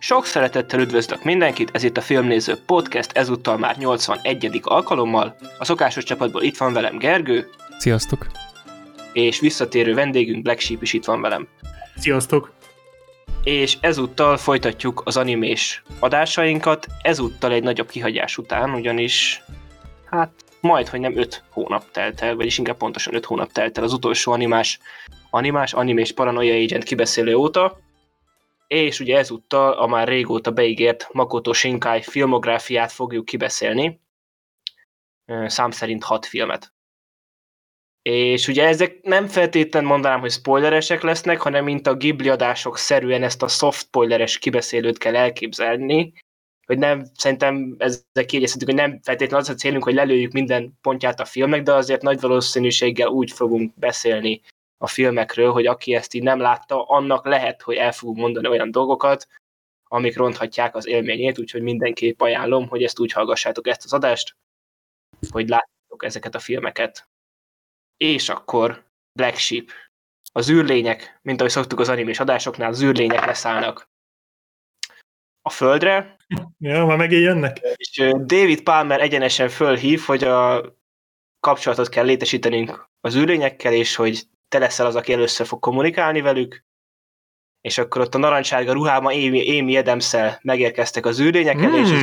Sok szeretettel üdvözlök mindenkit, ez itt a Filmnéző Podcast, ezúttal már 81. alkalommal. A szokásos csapatból itt van velem Gergő. Sziasztok! És visszatérő vendégünk Black Sheep is itt van velem. Sziasztok! És ezúttal folytatjuk az animés adásainkat, ezúttal egy nagyobb kihagyás után, ugyanis majd, hogy nem 5 hónap telt el, vagyis inkább pontosan 5 hónap telt el az utolsó animés Paranoia Agent kibeszélő óta, és ugye ezúttal a már régóta beígért Makoto Shinkai filmográfiát fogjuk kibeszélni, szám szerint 6 filmet. És ugye ezek nem feltétlenül mondanám, hogy spoileresek lesznek, hanem mint a Ghibli adások szerűen ezt a soft spoileres kibeszélőt kell elképzelni, hogy nem, szerintem ezzel kiegyezhetünk, hogy nem feltétlenül az a célunk, hogy lelőjük minden pontját a filmnek, de azért nagy valószínűséggel úgy fogunk beszélni a filmekről, hogy aki ezt így nem látta, annak lehet, hogy el fogunk mondani olyan dolgokat, amik ronthatják az élményét, úgyhogy mindenképp ajánlom, hogy ezt úgy hallgassátok ezt az adást, hogy látjátok ezeket a filmeket. És akkor Black Sheep. Az űrlények, mint ahogy szoktuk az animés adásoknál, az űrlények leszállnak a földre. Ja, már megint jönnek. És David Palmer egyenesen fölhív, hogy a kapcsolatot kell létesítenünk az űrlényekkel, és hogy te leszel az, aki először fog kommunikálni velük. És akkor ott a narancssárga ruhában Amy Adams-szel megérkeztek az űrlényekkel, és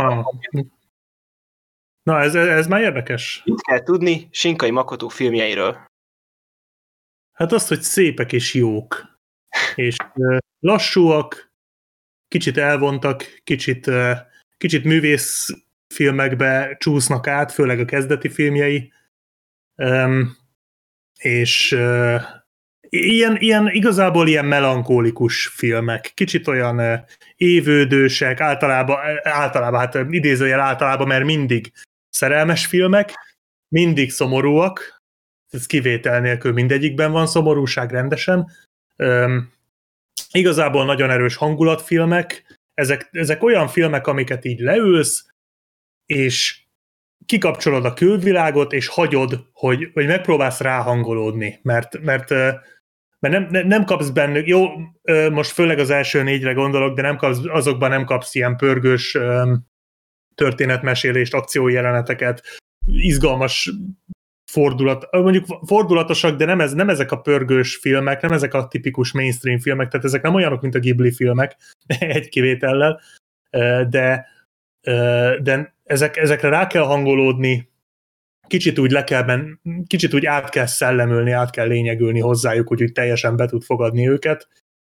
Na, ez már érdekes. mit kell tudni Shinkai Makoto filmjeiről? Hát azt, hogy szépek és jók. És lassúak, kicsit elvontak, kicsit művészfilmekbe csúsznak át, főleg a kezdeti filmjei. És igazából ilyen melankólikus filmek. Kicsit olyan évődősek, általában hát idézőjel általában, mert mindig szerelmes filmek, mindig szomorúak, ez kivétel nélkül mindegyikben van szomorúság rendesen. Igazából nagyon erős hangulatfilmek, ezek olyan filmek, amiket így leülsz, és kikapcsolod a külvilágot, és hagyod, hogy megpróbálsz ráhangolódni, mert nem kapsz bennük, jó, most főleg az első 4-re gondolok, de azokban nem kapsz ilyen pörgős történetmesélést, akciójeleneteket, izgalmas mondjuk fordulatosak, de nem ezek a pörgős filmek, nem ezek a tipikus mainstream filmek, tehát ezek nem olyanok, mint a Ghibli filmek, egy kivétellel, de ezekre rá kell hangolódni, kicsit úgy át kell szellemülni, át kell lényegülni hozzájuk, hogy úgy teljesen be tud fogadni őket,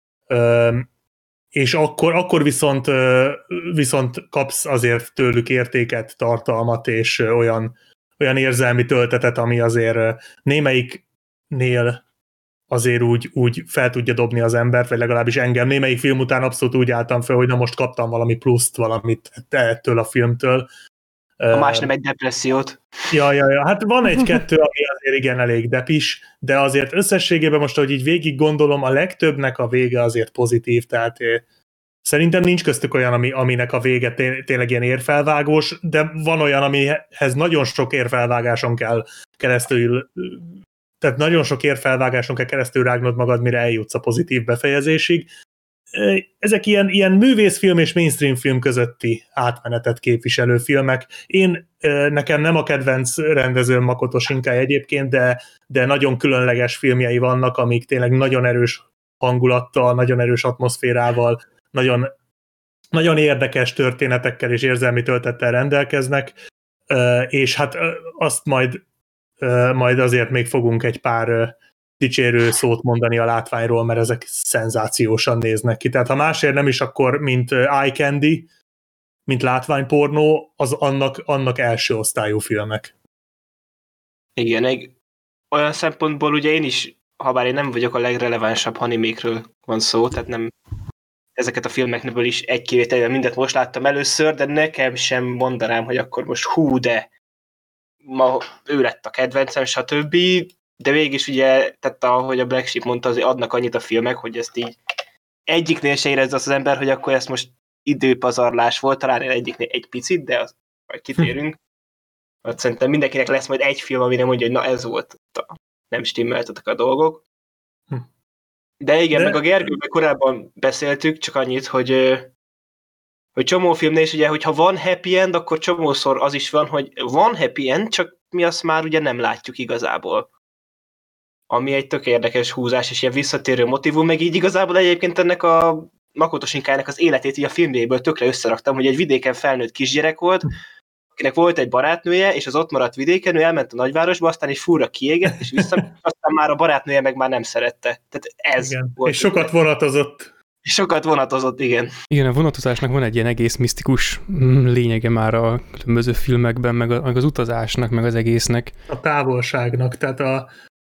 és akkor viszont kapsz azért tőlük értéket, tartalmat, és olyan érzelmi töltetet, ami azért némelyiknél azért úgy fel tudja dobni az embert, vagy legalábbis engem. Némelyik film után abszolút úgy álltam fel, hogy na most kaptam valami pluszt, valamit ettől a filmtől. A más nem egy depressziót. Ja. Hát van egy-kettő, ami azért igen elég depis, de azért összességében most, ahogy így végig gondolom, a legtöbbnek a vége azért pozitív, tehát szerintem nincs köztük olyan, aminek a vége tényleg ilyen érfelvágós, de van olyan, amihez nagyon sok érfelvágáson kell keresztül, tehát nagyon sok érfelvágáson kell keresztül rágnod magad, mire eljutsz a pozitív befejezésig. Ezek ilyen művészfilm és mainstream film közötti átmenetet képviselő filmek. Nekem nem a kedvenc rendezőm Makoto Shinkai egyébként, de nagyon különleges filmjei vannak, amik tényleg nagyon erős hangulattal, nagyon erős atmoszférával, nagyon, nagyon érdekes történetekkel és érzelmi töltettel rendelkeznek, és hát azt majd azért még fogunk egy pár dicsérő szót mondani a látványról, mert ezek szenzációsan néznek ki. Tehát ha másért nem is, akkor mint eye candy, mint látványpornó, az annak első osztályú filmek. Igen, olyan szempontból ugye én is, habár én nem vagyok a legrelevánsabb animékről van szó, tehát nem ezeket a filmekből is egy kivételben mindet most láttam először, de nekem sem mondanám, hogy akkor most de ma ő lett a kedvencem, stb. De végig ugye, tehát ahogy a Black Sheep mondta, azért adnak annyit a filmek, hogy ezt így egyiknél se érezze az ember, hogy akkor ez most időpazarlás volt, talán egyiknél egy picit, de azt majd kitérünk. Hát szerintem mindenkinek lesz majd egy film, amire mondja, hogy na ez volt, nem stimmeltetek a dolgok. De igen, meg a Gergővel korábban beszéltük, csak annyit, hogy hogy csomó filmnél is ugye, hogyha van happy end, akkor csomószor az is van, hogy van happy end, csak mi azt már ugye nem látjuk igazából. Ami egy tök érdekes húzás, és ilyen visszatérő motivum, meg így igazából egyébként ennek a Makoto Shinkai-nek az életét így a filmjéből tökre összeraktam, hogy egy vidéken felnőtt kisgyerek volt, akinek volt egy barátnője, és az ott maradt vidéken, ő elment a nagyvárosba, aztán egy fúra kiégett, és aztán már a barátnője meg már nem szerette. Tehát ez igen. volt. És sokat vonatozott. Sokat vonatozott, igen. Igen, a vonatozásnak van egy ilyen egész misztikus lényege már a különböző filmekben, meg az utazásnak, meg az egésznek. A távolságnak, tehát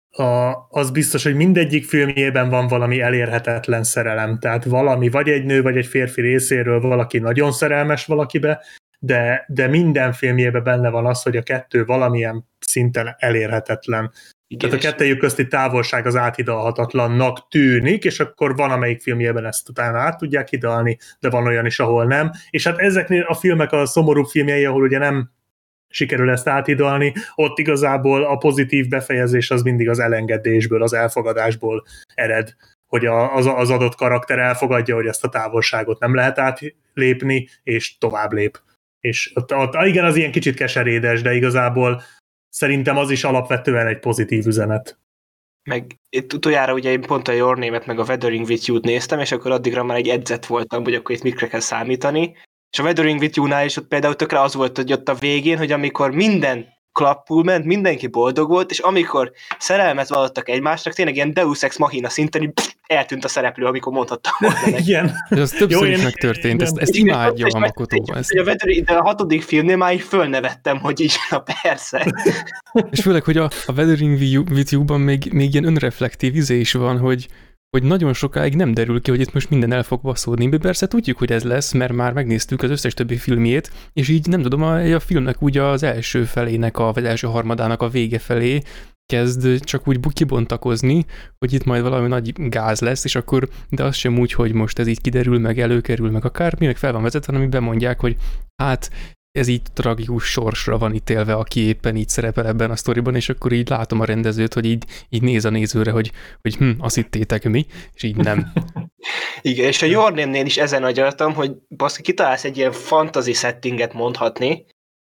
az biztos, hogy mindegyik filmjében van valami elérhetetlen szerelem, tehát valami, vagy egy nő, vagy egy férfi részéről valaki nagyon szerelmes valakibe, de minden filmjében benne van az, hogy a kettő valamilyen szinten elérhetetlen. Igen, tehát a kettőjük közti távolság az áthidalhatatlannak tűnik, és akkor van, amelyik filmjében ezt utána át tudják hidalni, de van olyan is, ahol nem. És hát ezeknél a filmek a szomorúbb filmjei, ahol ugye nem sikerül ezt áthidalni, ott igazából a pozitív befejezés az mindig az elengedésből, az elfogadásból ered, hogy az adott karakter elfogadja, hogy ezt a távolságot nem lehet átlépni, és tovább lép. És ott igen, az ilyen kicsit keserédes, de igazából szerintem az is alapvetően egy pozitív üzenet. Meg itt utoljára ugye én pont a Your Name-et meg a Weathering with You-t néztem, és akkor addigra már egy edzett voltam, hogy akkor itt mikre kell számítani. És a Weathering with You-nál is ott például tökre az volt, hogy ott a végén, hogy amikor minden klappul ment, mindenki boldog volt, és amikor szerelmet vallottak egymásnak, tényleg ilyen Deus Ex Machina szinten így eltűnt a szereplő, amikor mondhatta volna. Igen. Ez többször is megtörtént, ezt imádja a Makotó. De a 6. filmnél már így fölnevettem, hogy így, na persze. És főleg, hogy a Weathering with You-ban még ilyen önreflektív izé is van, hogy nagyon sokáig nem derül ki, hogy itt most minden el fog baszódni. Mi persze tudjuk, hogy ez lesz, mert már megnéztük az összes többi filmjét, és így nem tudom, a filmnek úgy az első felének, vagy első harmadának a vége felé kezd csak úgy kibontakozni, hogy itt majd valami nagy gáz lesz, és akkor, de az sem úgy, hogy most ez így kiderül, meg előkerül, meg akármi, meg fel van vezetve, hanem bemondják, hogy hát ez így tragikus sorsra van ítélve, aki éppen így szerepel ebben a sztoriban, és akkor így látom a rendezőt, hogy így néz a nézőre, hogy azt hittétek mi, és így nem. Igen, és a Your Name-nél is ezen agyaltam, hogy baszki, kitalálsz egy ilyen fantasy settinget mondhatni,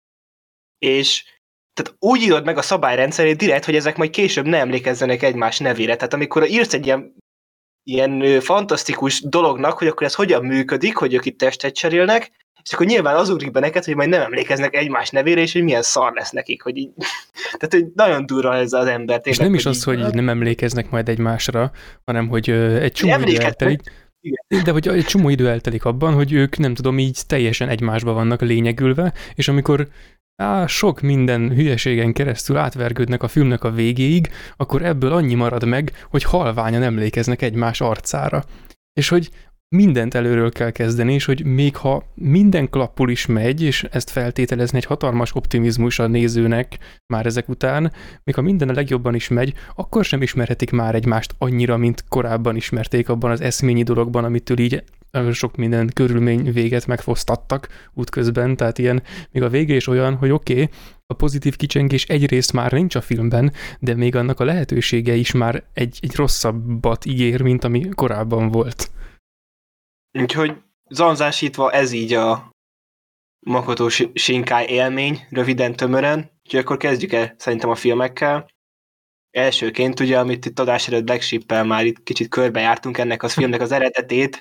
és tehát úgy írod meg a szabályrendszerét direkt, hogy ezek majd később ne emlékezzenek egymás nevére. Tehát amikor írsz egy ilyen fantasztikus dolognak, hogy akkor ez hogyan működik, hogy ők itt testet cserélnek, és akkor nyilván az ugrik be neked, hogy majd nem emlékeznek egymás nevére, és hogy milyen szar lesz nekik, hogy így... Tehát, hogy nagyon durva ez az ember. Tényleg, és nem is az, hogy nem emlékeznek majd egymásra, hanem, hogy egy csomó idő eltelik. De hogy egy csomó idő eltelik abban, hogy ők, nem tudom, így teljesen egymásba vannak lényegülve, és amikor sok minden hülyeségen keresztül átvergődnek a filmnek a végéig, akkor ebből annyi marad meg, hogy halványan emlékeznek egymás arcára. És hogy mindent előről kell kezdeni, és hogy még ha minden klappul is megy, és ezt feltételezni egy hatalmas optimizmus a nézőnek már ezek után, még ha minden a legjobban is megy, akkor sem ismerhetik már egymást annyira, mint korábban ismerték abban az eszményi dologban, amitől így sok minden körülmény véget megfosztattak útközben, tehát ilyen még a vége is olyan, hogy oké, a pozitív kicsengés egyrészt már nincs a filmben, de még annak a lehetősége is már egy rosszabbat ígér, mint ami korábban volt. Úgyhogy zanzásítva ez így a Makoto Shinkai élmény, röviden, tömören. Úgyhogy akkor kezdjük el szerintem a filmekkel. Elsőként ugye, amit itt adás előtt Black Sheep-el már itt kicsit körbejártunk ennek a filmnek az eredetét.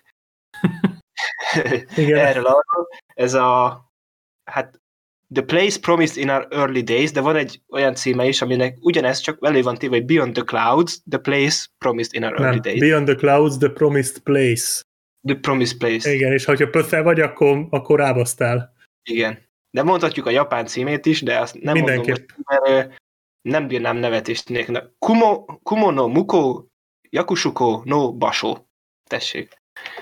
Erről arról. Ez The Place Promised in Our Early Days, de van egy olyan címe is, aminek ugyanez csak elő van téve, hogy Beyond the Clouds, The Place Promised in Our Early Days. Beyond the Clouds, The Promised Place. The Promised Place. Igen, és ha pösszel vagy, akkor rábasztál. Igen. De mondhatjuk a japán címét is, de azt nem mindenképp mondom, mert nem bírnám nevetést nélkül. Kumo no Muko Yakushuko no Basho. Tessék.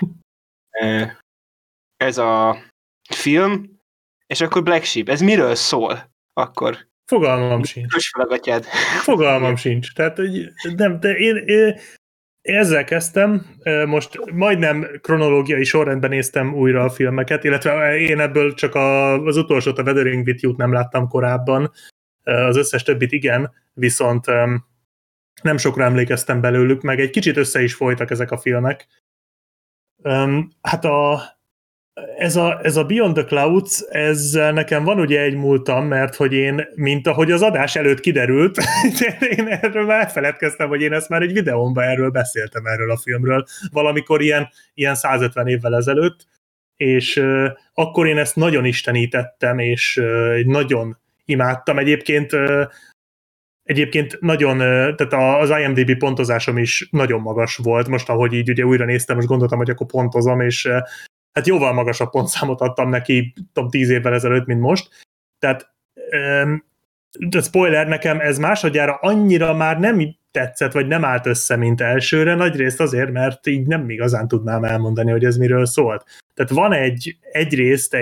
Ez a film, és akkor Black Sheep. Ez miről szól? Akkor fogalmam sincs. Kös fel a gatyád. Fogalmam sincs. Tehát nem, de én ezzel kezdtem, most majdnem kronológiai sorrendben néztem újra a filmeket, illetve én ebből csak az utolsót, a Weathering with You-t nem láttam korábban, az összes többit igen, viszont nem sokra emlékeztem belőlük, meg egy kicsit össze is folytak ezek a filmek. Hát ez a Beyond the Clouds, ezzel nekem van ugye egy múltam, mert hogy én, mint ahogy az adás előtt kiderült, én erről már elfeledkeztem, hogy én ezt már egy videómban erről beszéltem, erről a filmről, valamikor ilyen 150 évvel ezelőtt, és akkor én ezt nagyon istenítettem, és nagyon imádtam. Egyébként nagyon, tehát az IMDb pontozásom is nagyon magas volt, most ahogy így ugye újra néztem, most gondoltam, hogy akkor pontozom, és hát jóval magasabb pontszámot adtam neki, tudom, 10 évvel ezelőtt, mint most. Tehát, de spoiler, nekem ez másodjára annyira már nem tetszett, vagy nem állt össze, mint elsőre, nagyrészt azért, mert így nem igazán tudnám elmondani, hogy ez miről szólt. Tehát van egyrészt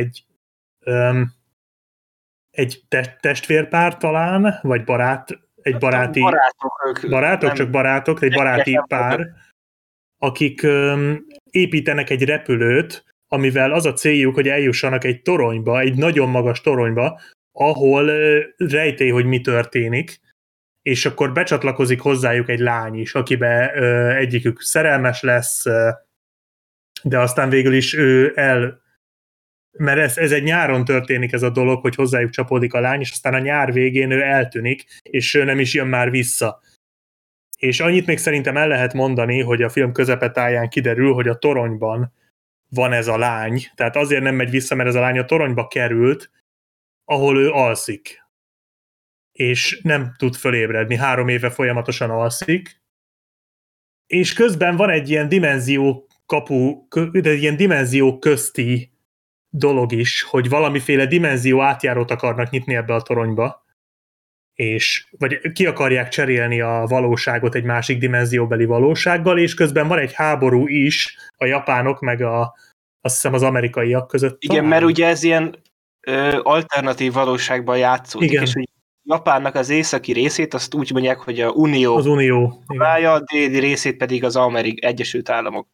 egy testvérpár talán, vagy egy baráti... Barátok, egy baráti pár, akik építenek egy repülőt, amivel az a céljuk, hogy eljussanak egy toronyba, egy nagyon magas toronyba, ahol rejtély, hogy mi történik, és akkor becsatlakozik hozzájuk egy lány is, akibe egyikük szerelmes lesz, de aztán végül is mert ez egy nyáron történik ez a dolog, hogy hozzájuk csapódik a lány, és aztán a nyár végén ő eltűnik, és nem is jön már vissza. És annyit még szerintem el lehet mondani, hogy a film közepetáján kiderül, hogy a toronyban van ez a lány, tehát azért nem megy vissza, mert ez a lány a toronyba került, ahol ő alszik. És nem tud fölébredni, 3 éve folyamatosan alszik, és közben van egy ilyen ilyen dimenzió közti dolog is, hogy valamiféle dimenzió átjárót akarnak nyitni ebbe a toronyba, vagy ki akarják cserélni a valóságot egy másik dimenzióbeli valósággal, és közben van egy háború is a japánok, meg azt hiszem az amerikaiak között. Igen, mert ugye ez ilyen alternatív valóságban játszódik, igen. És hogy Japánnak az északi részét azt úgy mondják, hogy a Unió. Az Unió. A déli részét pedig az Egyesült Államok.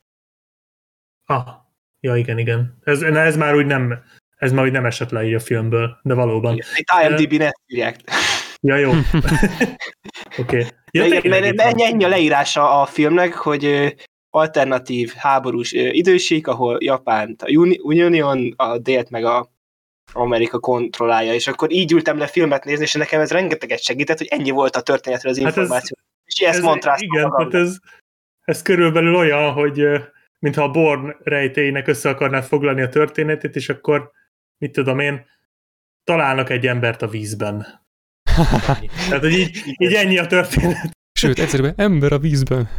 Ja, igen. Ez már úgy nem esett le így a filmből, de valóban. Igen, itt IMDb-n ezt írják. Ja, jó. Oké. Ennyi a leírása a filmnek, hogy alternatív háborús időség, ahol Japánt a Union, a délt meg a Amerika kontrollálja, és akkor így ültem le filmet nézni, és nekem ez rengeteget segített, hogy ennyi volt a történetről az információ. És ezt mondráztam magamnak. Igen, ez körülbelül olyan, hogy mintha a Bourne rejtélynek össze akarnád foglalni a történetét, és akkor, mit tudom én, találnak egy embert a vízben. Tehát, hogy így ennyi a történet. Sőt, egyszerűen ember a vízben.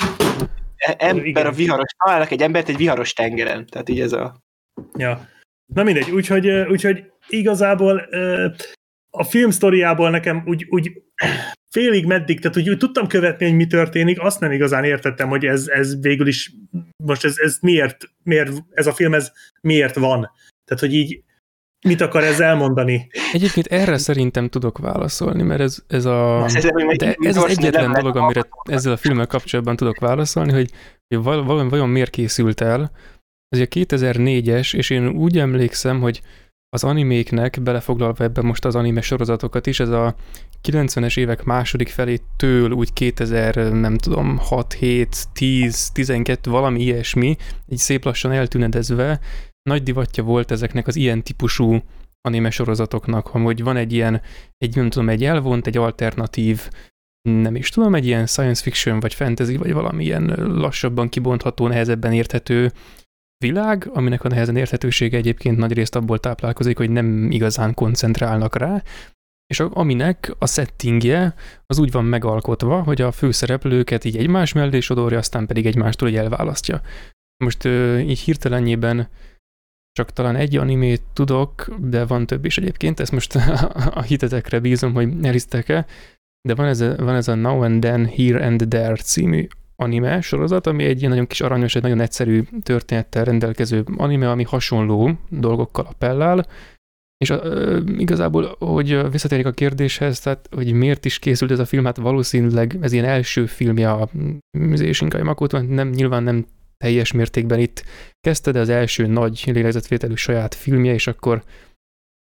A viharos, találnak egy embert egy viharos tengeren. Tehát így ez a... Ja. Na mindegy, úgyhogy igazából a film sztoriából nekem úgy félig meddig, tehát úgy tudtam követni, hogy mi történik, azt nem igazán értettem, hogy ez végül is, most ez miért ez a film miért van. Tehát, hogy így mit akar ez elmondani? Egyébként erre szerintem tudok válaszolni, mert ez az egyetlen dolog, amire ezzel a filmmel kapcsolatban tudok válaszolni, hogy vajon miért készült el. Ez a 2004-es, és én úgy emlékszem, hogy az animéknek, belefoglalva ebben most az anime sorozatokat is, ez a 90-es évek második felétől úgy 2000, nem tudom, 6, 7, 10, 12, valami ilyesmi, így szép lassan eltünedezve, nagy divatja volt ezeknek az ilyen típusú anime sorozatoknak, hogy van egy ilyen, egy elvont, egy alternatív, nem is tudom, egy ilyen science fiction, vagy fantasy, vagy valami ilyen lassabban kibontható, nehezebben érthető világ, aminek a nehezen érthetősége egyébként nagyrészt abból táplálkozik, hogy nem igazán koncentrálnak rá, és aminek a settingje az úgy van megalkotva, hogy a főszereplőket így egymás mellé sodorja, aztán pedig egymástól így elválasztja. Most így hirtelenjében csak talán egy animét tudok, de van több is egyébként, ezt most a hitetekre bízom, hogy elhisztek-e, de van ez a Now and Then, Here and There című anime sorozat, ami egy ilyen nagyon kis aranyos, egy nagyon egyszerű történettel rendelkező anime, ami hasonló dolgokkal appellál, és igazából, hogy visszatérjük a kérdéshez, tehát, hogy miért is készült ez a film, hát valószínűleg ez ilyen első filmje a Shinkai Makoto, nyilván nem teljes mértékben itt kezdte, de az első nagy lélegzetvételű saját filmje, és akkor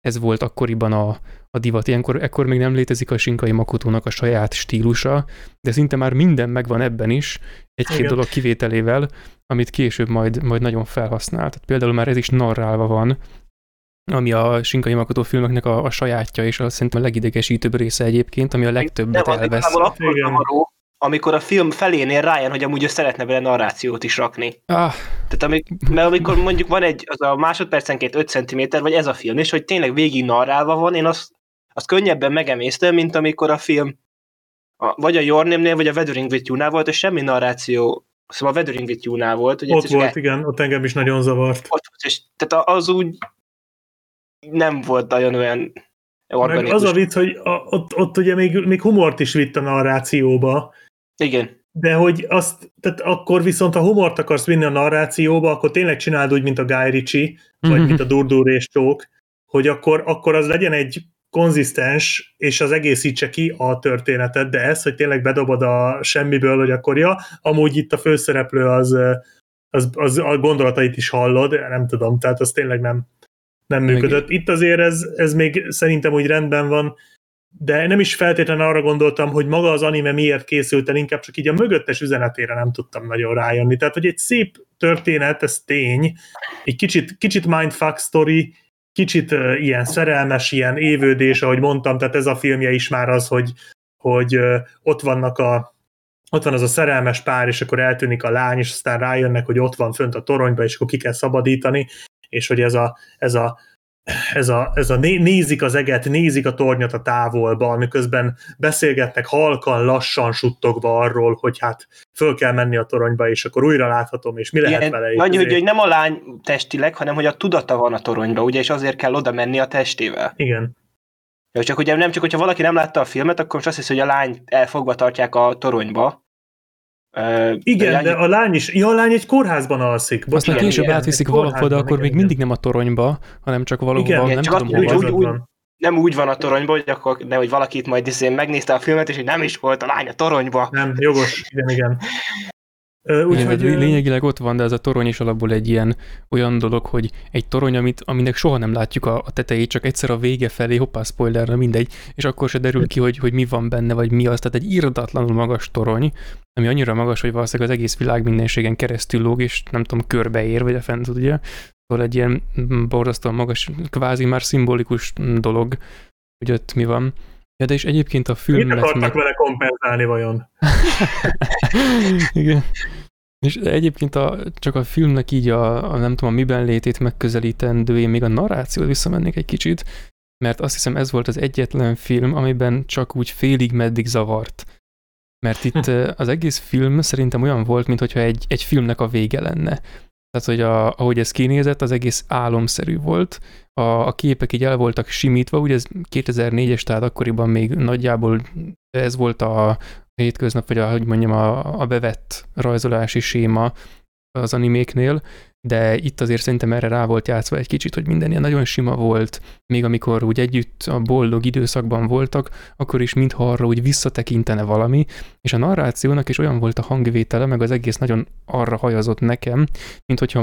ez volt akkoriban a divat. Ekkor még nem létezik a Shinkai Makotónak a saját stílusa, de szinte már minden megvan ebben is, egy-két dolog kivételével, amit később majd nagyon felhasznál. Tehát például már ez is narrálva van, ami a Shinkai Makoto filmeknek a sajátja, és azt szerintem a legidegesítőbb része egyébként, ami a legtöbbet elvesz. Amikor a film felénél rájön, hogy amúgy ő szeretne vele narrációt is rakni. Tehát mert amikor mondjuk van az a másodpercenként 5 cm, vagy ez a film, és hogy tényleg végig narrálva van, én azt könnyebben megemésztem, mint amikor a film vagy a Your Name-nél, vagy a Weathering with You-nál volt, és semmi narráció, szóval a Weathering with You-nál volt. Hogy ott volt, igen, ott engem is nagyon zavart. És tehát az úgy nem volt nagyon olyan organikus. Meg az a vicc, hogy ott ugye még humort is vitt a narrációba. Igen. De hogy tehát akkor viszont, ha humort akarsz vinni a narrációba, akkor tényleg csináld úgy, mint a Guy Ritchie, vagy mint a Durdur és Csók, hogy akkor az legyen egy konzisztens, és az egészítse ki a történetet, de ez, hogy tényleg bedobod a semmiből, hogy akkor amúgy itt a főszereplő az a gondolatait is hallod, nem tudom, tehát az tényleg nem működött. Itt azért ez még szerintem úgy rendben van, de nem is feltétlenül arra gondoltam, hogy maga az anime miért készült el, inkább csak így a mögöttes üzenetére nem tudtam nagyon rájönni. Tehát, hogy egy szép történet, ez tény, egy kicsit mindfuck sztori, kicsit ilyen szerelmes, ilyen évődés, ahogy mondtam, tehát ez a filmje is már az, hogy ott van az a szerelmes pár, és akkor eltűnik a lány, és aztán rájönnek, hogy ott van fönt a toronyba, és akkor ki kell szabadítani, és hogy ez a nézik az eget, nézik a tornyot a távolba, miközben beszélgetnek halkan, lassan suttogva arról, hogy hát föl kell menni a toronyba, és akkor újra láthatom, és mi lehet vele. Annyi, hogy nem a lány testileg, hanem hogy a tudata van a toronyba, ugye, és azért kell oda menni a testével. Igen. Ja, csak ugye nem csak, hogyha valaki nem látta a filmet, akkor most azt hiszi, hogy a lány elfogva tartják a toronyba. Igen, de a lány is, a lány egy kórházban alszik. Aztán később átviszik valahol, de akkor még mindig nem a toronyba, hanem csak valahol, nem tudom hova. Nem úgy van a toronyba, hogy valakit majd megnézte a filmet, és hogy nem is volt a lány a toronyba. Nem, jogos, igen. Lényegileg ott van, de ez a torony is alapból egy olyan dolog, hogy egy torony, aminek soha nem látjuk a tetejét, csak egyszer a vége felé, hoppá, spoilerre, mindegy, és akkor se derül ki, hogy mi van benne, vagy mi az. Tehát egy irdatlanul magas torony, ami annyira magas, hogy valószínűleg az egész világ mindenségen keresztül lóg, és nem tudom, körbeér, vagy a fent, ugye? Szóval egy ilyen borzasztóan magas, kvázi már szimbolikus dolog, hogy ott mi van. Ja, de és egyébként a filmet... Mit akartak vele kompenzálni vajon? Igen. És egyébként csak a filmnek így nem tudom, a miben létét megközelítendő, én még a narrációt visszamennék egy kicsit, mert azt hiszem ez volt az egyetlen film, amiben csak úgy félig meddig zavart. Mert itt az egész film szerintem olyan volt, mintha egy filmnek a vége lenne. Tehát, hogy ahogy ez kinézett, az egész álomszerű volt. A képek így el voltak simítva, ugye ez 2004-es, tehát akkoriban még nagyjából ez volt a hétköznap, vagy a bevett rajzolási séma az animéknél, de itt azért szerintem erre rá volt játszva egy kicsit, hogy minden ilyen nagyon sima volt, még amikor úgy együtt a boldog időszakban voltak, akkor is mintha arra úgy visszatekintene valami, és a narrációnak is olyan volt a hangvétele, meg az egész nagyon arra hajazott nekem, mint hogyha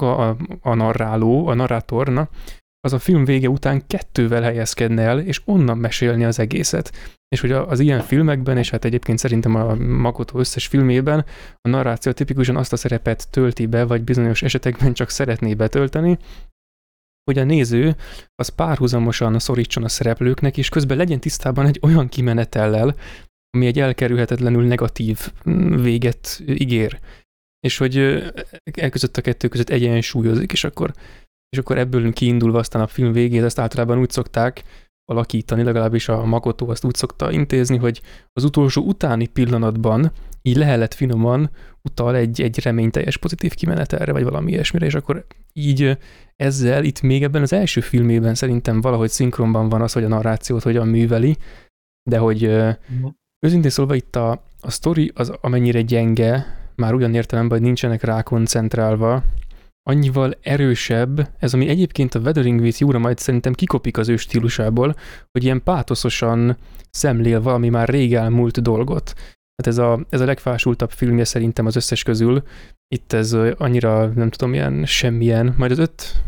a narráló, a narrátorna, az a film vége után 2-vel helyezkedne el, és onnan mesélni az egészet. És hogy az ilyen filmekben, és hát egyébként szerintem a Makoto összes filmében a narráció tipikusan azt a szerepet tölti be, vagy bizonyos esetekben csak szeretné betölteni, hogy a néző az párhuzamosan szorítson a szereplőknek, és közben legyen tisztában egy olyan kimenetellel, ami egy elkerülhetetlenül negatív véget ígér. És hogy elközött a kettő között egyensúlyozik, és akkor ebből kiindulva aztán a film végét, ezt általában úgy szokták alakítani, legalábbis a Makoto azt úgy szokta intézni, hogy az utolsó utáni pillanatban így lehelet finoman utal egy reményteljes pozitív kimenetelre, vagy valami ilyesmire, és akkor így ezzel itt még ebben az első filmében szerintem valahogy szinkronban van az, hogy a narrációt hogyan műveli, de hogy őszintén szólva itt a sztori az amennyire gyenge, már ugyan értelemben, hogy nincsenek rá koncentrálva, annyival erősebb, ez ami egyébként a Weathering with You-ra majd szerintem kikopik az ő stílusából, hogy ilyen pátoszosan szemlél valami már rég elmúlt dolgot. Hát ez a legfásultabb filmje szerintem az összes közül. Itt ez annyira, nem tudom, ilyen semmilyen, majd az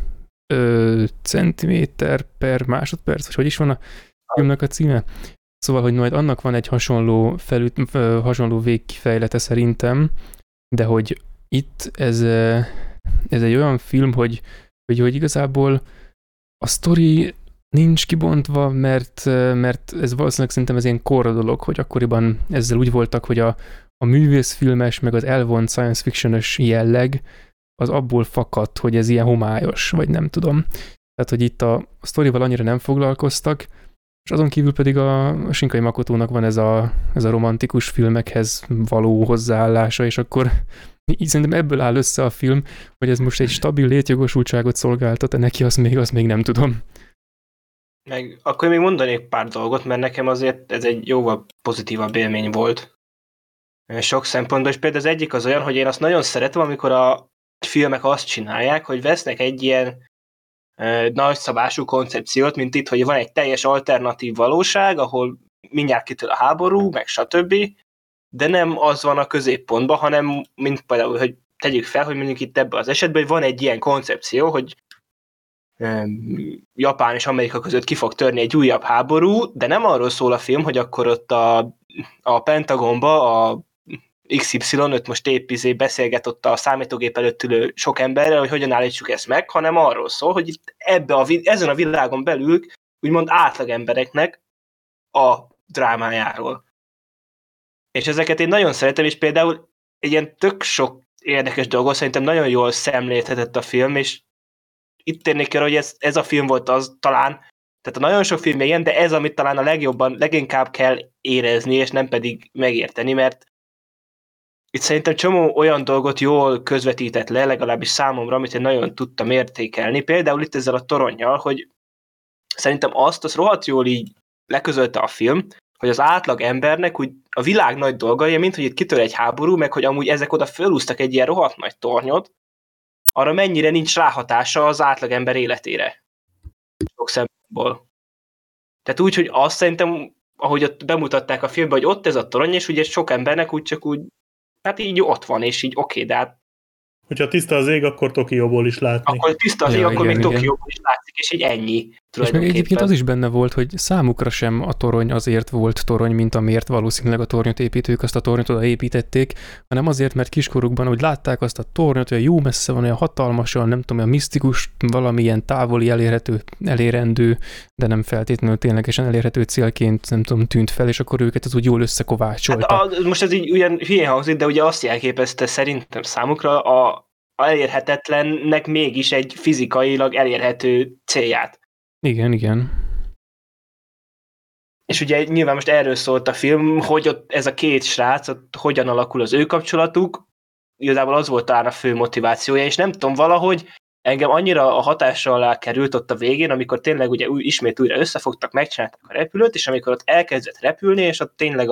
centiméter per másodperc, vagy hogy is van a filmnek a címe? Szóval, hogy majd annak van egy hasonló végkifejlete szerintem, de hogy itt ez egy olyan film, hogy igazából a sztori nincs kibontva, mert ez valószínűleg szerintem ez ilyen korra dolog, hogy akkoriban ezzel úgy voltak, hogy a művészfilmes, meg az elvont science fiction-ös jelleg az abból fakadt, hogy ez ilyen homályos, vagy nem tudom. Tehát, hogy itt a sztorival annyira nem foglalkoztak, és azon kívül pedig a Shinkai Makotónak van ez a romantikus filmekhez való hozzáállása, és akkor így szerintem ebből áll össze a film, hogy ez most egy stabil létjogosultságot szolgáltat, de neki azt még nem tudom. Meg akkor még mondanék pár dolgot, mert nekem azért ez egy jóval pozitívabb élmény volt. Sok szempontból, és például az egyik az olyan, hogy én azt nagyon szeretem, amikor a filmek azt csinálják, hogy vesznek egy ilyen nagyszabású koncepciót, mint itt, hogy van egy teljes alternatív valóság, ahol mindjárt kitör a háború, meg stb., de nem az van a középpontban, hanem mint például, hogy tegyük fel, hogy mondjuk itt ebben az esetben van egy ilyen koncepció, hogy Japán és Amerika között ki fog törni egy újabb háború, de nem arról szól a film, hogy akkor ott a Pentagonba a XY-5 most épp beszélget ott a számítógép előtt ülő sok emberrel, hogy hogyan állítsuk ezt meg, hanem arról szól, hogy itt ezen a világon belül úgymond átlag embereknek a drámájáról. És ezeket én nagyon szeretem, és például egy ilyen tök sok érdekes dolgot szerintem nagyon jól szemléltetett a film, és itt térnék el, hogy ez a film volt az talán, tehát a nagyon sok film ilyen, de ez, amit talán a leginkább kell érezni, és nem pedig megérteni, mert itt szerintem csomó olyan dolgot jól közvetített le, legalábbis számomra, amit én nagyon tudtam értékelni. Például itt ezzel a toronnyal, hogy szerintem azt rohadt jól így leközölte a film, hogy az átlag embernek úgy a világ nagy dolgai, mint hogy itt kitör egy háború, meg hogy amúgy ezek oda fölúztak egy ilyen rohadt nagy tornyot, arra mennyire nincs ráhatása az átlag ember életére. Sok szempontból. Tehát úgy, hogy azt szerintem, ahogy ott bemutatták a filmben, hogy ott ez a torony, és ugye sok embernek úgy csak úgy, hát így ott van, és így oké, de hát hogyha tiszta az ég, akkor Tokióból is látni. Akkor tiszta az ég, akkor még Tokióból is látszik, és így ennyi. És meg egyébként az is benne volt, hogy számukra sem a torony azért volt torony, mint amiért valószínűleg a tornyot építők azt a tornyot oda építették, hanem azért, mert kiskorukban, hogy látták azt a tornyot, hogy jó messze van, olyan hatalmasan, nem tudom, olyan misztikus, valamilyen távoli elérendő, de nem feltétlenül ténylegesen elérhető célként, nem tudom, tűnt fel, és akkor őket az úgy jól összekovácsolta. Hát most ez így olyan hülyén hangzik, de ugye azt jelképezte szerintem számukra a elérhetetlennek mégis egy fizikailag elérhető célját. Igen. És ugye nyilván most erről szólt a film, hogy ott ez a két srác, ott hogyan alakul az ő kapcsolatuk, igazából az volt talán a fő motivációja, és nem tudom, valahogy engem annyira a hatásra alá került ott a végén, amikor tényleg ugye ismét újra összefogtak, megcsinálták a repülőt, és amikor ott elkezdett repülni, és ott tényleg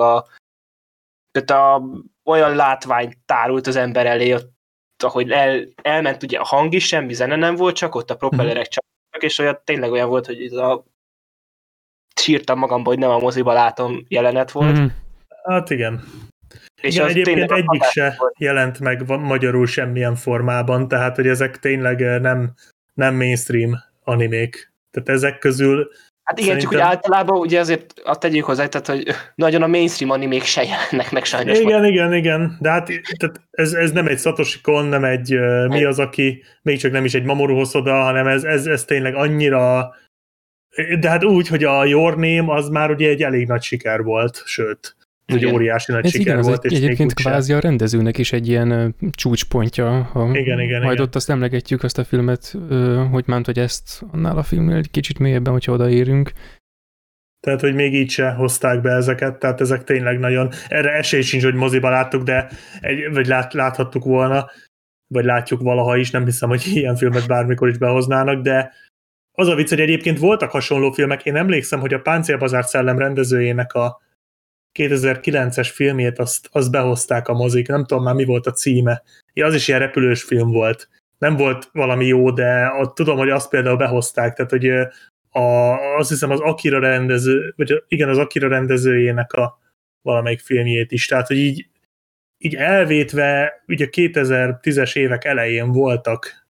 olyan látvány tárult az ember elé, ott, ahogy elment ugye a hang is, semmi zene nem volt, csak ott a propellerek csaptak, és tényleg olyan volt, hogy sírtam magamba, hogy nem a moziba látom jelenet volt. Hát igen. És igen, egyébként egyik se jelent meg magyarul semmilyen formában, tehát hogy ezek tényleg nem mainstream animék. Tehát ezek közül hát igen, csak hogy általában ugye azért azt tegyük hozzá, tehát hogy nagyon a mainstream animék se jelennek meg sajnos. Igen. De hát tehát ez nem egy Satoshi Kon, nem egy mi az, aki még csak nem is egy Mamoru Hosoda, hanem ez tényleg annyira, de hát úgy, hogy a Your Name az már ugye egy elég nagy siker volt, sőt, ez egy óriási nagy siker volt. És egyébként kvázi a rendezőnek is egy ilyen csúcspontja. Igen. Majd ott azt emlegetjük, azt a filmet, hogy ment, hogy ezt annál a filmnél egy kicsit mélyebben, hogyha odaérünk. Tehát, hogy még így se hozták be ezeket, tehát ezek tényleg nagyon, erre esély sincs, hogy moziba láttuk, de vagy láthattuk volna, vagy látjuk valaha is, nem hiszem, hogy ilyen filmet bármikor is behoznának, de az a vicc, hogy egyébként voltak hasonló filmek, én emlékszem, hogy a Páncélbazár Szellem rendezőjének a 2009-es filmjét, azt behozták a mozik, nem tudom már mi volt a címe. Az is ilyen repülős film volt. Nem volt valami jó, de ott tudom, hogy azt például behozták, tehát hogy azt hiszem az Akira rendező, vagy igen, az Akira rendezőjének a valamelyik filmjét is, tehát hogy így elvétve, ugye 2010-es évek elején voltak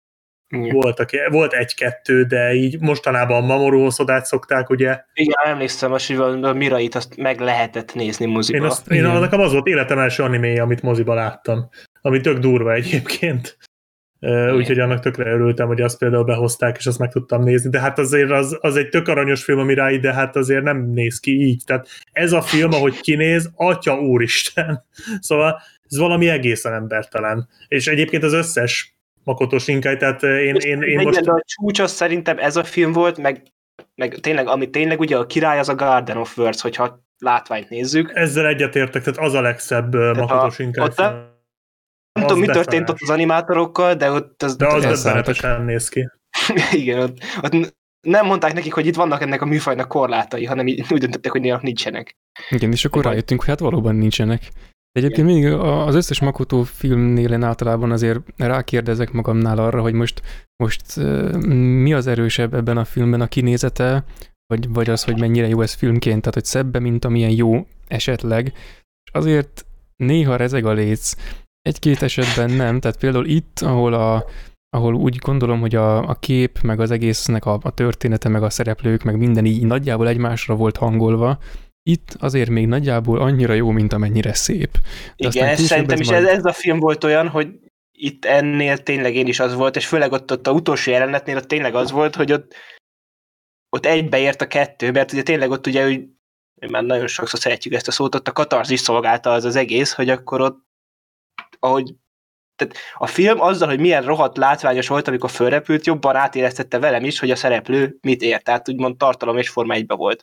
Volt egy-kettő, de így mostanában a Mamoru Hoszodát szokták, ugye? Igen, emlékszem, hogy a Mirait azt meg lehetett nézni moziba. Nekem az volt életem első animéje, amit moziba láttam. Ami tök durva egyébként. Úgyhogy annak tökre örültem, hogy azt például behozták, és azt meg tudtam nézni. De hát azért az egy tök aranyos film, a Mirai, de hát azért nem néz ki így. Tehát ez a film, ahogy kinéz, atya úristen. Szóval ez valami egészen embertelen. És egyébként az összes Makoto Shinkai, tehát én most... De a csúcs az szerintem ez a film volt, meg tényleg, ami tényleg ugye a király az a Garden of Words, hogyha látványt nézzük. Ezzel egyetértek, tehát az a legszebb Makoto Shinkai film. Nem tudom, mi történt ott az animátorokkal, de ott az... De az döbbenetesen néz ki. Igen, ott nem mondták nekik, hogy itt vannak ennek a műfajnak korlátai, hanem úgy döntöttek, hogy nincsenek. Igen, és akkor rájöttünk, hogy hát valóban nincsenek. De egyébként mindig az összes Makoto filmnél én általában azért rákérdezek magamnál arra, hogy most mi az erősebb ebben a filmben, a kinézete, vagy az, hogy mennyire jó ez filmként, tehát hogy szebbe, mint amilyen jó esetleg. És azért néha rezeg a léc. Egy-két esetben nem, tehát például itt, ahol úgy gondolom, hogy a kép, meg az egésznek a története, meg a szereplők, meg minden így nagyjából egymásra volt hangolva, itt azért még nagyjából annyira jó, mint amennyire szép. De igen, szerintem is ez a film volt olyan, hogy itt ennél tényleg én is az volt, és főleg ott a utolsó jelenetnél ott tényleg az volt, hogy ott egybeért a kettő, mert ugye tényleg ott ugye, hogy már nagyon sokszor szeretjük ezt a szót, ott a katarzis szolgálta az egész, hogy akkor ott ahogy tehát a film azzal, hogy milyen rohadt látványos volt, amikor fölrepült, jobban átéreztette velem is, hogy a szereplő mit ért, tehát úgymond tartalom és forma egybe volt.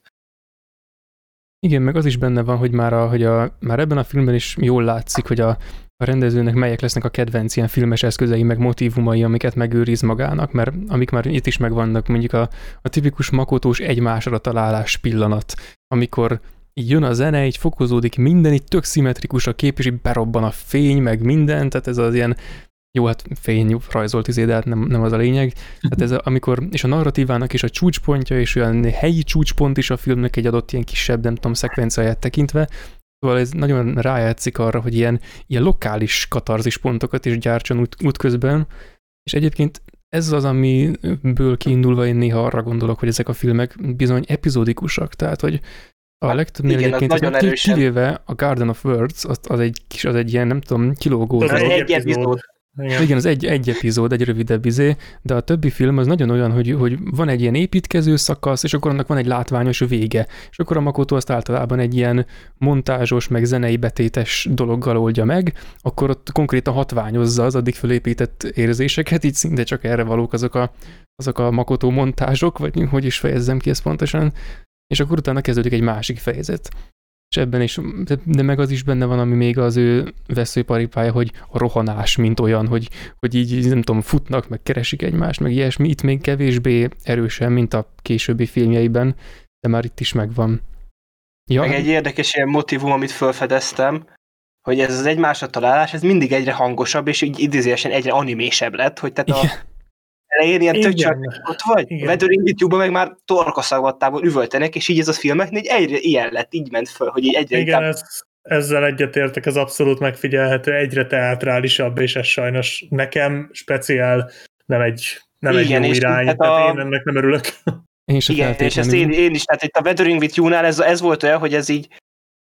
Igen, meg az is benne van, hogy már ebben a filmben is jól látszik, hogy a rendezőnek melyek lesznek a kedvenc ilyen filmes eszközei, meg motívumai, amiket megőriz magának, mert amik már itt is megvannak, mondjuk a tipikus makotós egymásra találás pillanat, amikor így jön a zene, így fokozódik minden, így tök szimmetrikus a kép, és így berobban a fény, meg minden, tehát ez az ilyen, jó, hát fény rajzolt de hát nem az a lényeg. Tehát ez amikor, és a narratívának is a csúcspontja, és olyan helyi csúcspont is a filmnek egy adott ilyen kisebb, nem tudom, szekvenciáját tekintve, szóval ez nagyon rájátszik arra, hogy ilyen lokális katarzis pontokat is gyártson útközben, és egyébként ez az, amiből kiindulva én néha arra gondolok, hogy ezek a filmek bizony epizódikusak, tehát hogy a legtöbbnél egyébként, kivéve a Garden of Words, az egy ilyen, nem tudom, kilógó. Az egy epizód. Igen, az egy epizód, egy rövidebb de a többi film az nagyon olyan, hogy van egy ilyen építkező szakasz, és akkor annak van egy látványos vége. És akkor a Makoto azt általában egy ilyen montázsos, meg zenei betétes dologgal oldja meg, akkor ott konkrétan hatványozza az addig fölépített érzéseket, így szinte csak erre valók azok a Makoto montázsok, vagy hogy is fejezzem ki ezt pontosan. És akkor utána kezdődik egy másik fejezet. És ebben is, de meg az is benne van, ami még az ő veszőparipája, hogy a rohanás, mint olyan, hogy így nem tudom, futnak, meg keresik egymást, meg ilyesmi. Itt még kevésbé erősen, mint a későbbi filmjeiben, de már itt is megvan. Ja. Meg egy érdekes ilyen motivum, amit felfedeztem, hogy ez az egymásra találás, ez mindig egyre hangosabb, és így idézőesen egyre animésebb lett, hogy tehát elején ilyen tök csak ott vagy, Weathering with You-ban meg már torkaszagvattából üvöltenek, és így ez a filmeknél egyre ilyen lett, így ment föl, hogy így egyre igen, inkább... ezzel egyetértek, ez abszolút megfigyelhető, egyre teátrálisabb, és ez sajnos nekem speciál nem egy jó irány, tehát én ennek nem örülök. Igen, és ezt én is, tehát itt a Weathering with You-nál ez volt olyan, hogy ez így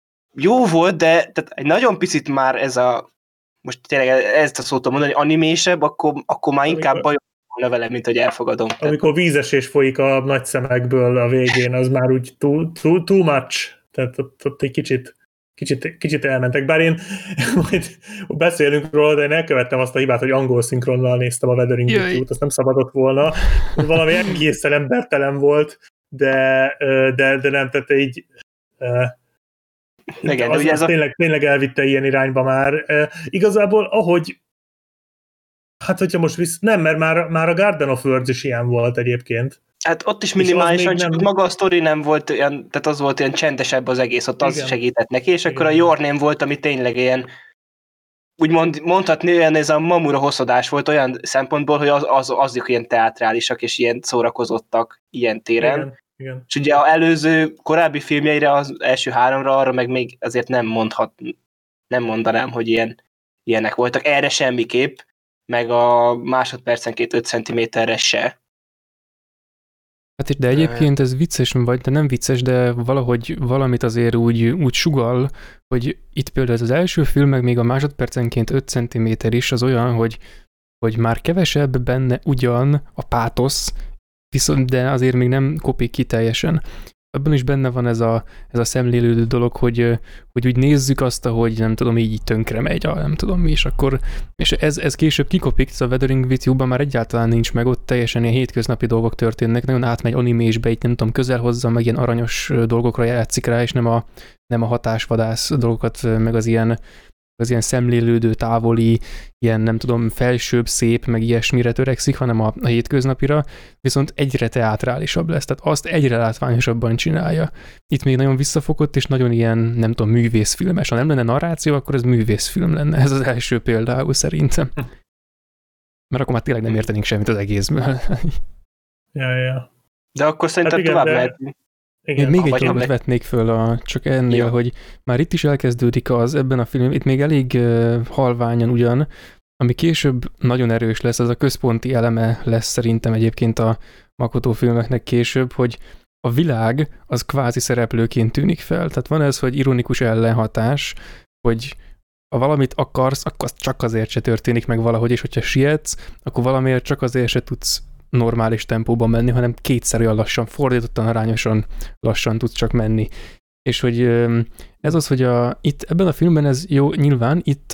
jó volt, de tehát egy nagyon picit már ez a, most tényleg ezt a szót mondani, animésebb, akkor már inkább bajom vele, mint hogy elfogadom. Amikor vízesés folyik a nagy szemekből a végén, az már úgy too much, tehát ott egy kicsit elmentek. Bár én majd beszélünk róla, de én elkövettem azt a hibát, hogy angol szinkronnal néztem a Weathering with You-t, azt nem szabadott volna. Valami egészen embertelen volt, de nem, tehát így igen, az, az tényleg elvitte ilyen irányba már. Igazából, ahogy hát, hogyha most nem, mert már a Garden of Words is ilyen volt egyébként. Hát ott is minimálisan, csak nem... maga a sztori nem volt olyan, tehát az volt olyan csendesebb az egész, ott az segített neki, és akkor a Your Name volt, ami tényleg ilyen, úgy mondhatni, olyan ez a Mamoru Hoszodás volt olyan szempontból, hogy azok ilyen teátrálisak, és ilyen szórakozottak ilyen téren. Igen. És ugye az előző korábbi filmjeire, az első 3-ra, arra meg még azért nem mondanám, hogy ilyenek voltak. Erre semmiképp, meg a másodpercenként 5 cm-re se. Hát de egyébként ez vicces, vagy de nem vicces, de valahogy valamit azért úgy sugall, hogy itt például ez az első film, meg még a másodpercenként 5 cm is az olyan, hogy már kevesebb benne ugyan a pátosz, viszont de azért még nem kopik ki teljesen. Abban is benne van ez a szemlélődő dolog, hogy úgy nézzük azt, ahogy nem tudom, így tönkre megy, nem tudom mi, és ez később kikopik, ez a Weathering with You-ban már egyáltalán nincs meg, ott teljesen ilyen hétköznapi dolgok történnek, nagyon átmegy animésbe, így nem tudom, közel hozzá, meg ilyen aranyos dolgokra játszik rá, és nem a hatásvadász dolgokat, meg az ilyen szemlélődő, távoli, ilyen nem tudom, felsőbb, szép, meg ilyesmire törekszik, hanem a hétköznapira, viszont egyre teátrálisabb lesz, tehát azt egyre látványosabban csinálja. Itt még nagyon visszafogott, és nagyon ilyen, nem tudom, művészfilmes. Ha nem lenne narráció, akkor ez művészfilm lenne. Ez az első például szerintem. Mert akkor már tényleg nem értenénk semmit az egészből. Ja. De akkor szerintem hát tovább mehetünk. Én még egy dolgot vetnék föl csak ennél, hogy már itt is elkezdődik ebben a filmben, itt még elég halványan ugyan, ami később nagyon erős lesz, az a központi eleme lesz szerintem egyébként a Makoto filmeknek később, hogy a világ az kvázi szereplőként tűnik fel. Tehát van ez, hogy ironikus ellenhatás, hogy ha valamit akarsz, akkor csak azért se történik meg valahogy, és hogyha sietsz, akkor valamiért csak azért se tudsz normális tempóban menni, hanem kétszer olyan lassan, fordítottan arányosan lassan tudsz csak menni. És hogy ez az, hogy itt ebben a filmben ez jó, nyilván itt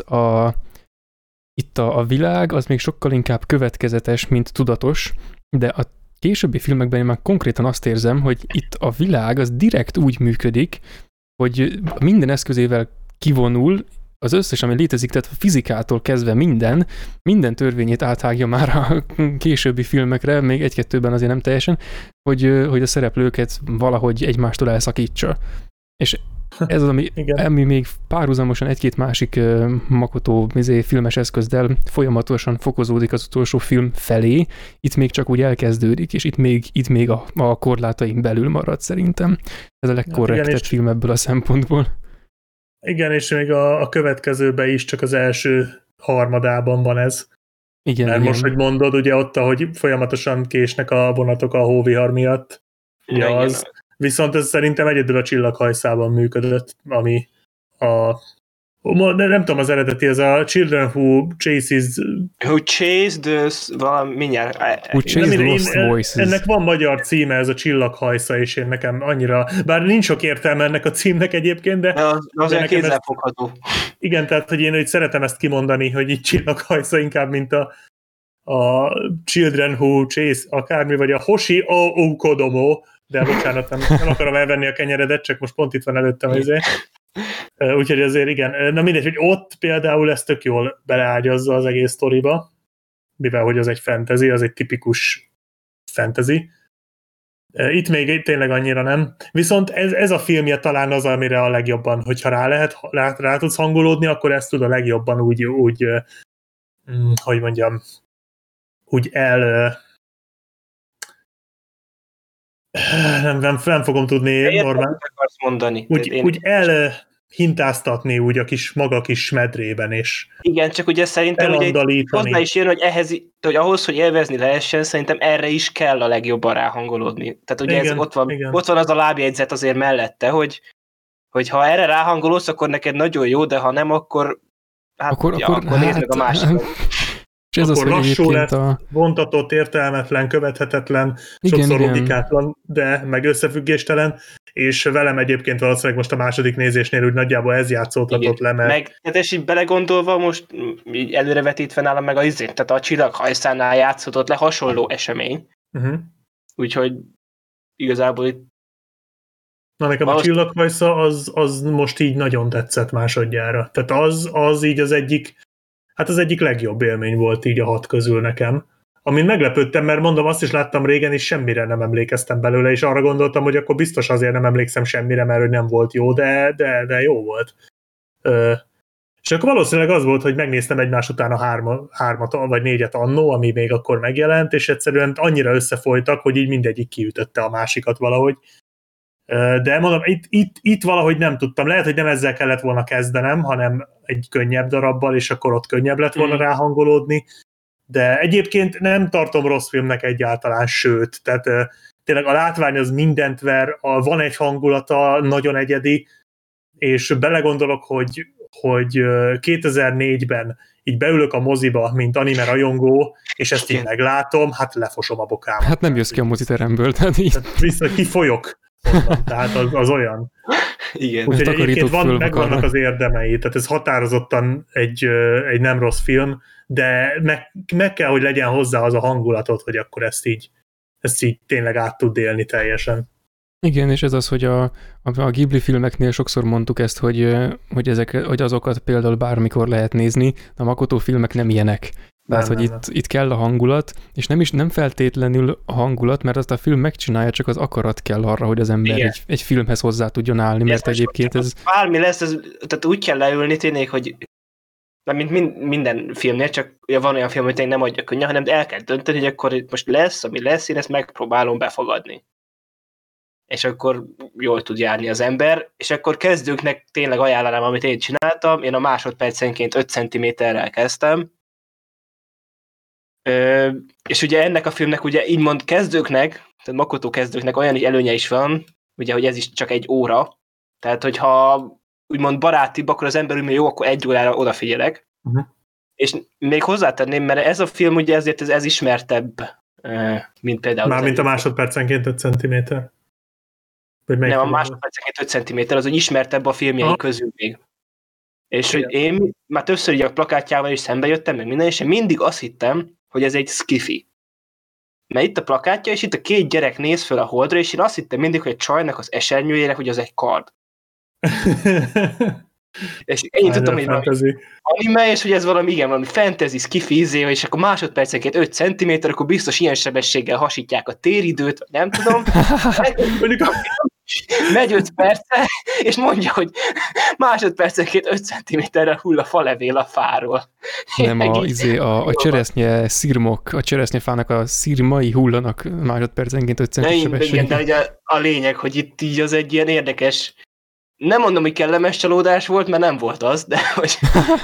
a világ az még sokkal inkább következetes, mint tudatos, de a későbbi filmekben én már konkrétan azt érzem, hogy itt a világ az direkt úgy működik, hogy minden eszközével kivonul, az összes, ami létezik, tehát a fizikától kezdve minden törvényét áthágja már a későbbi filmekre, még egy-kettőben azért nem teljesen, hogy a szereplőket valahogy egymástól elszakítsa. És ez az, ami még párhuzamosan egy-két másik Makoto filmes eszközdel folyamatosan fokozódik az utolsó film felé, itt még csak úgy elkezdődik, és itt még a korlátaink belül marad szerintem. Ez a legkorrektebb film ebből a szempontból. Igen, és még a következőben is csak az első harmadában van ez. Igen, mert igen. most, hogy mondod, ugye ott, ahogy folyamatosan késnek a vonatok a hóvihar miatt, ugye az. Viszont ez szerintem egyedül a Csillaghajszában működött, ami nem tudom az eredeti, ez a Children Who Chases... Who Chase the... mindjárt... Who Chase the Lost Voices. Ennek van magyar címe, ez a Csillaghajsza, és én nekem annyira... Bár nincs sok értelme ennek a címnek egyébként, de... az olyan kézzelfogható. Igen, tehát, hogy én szeretem ezt kimondani, hogy így Csillaghajsza inkább, mint a Children Who Chase, akármi, vagy a Hoshi o Kodomo, de bocsánat, nem akarom elvenni a kenyeredet, csak most pont itt van előttem azért. Úgyhogy azért igen. Na mindegy, hogy ott például ezt tök jól beleágyazza az egész sztoriba, mivel hogy az egy fantasy, az egy tipikus fantasy. Itt még tényleg annyira nem. Viszont ez a filmje talán az, amire a legjobban, hogyha rá tudsz hangolódni, akkor ezt tud a legjobban úgy hogy mondjam, úgy nem fogom tudni normál. Úgy elhintáztatni úgy a maga kis medrében, és igen, csak ugye szerintem ugye hozzá is jön, hogy ahhoz, hogy élvezni lehessen, szerintem erre is kell a legjobban ráhangolódni. Tehát ugye igen, ott van az a lábjegyzet azért mellette, hogy ha erre ráhangolódsz, akkor neked nagyon jó, de ha nem, akkor nézd meg a másikat. És ez akkor az, lassú lett, vontatott, értelmetlen, követhetetlen, sokszor logikátlan, de meg összefüggéstelen, és velem egyébként valószínűleg most a második nézésnél úgy nagyjából ez játszódhatott le, mert... És így belegondolva most így előrevetítve nálam meg tehát a Csillaghajszánál játszódott le hasonló esemény. Úgyhogy igazából itt... Na nekem a Csillaghajsza az most így nagyon tetszett másodjára. Tehát az így az egyik legjobb élmény volt így a 6 közül nekem. Amin meglepődtem, mert mondom, azt is láttam régen, és semmire nem emlékeztem belőle, és arra gondoltam, hogy akkor biztos azért nem emlékszem semmire, mert hogy nem volt jó, de jó volt. És akkor valószínűleg az volt, hogy megnéztem egymás után a 3-at vagy 4-et annó, ami még akkor megjelent, és egyszerűen annyira összefolytak, hogy így mindegyik kiütötte a másikat valahogy. De mondom, itt valahogy nem tudtam. Lehet, hogy nem ezzel kellett volna kezdenem, hanem egy könnyebb darabbal, és akkor ott könnyebb lett volna ráhangolódni, de egyébként nem tartom rossz filmnek egyáltalán, sőt, tehát tényleg a látvány az mindent ver, van egy hangulata, nagyon egyedi, és belegondolok, hogy 2004-ben így beülök a moziba, mint anime rajongó, és ezt így meglátom, hát lefosom a bokám. Hát nem jössz ki a moziteremből, tehát így. Tehát vissza kifolyok onnan, tehát az olyan. Igen. Úgyhogy egyébként megvannak az érdemei, tehát ez határozottan egy nem rossz film, de meg kell, hogy legyen hozzá az a hangulatot, hogy akkor ezt így tényleg át tud élni teljesen. Igen, és ez az, hogy a Ghibli filmeknél sokszor mondtuk ezt, hogy azokat például bármikor lehet nézni, de a Makoto filmek nem ilyenek. Tehát, hogy itt kell a hangulat, és nem feltétlenül a hangulat, mert azt a film megcsinálja, csak az akarat kell arra, hogy az ember egy filmhez hozzá tudjon állni, mert egyébként ez... Bármi lesz, tehát úgy kell leülni tényleg, hogy mint minden filmnél, csak ugye van olyan film, hogy tényleg nem adja könnyen, hanem el kell dönteni, hogy akkor itt most lesz, ami lesz, én ezt megpróbálom befogadni. És akkor jól tud járni az ember, és akkor kezdőknek tényleg ajánlanám, amit én csináltam, én a másodpercenként 5 cm-rel kezdtem, és ugye ennek a filmnek ugye így mond kezdőknek, tehát Makoto kezdőknek olyan előnye is van, ugye, hogy ez is csak 1 óra, tehát hogyha úgymond barátibb, akkor az ember úgy, jó, akkor 1 órára odafigyelek, és még hozzátenném, mert ez a film ugye ezért ez ismertebb, mint például... Mármint a másodpercenként 5 cm. Nem, a másodpercenként 5 cm, az, hogy ismertebb a filmjei közül még. És hogy én már többször így a plakátjával is szembe jöttem, meg minden, és én mindig azt hittem, hogy ez egy skifi. Mert itt a plakátja, és itt a 2 gyerek néz föl a holdra, és én azt hittem mindig, hogy a csajnak az esernyőjére, hogy az egy kard. És én tudtam, hogy valami anime, és hogy ez valami fantasy, skifi izé, és akkor másodpercenként 5 cm, akkor biztos ilyen sebességgel hasítják a téridőt, vagy nem tudom. Megy 5 perce, és mondja, hogy másodpercenként 5 cm-re hull a falevél a fáról. Nem, a cseresznye szirmok, a cseresznyefának a szirmai hullanak másodpercenként 5 cm sebességgel. Igen, de ugye a lényeg, hogy itt így az egy ilyen érdekes, nem mondom, hogy kellemes csalódás volt, mert nem volt az, de hogy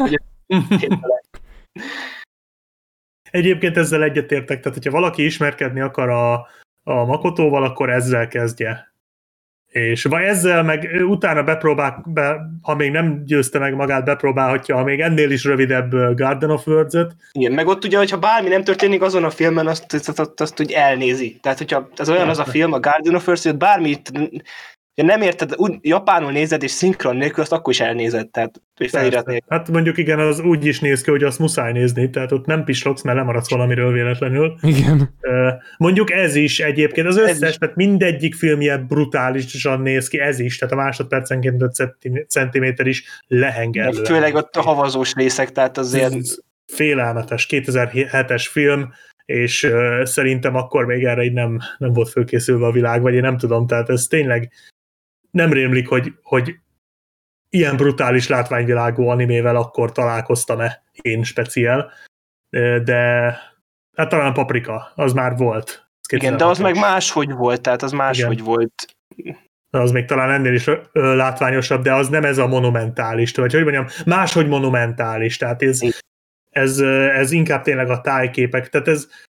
Egyébként ezzel egyetértek, tehát hogyha valaki ismerkedni akar a Makotóval, akkor ezzel kezdje. És vagy ezzel, meg utána bepróbál, ha még nem győzte meg magát, bepróbálhatja, ha még ennél is rövidebb Garden of Words-et. Igen, meg ott ugye, hogyha bármi nem történik azon a filmen, azt úgy elnézi. Tehát, hogyha ez olyan az a film, a Garden of Words, hogy bármit nem érted, japánul nézed és szinkron nélkül, azt akkor is elnézed, tehát felirat nélkül. Hát mondjuk igen, az úgy is néz ki, hogy azt muszáj nézni, tehát ott nem pislogsz, mert lemaradsz valamiről véletlenül. Igen. Mondjuk ez is egyébként, az összes, tehát mindegyik filmje brutálisan néz ki, ez is, tehát a másodpercenként 5 centiméter is lehengerlő. Főleg ott a havazós részek, tehát azért... Félelmetes, 2007-es film, és szerintem akkor még erre így nem volt fölkészülve a világ, vagy én nem tudom, tehát ez tényleg nem rémlik, hogy ilyen brutális látványvilágú animével akkor találkoztam-e én speciál, de hát talán Paprika, az már volt. Igen, de az meg máshogy volt, tehát az máshogy volt. Az még talán ennél is látványosabb, de az nem ez a monumentális, vagy hogy mondjam, máshogy monumentális, tehát ez inkább tényleg a tájképek, tehát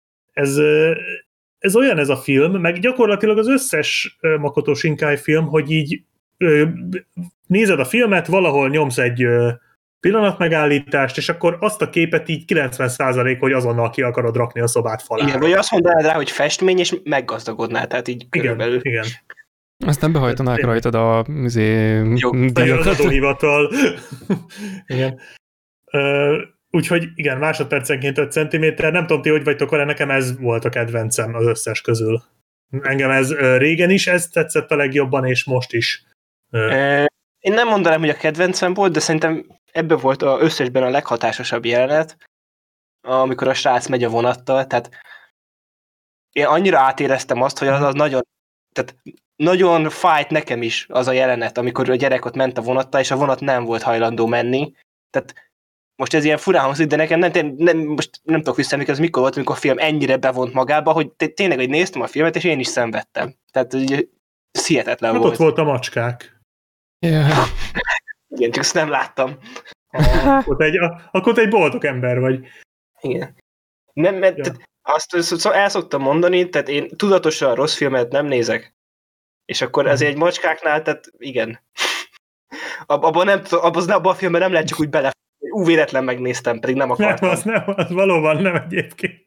ez olyan ez a film, meg gyakorlatilag az összes Makoto Shinkai film, hogy így nézed a filmet, valahol nyomsz egy pillanatmegállítást, és akkor azt a képet így 90%, hogy azonnal ki akarod rakni a szobát falára. Igen, vagy azt mondanád rá, hogy festmény, és meggazdagodnál, tehát így körülbelül. Igen. Aztán behajtanák rajtad a adóhivatal. Igen. Úgyhogy igen, másodpercenként 5 cm, nem tudom ti, hogy vagytok vele, nekem ez volt a kedvencem az összes közül. Engem ez régen is ez tetszett a legjobban, és most is. Én nem mondanám, hogy a kedvencem volt, de szerintem ebben volt az összesben a leghatásosabb jelenet, amikor a srác megy a vonattal, tehát én annyira átéreztem azt, hogy az nagyon, tehát nagyon fájt nekem is az a jelenet, amikor a gyerek ott ment a vonattal, és a vonat nem volt hajlandó menni, tehát most ez ilyen furán hangzik, de nekem most nem tudok visszaemlékezni, az mikor volt, amikor a film ennyire bevont magába, hogy tényleg, hogy néztem a filmet, és én is szenvedtem. Tehát hihetetlen volt. Ott volt a macskák. Yeah. Igen, csak ezt nem láttam. Akkor te egy boldog ember vagy. Igen. Nem, mert azt el szoktam mondani, tehát én tudatosan rossz filmet nem nézek. És akkor ezért egy macskáknál, tehát igen. Abban a filmben nem lehet csak úgy bele... véletlen megnéztem, pedig nem akartam. Nem, az valóban nem egyébként.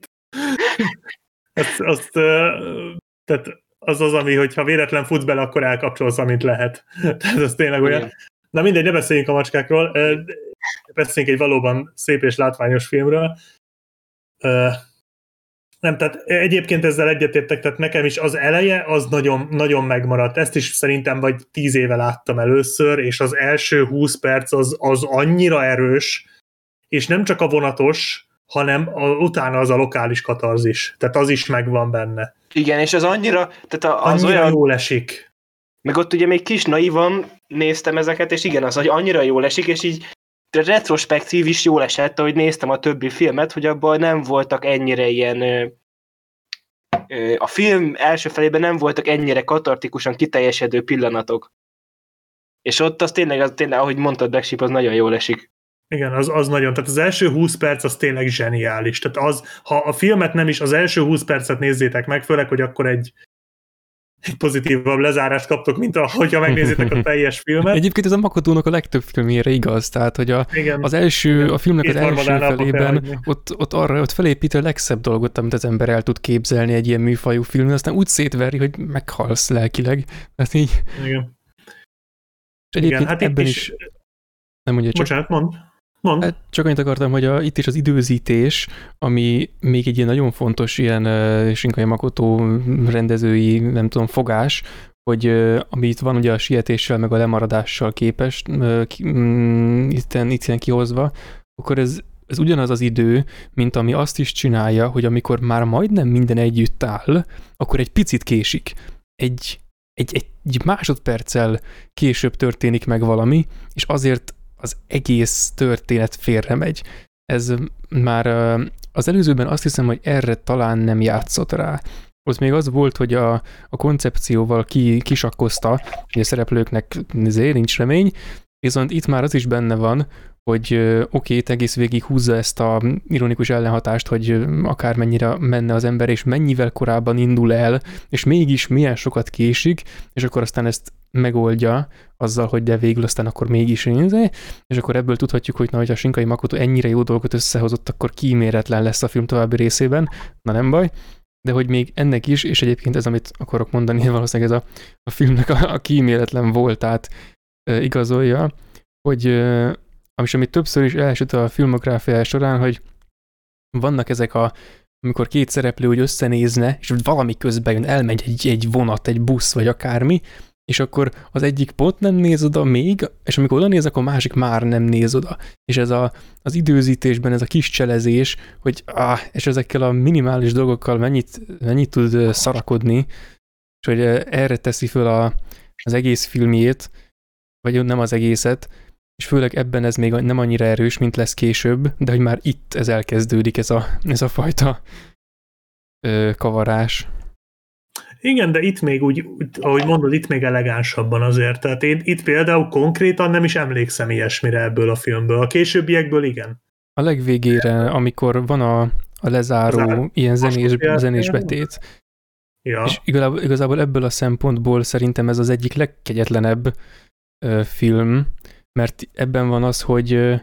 Tehát az, ami, hogyha véletlen futsz bele, akkor elkapcsolsz, amit lehet. Tehát az tényleg olyan. Igen. Na mindegy, ne beszéljünk a macskákról. Beszéljünk egy valóban szép és látványos filmről. Nem, tehát egyébként ezzel egyetértek, tehát nekem is az eleje az nagyon, nagyon megmaradt. Ezt is szerintem vagy 10 éve láttam először, és az első 20 perc az annyira erős, és nem csak a vonatos, hanem utána az a lokális katarzis. Tehát az is megvan benne. Igen, és az annyira... Tehát az annyira olyan... jól esik. Meg ott ugye még kis naivan néztem ezeket, és igen, az, hogy annyira jól esik, és így retrospektív is jól esett, ahogy néztem a többi filmet, hogy abban nem voltak ennyire ilyen... A film első felében nem voltak ennyire katartikusan kiteljesedő pillanatok. És ott az tényleg ahogy mondtad, Black Sheep, az nagyon jól esik. Igen, az nagyon. Tehát az első 20 perc az tényleg zseniális. Tehát ha a filmet nem is, az első 20 percet nézzétek meg, főleg, hogy akkor egy pozitívabb lezárást kaptok, mint hogyha megnézitek a teljes filmet. Egyébként ez a Makotónak a legtöbb filmére igaz, tehát hogy a filmnek az első felében ott felépít a legszebb dolgot, amit az ember el tud képzelni egy ilyen műfajú filmben, aztán úgy szétveri, hogy meghalsz lelkileg. Tehát így... Igen. És egyébként hát ebben is... Nem mondja csak... Bocsánat, mondd. Hát csak annyit akartam, hogy itt is az időzítés, ami még egy ilyen nagyon fontos ilyen Shinkai Makoto rendezői, nem tudom, fogás, hogy ami itt van ugye a sietéssel meg a lemaradással képest, itt kihozva, akkor ez ugyanaz az idő, mint ami azt is csinálja, hogy amikor már majdnem minden együtt áll, akkor egy picit késik. Egy másodperccel később történik meg valami, és azért az egész történet félremegy. Ez már az előzőben azt hiszem, hogy erre talán nem játszott rá. Ott még az volt, hogy a koncepcióval kisakkozta, hogy a szereplőknek nincs remény, viszont itt már az is benne van, hogy oké, egész végig húzza ezt a ironikus ellenhatást, hogy akármennyire menne az ember, és mennyivel korábban indul el, és mégis milyen sokat késik, és akkor aztán ezt megoldja azzal, hogy de végül aztán akkor mégis nézze, és akkor ebből tudhatjuk, hogy hogy a Shinkai Makoto ennyire jó dolgot összehozott, akkor kíméletlen lesz a film további részében, na nem baj, de hogy még ennek is, és egyébként ez, amit akarok mondani, valószínűleg ez a filmnek a kíméletlen voltát igazolja, hogy amit többször is elesett a filmográfiája során, hogy vannak ezek amikor két szereplő úgy összenézne, és valami közben jön, elmegy egy vonat, egy busz, vagy akármi, és akkor az egyik pont nem néz oda még, és amikor oda néz, akkor a másik már nem néz oda. És ez az időzítésben ez a kis cselezés, hogy és ezekkel a minimális dolgokkal mennyit tud szarakodni, és hogy erre teszi föl az egész filmjét, vagy nem az egészet, és főleg ebben ez még nem annyira erős, mint lesz később, de hogy már itt ez elkezdődik, ez a fajta kavarás. Igen, de itt még úgy, ahogy mondod, itt még elegánsabban azért. Tehát én itt például konkrétan nem is emlékszem ilyesmire ebből a filmből. A későbbiekből igen. A legvégére, amikor van a lezáró ilyen zenés betét. Ja. És igazából ebből a szempontból szerintem ez az egyik legkegyetlenebb film, mert ebben van az, hogy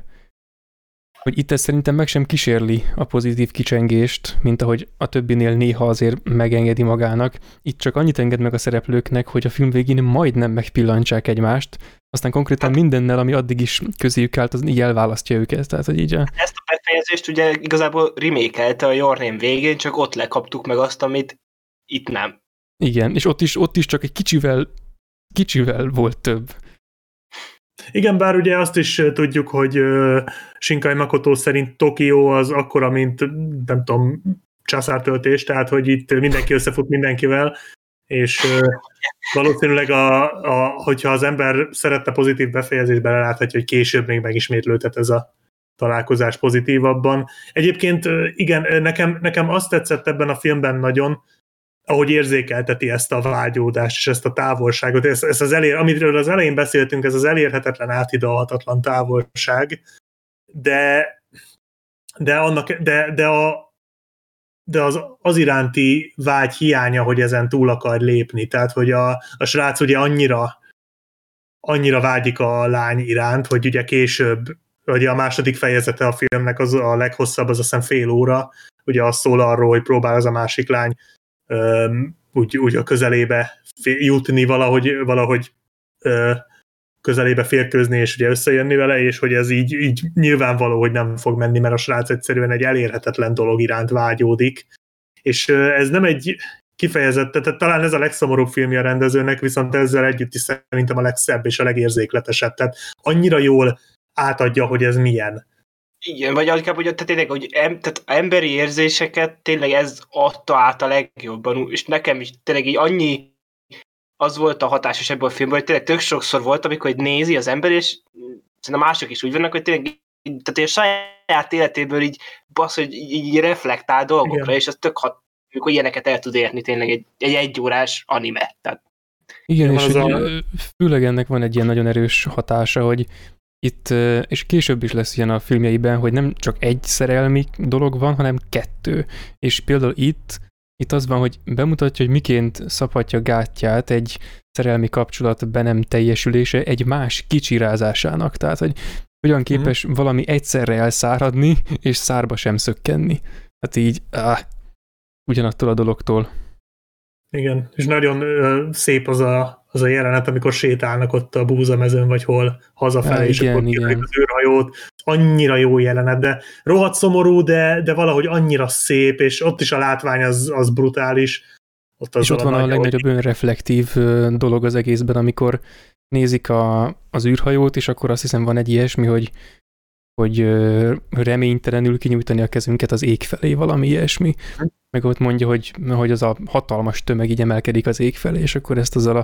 itt ez szerintem meg sem kísérli a pozitív kicsengést, mint ahogy a többinél néha azért megengedi magának. Itt csak annyit enged meg a szereplőknek, hogy a film végén majdnem megpillantsák egymást, aztán konkrétan mindennel, ami addig is közéjük állt, az így elválasztja őket. Tehát, hogy így Ezt a befejezést ugye igazából remake-elte a Your Name végén, csak ott lekaptuk meg azt, amit itt nem. Igen, és ott is csak egy kicsivel volt több. Igen, bár ugye azt is tudjuk, hogy Shinkai Makoto szerint Tokió az akkora, mint nem tudom, császártöltés, tehát hogy itt mindenki összefut mindenkivel, és valószínűleg hogyha az ember szerette pozitív befejezést, beleláthatja, hogy később még megismétlődhet ez a találkozás pozitívabban. Egyébként igen, nekem azt tetszett ebben a filmben nagyon, ahogy érzékelteti ezt a vágyódást és ezt a távolságot, ezt amiről az elején beszéltünk, ez az elérhetetlen, áthidalhatatlan távolság, de de az iránti vágy hiánya, hogy ezen túl akar lépni. Tehát, hogy a srác ugye annyira vágyik a lány iránt, hogy ugye később, ugye a második fejezete a filmnek az a leghosszabb, az azt hiszem fél óra, ugye az szól arról, hogy próbál az a másik lány úgy a közelébe jutni, valahogy közelébe férkőzni, és ugye összejönni vele, és hogy ez így nyilvánvaló, hogy nem fog menni, mert a srác egyszerűen egy elérhetetlen dolog iránt vágyódik. És ez nem egy kifejezett, tehát talán ez a legszomorúbb filmje a rendezőnek, viszont ezzel együtt is szerintem a legszebb és a legérzékletesebb. Tehát annyira jól átadja, hogy ez milyen. Igen, vagy inkább, hogy tényleg, hogy tehát emberi érzéseket tényleg ez adta át a legjobban, és nekem is tényleg így annyi az volt a hatásos ebből a filmben, hogy tényleg tök sokszor volt, amikor nézi az ember, és szerintem mások is úgy vannak, hogy tényleg tehát a saját életéből így basz, hogy így reflektál dolgokra, igen. És az tök amikor ilyeneket el tud érni tényleg egy egyórás anime. Tehát. Igen, és főleg ennek van egy ilyen nagyon erős hatása, hogy itt, és később is lesz ilyen a filmjeiben, hogy nem csak egy szerelmi dolog van, hanem kettő. És például itt az van, hogy bemutatja, hogy miként szabhatja gátját egy szerelmi kapcsolat be nem teljesülése egy más kicsirázásának. Tehát, hogy hogyan képes valami egyszerre elszáradni, és szárba sem szökkenni. Hát így, ugyanattól a dologtól. Igen, és nagyon szép az a jelenet, amikor sétálnak ott a búzamezőn, vagy hol hazafelé, és akkor kérjük az űrhajót. Annyira jó jelenet, de rohadt szomorú, de valahogy annyira szép, és ott is a látvány az brutális. És ott van a legnagyobb önreflektív dolog az egészben, amikor nézik az űrhajót, és akkor azt hiszem van egy ilyesmi, hogy reménytelenül kinyújtani a kezünket az ég felé, valami ilyesmi. Meg ott mondja, hogy az a hatalmas tömeg így emelkedik az ég felé, és akkor ezt azzal a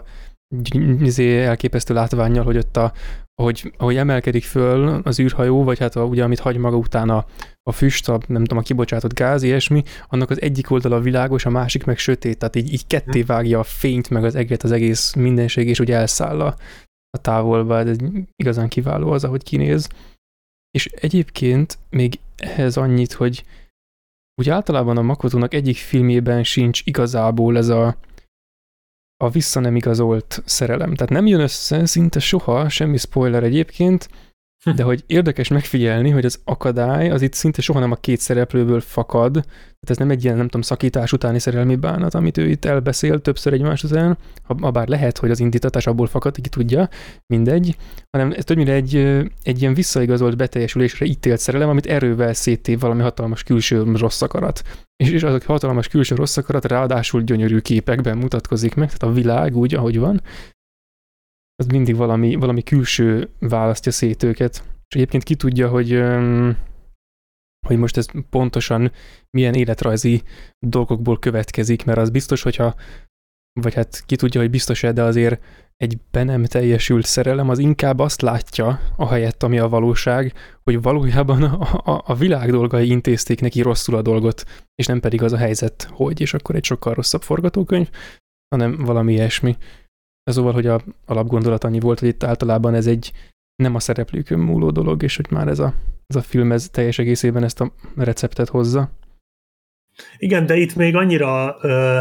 elképesztő látvánnyal, hogy ott ahogy emelkedik föl az űrhajó, vagy hát ugye, amit hagy maga után a füst, nem tudom, a kibocsátott gáz, ilyesmi, annak az egyik oldala világos, a másik meg sötét, tehát így ketté vágja a fényt, meg az eget, az egész mindenség, és úgy elszáll a távolba, ez igazán kiváló az, ahogy kinéz. És egyébként még ehhez annyit, hogy úgy általában a Makotónak egyik filmjében sincs igazából ez a vissza nem igazolt szerelem. Tehát nem jön össze szinte soha, semmi spoiler egyébként, de hogy érdekes megfigyelni, hogy az akadály az itt szinte soha nem a két szereplőből fakad, tehát ez nem egy ilyen, nem tudom, szakítás utáni szerelmi bánat, amit ő itt elbeszél többször egymás után, bár lehet, hogy az indítatás abból fakad, ki tudja, mindegy, hanem ez többnyire egy ilyen visszaigazolt beteljesülésre ítélt szerelem, amit erővel széttév valami hatalmas külső rossz akarat. És az a hatalmas külső rossz akarat ráadásul gyönyörű képekben mutatkozik meg, tehát a világ úgy, ahogy van, az mindig valami külső választja szét őket. És egyébként ki tudja, hogy most ez pontosan milyen életrajzi dolgokból következik, mert az biztos, vagy hát ki tudja, hogy biztos-e, de azért egy be nem teljesült szerelem az inkább azt látja ahelyett, ami a valóság, hogy valójában a világ dolgai intézték neki rosszul a dolgot, és nem pedig az a helyzet, hogy, és akkor egy sokkal rosszabb forgatókönyv, hanem valami ilyesmi. Szóval, hogy a alapgondolat annyi volt, hogy itt általában ez egy nem a szereplőkön múló dolog, és hogy már ez a film ez teljes egészében ezt a receptet hozza. Igen, de itt még annyira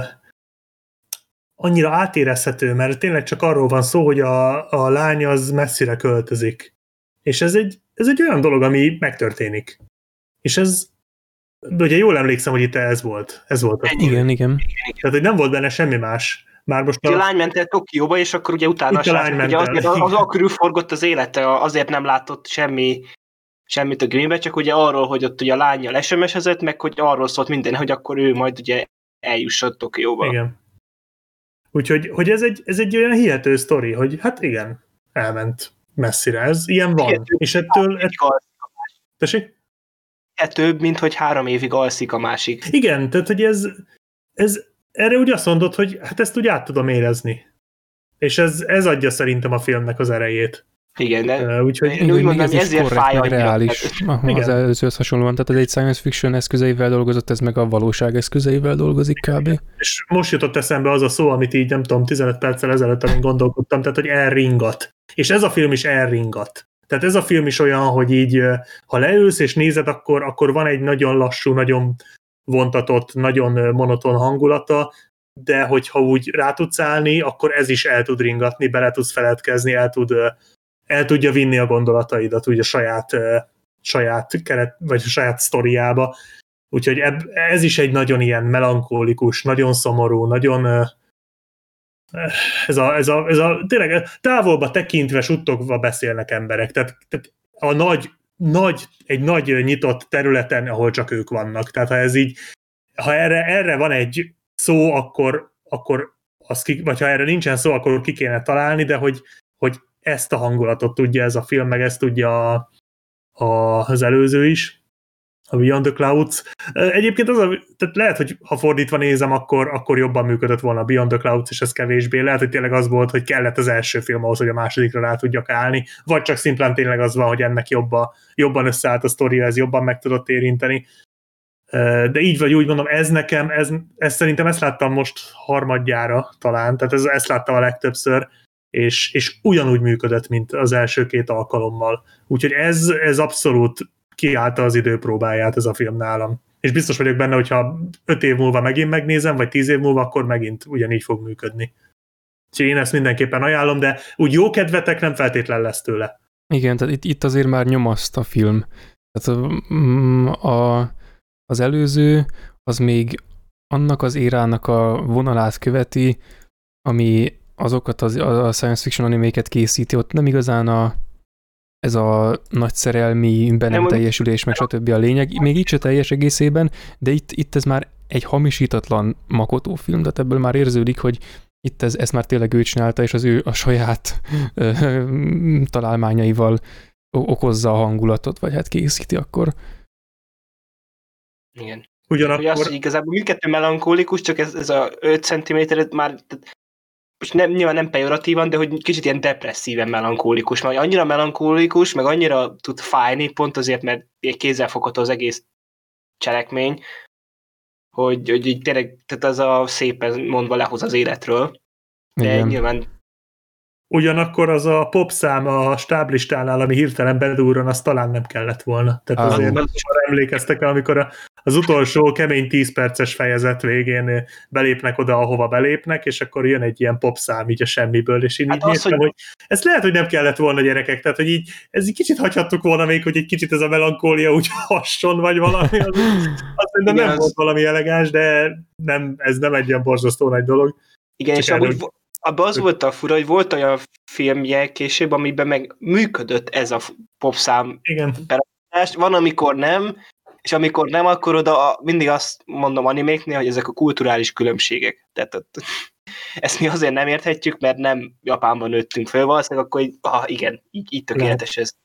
átérezhető, mert tényleg csak arról van szó, hogy a lány az messzire költözik. És ez egy olyan dolog, ami megtörténik. És ez, ugye jól emlékszem, hogy itt ez volt. Igen. Tehát, hogy nem volt benne semmi más. Már most a lány ment el Tokióba, és akkor ugye utána az körül forgott az élete, azért nem látott semmit a Greenbe, csak ugye arról, hogy ott ugye a lánya lesemesezett, meg hogy arról szólt minden, hogy akkor ő majd ugye eljusson Tokióba. Igen. Úgyhogy hogy ez egy olyan hihető sztori, hogy hát igen, elment messzire, ez ilyen van. Hihető, és ettől... Tessék? Több, mint hogy 3 évig alszik a másik. Igen, tehát hogy ez erre úgy azt mondod, hogy hát ezt úgy át tudom érezni. És ez adja szerintem a filmnek az erejét. Igen, de úgyhogy úgy mondom, ezért fáj annyira. Reális. Az előzőhöz hasonlóan, tehát ez egy science fiction eszközeivel dolgozott, ez meg a valóság eszközeivel dolgozik kb. És most jutott eszembe az a szó, amit így nem tudom, 15 perccel ezelőtt, amin gondolkodtam, tehát hogy elringat. És ez a film is elringat. Tehát ez a film is olyan, hogy így, ha leülsz és nézed, akkor van egy nagyon lassú, nagyon vontatott, nagyon monoton hangulata, de hogyha úgy rá tudsz állni, akkor ez is el tud ringatni, bele tudsz feledkezni, el tudja vinni a gondolataidat úgy a saját keret, vagy a saját sztoriába. Úgyhogy ez is egy nagyon ilyen melankólikus, nagyon szomorú, nagyon ez a tényleg távolba tekintve, suttogva beszélnek emberek. Tehát egy nagy nyitott területen, ahol csak ők vannak. Tehát ha erre van egy szó, akkor vagy ha erre nincsen szó, akkor ki kéne találni, de hogy ezt a hangulatot tudja ez a film, meg ezt tudja az előző is, a Beyond the Clouds. Egyébként tehát lehet, hogy ha fordítva nézem, akkor jobban működött volna a Beyond the Clouds, és ez kevésbé. Lehet, hogy tényleg az volt, hogy kellett az első film ahhoz, hogy a másodikra rá tudjak állni, vagy csak szimplán tényleg az van, hogy ennek jobban összeállt a sztoria, ez jobban meg tudott érinteni. De így vagy úgy mondom, szerintem ezt láttam most harmadjára talán, tehát ezt láttam a legtöbbször, és ugyanúgy működött, mint az első 2 alkalommal. Úgyhogy ez abszolút kiállta az időpróbáját ez a film nálam. És biztos vagyok benne, hogyha 5 év múlva megint megnézem, vagy 10 év múlva, akkor megint ugyanígy fog működni. Úgyhogy én ezt mindenképpen ajánlom, de úgy jó kedvetek nem feltétlen lesz tőle. Igen, tehát itt azért már nyomaszt a film. Tehát az előző, az még annak az érának a vonalát követi, ami azokat a science fiction animéket készíti, ott nem igazán ez a nagy szerelmi be nem teljesülés, meg stb. A lényeg. Még így se teljes egészében, de itt ez már egy hamisítatlan Makoto film, tehát ebből már érződik, hogy itt ezt már tényleg ő csinálta, és az ő a saját találmányaival okozza a hangulatot, vagy hát készíti akkor. Igen. Ugyanakkor... Az, hogy igazából mindkettő melankólikus, csak ez a 5 cm már most nyilván nem pejoratívan, de hogy kicsit ilyen depresszíven melankólikus, mert annyira melankólikus, meg annyira tud fájni, pont azért, mert kézzelfogható az egész cselekmény, hogy így tényleg, tehát az a szépen mondva lehoz az életről, de igen. Nyilván... Ugyanakkor az a popszám a stáblistánál, ami hirtelen bedurran, az talán nem kellett volna. Tehát azért emlékeztek el, amikor az utolsó kemény 10 perces fejezet végén belépnek oda, ahova belépnek, és akkor jön egy ilyen popszám így a semmiből, és én így néztem, hogy ezt lehet, hogy nem kellett volna, gyerekek, tehát hogy így ez egy kicsit hagyhattuk volna még, hogy egy kicsit ez a melankólia úgy hasson, vagy valami, azt szerintem nem volt valami elegáns, de ez nem egy ilyen borzasztó nagy dolog. Igen, és amúgy abban az volt a fura, hogy volt olyan filmje később, amiben meg működött ez a popszám berakás. Van, amikor nem, és amikor nem, akkor oda mindig azt mondom animéknél, hogy ezek a kulturális különbségek. Tehát ezt mi azért nem érthetjük, mert nem Japánban nőttünk fel, valószínűleg akkor igen, így tökéletes ez.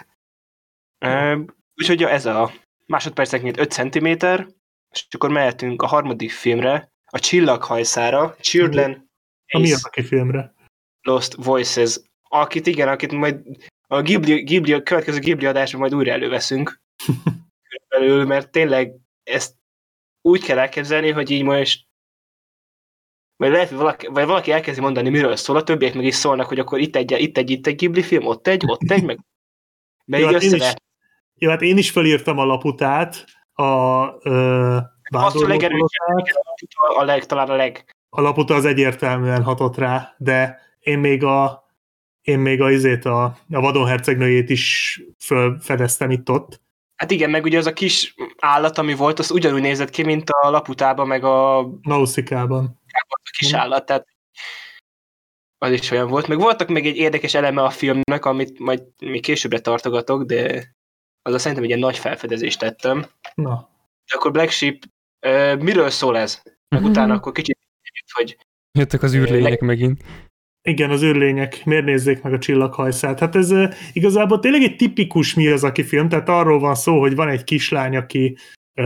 Úgyhogy ez a másodperceknél 5 cm, és akkor mehetünk a harmadik filmre, a Csillaghajszára, Children mi az, aki filmre? Lost Voices. Akit majd a következő Ghibli adásban majd újra előveszünk. Körülbelül, mert tényleg ezt úgy kell elképzelni, hogy így most vagy lehet, hogy valaki elkezdi mondani, miről szól, a többiek meg is szólnak, hogy akkor itt egy Ghibli film, ott egy, meg jó, hát én is felírtam a laputát, talán a leg. A laputa az egyértelműen hatott rá, de én még a vadonhercegnőjét is felfedeztem itt-ott. Hát igen, meg ugye az a kis állat, ami volt, az ugyanúgy nézett ki, mint a Laputában, meg a Nauszikában. A kis állat, tehát az is olyan volt. Meg voltak még egy érdekes eleme a filmnek, amit majd még későbbre tartogatok, de azzal szerintem egy ilyen nagy felfedezést tettem. Na. De akkor Black Sheep, miről szól ez? Meg utána akkor kicsit, hogy... Jöttek az űrlények megint. Igen, az űrlények. Miért nézzék meg a Csillaghajszát? Hát ez igazából tényleg egy tipikus Mi az, aki film, tehát arról van szó, hogy van egy kislány, aki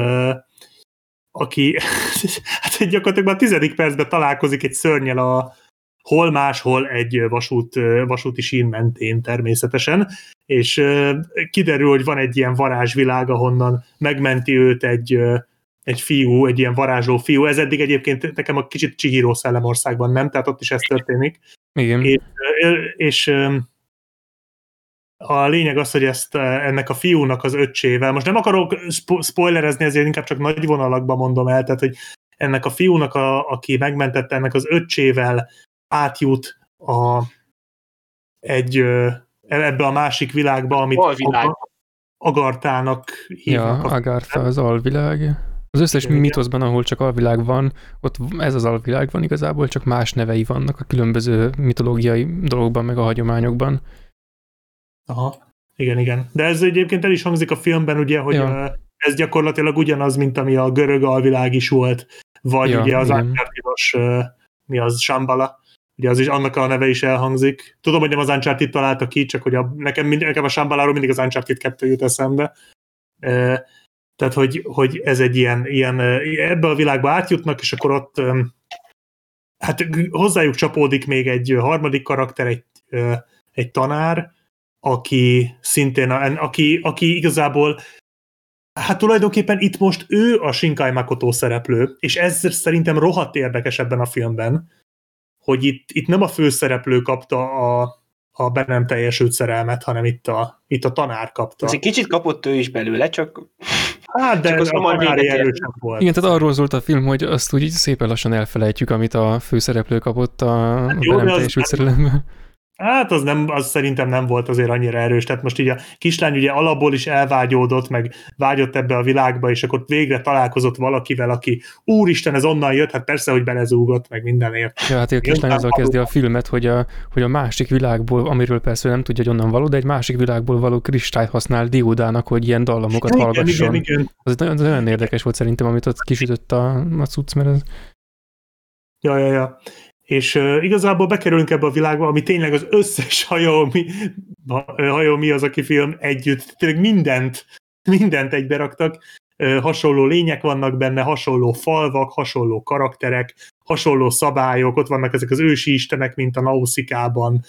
hát gyakorlatilag már a 10. percben találkozik egy szörnnyel hol máshol egy vasúti sín mentén természetesen, és kiderül, hogy van egy ilyen varázsvilág, ahonnan megmenti őt egy fiú, egy ilyen varázsló fiú. Ez eddig egyébként nekem a kicsit Chihiro Szellemországban nem, tehát ott is ez történik. Igen. És a lényeg az, hogy ennek a fiúnak az öccsével, most nem akarok spoilerezni, ezért inkább csak nagy vonalakban mondom el, tehát hogy ennek a fiúnak, aki megmentette, ennek az öccsével átjut ebbe a másik világba, amit Agarthának hívnak. Ja, Agartha az alvilág. Az összes mitoszban, ahol csak alvilág van, ott ez az alvilág van igazából, csak más nevei vannak a különböző mitológiai dolgokban, meg a hagyományokban. Aha, igen. De ez egyébként el is hangzik a filmben, ugye, hogy ez gyakorlatilag ugyanaz, mint ami a görög alvilág is volt, vagy ugye az Uncharted-os, mi az, Shambhala, ugye az is, annak a neve is elhangzik. Tudom, hogy nem az Uncharted találta ki, csak hogy nekem a Shambhaláról mindig az Uncharted 2 jut eszembe. Tehát, hogy ez egy ilyen ebbe a világba átjutnak, és akkor ott hát hozzájuk csapódik még egy harmadik karakter, egy tanár, aki szintén, aki igazából, hát tulajdonképpen itt most ő a Shinkai Makoto szereplő, és ez szerintem rohadt érdekes ebben a filmben, hogy itt nem a főszereplő kapta a be nem teljesült szerelmet, hanem itt a tanár kapta. Ez egy kicsit kapott ő is belőle, csak... Hát, de a tanári erősebb volt. Igen, tehát arról szólt a film, hogy azt úgy szépen lassan elfelejtjük, amit a főszereplő kapott a be nem teljesült szerelemben. Hát az szerintem nem volt azért annyira erős, tehát most így a kislány ugye alapból is elvágyódott, meg vágyott ebbe a világba, és akkor végre találkozott valakivel, aki úristen, ez onnan jött, hát persze, hogy belezúgott, meg mindenért. Ja, hát a kislány azzal kezdi a filmet, hogy a másik világból, amiről persze nem tudja, hogy onnan való, de egy másik világból való kristályt használ diódának, hogy ilyen dallamokat hallgasson. Igen. Az nagyon érdekes volt szerintem, amit ott kisütött a cucc, mert ez... Ja. És igazából bekerülünk ebbe a világba, ami tényleg az összes Hayao Miyazaki film együtt, tényleg mindent egyberaktak, hasonló lények vannak benne, hasonló falvak, hasonló karakterek, hasonló szabályok, ott vannak ezek az ősi istenek, mint a Nauszikában,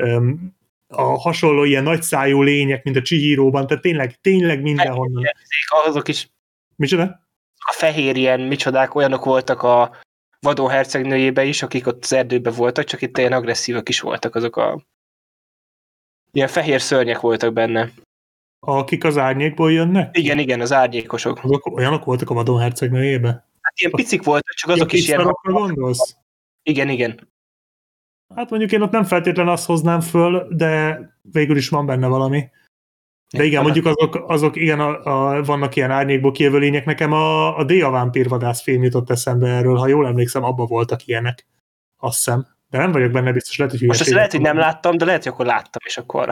a hasonló ilyen nagyszájú lények, mint a Chihiróban, tehát tényleg mindenhonnan. Azok is. Micsoda? A fehér ilyen micsodák olyanok voltak a Vadó hercegnőjében is, akik ott az erdőben voltak, csak itt ilyen agresszívak is voltak, azok a ilyen fehér szörnyek voltak benne. Akik az árnyékból jönnek? Igen, az árnyékosok. Azok olyanok voltak a Vadó hercegnőjében? Hát ilyen picik voltak, csak azok is ilyen... gondolsz? Igen. Hát mondjuk én ott nem feltétlen azt hoznám föl, de végül is van benne valami. De igen, mondjuk azok igen, vannak ilyen árnyékból kijövő lények. Nekem a Déa vámpírvadász film jutott eszembe erről, ha jól emlékszem, abban voltak ilyenek. Azt hiszem. De nem vagyok benne biztos, lehet, hogy most azt lehet, hogy nem láttam, de lehet, hogy akkor láttam, és akkor...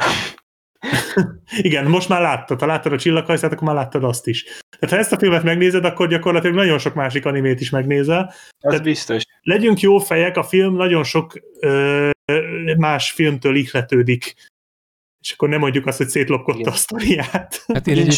Igen, most már láttad. Ha láttad a Csillaghajszát, akkor már láttad azt is. Tehát ha ezt a filmet megnézed, akkor gyakorlatilag nagyon sok másik animét is megnézel. Az biztos. Legyünk jó fejek, a film nagyon sok más filmtől ihletődik. És akkor nem mondjuk azt, hogy szétlopkodta a sztoriát. Hát én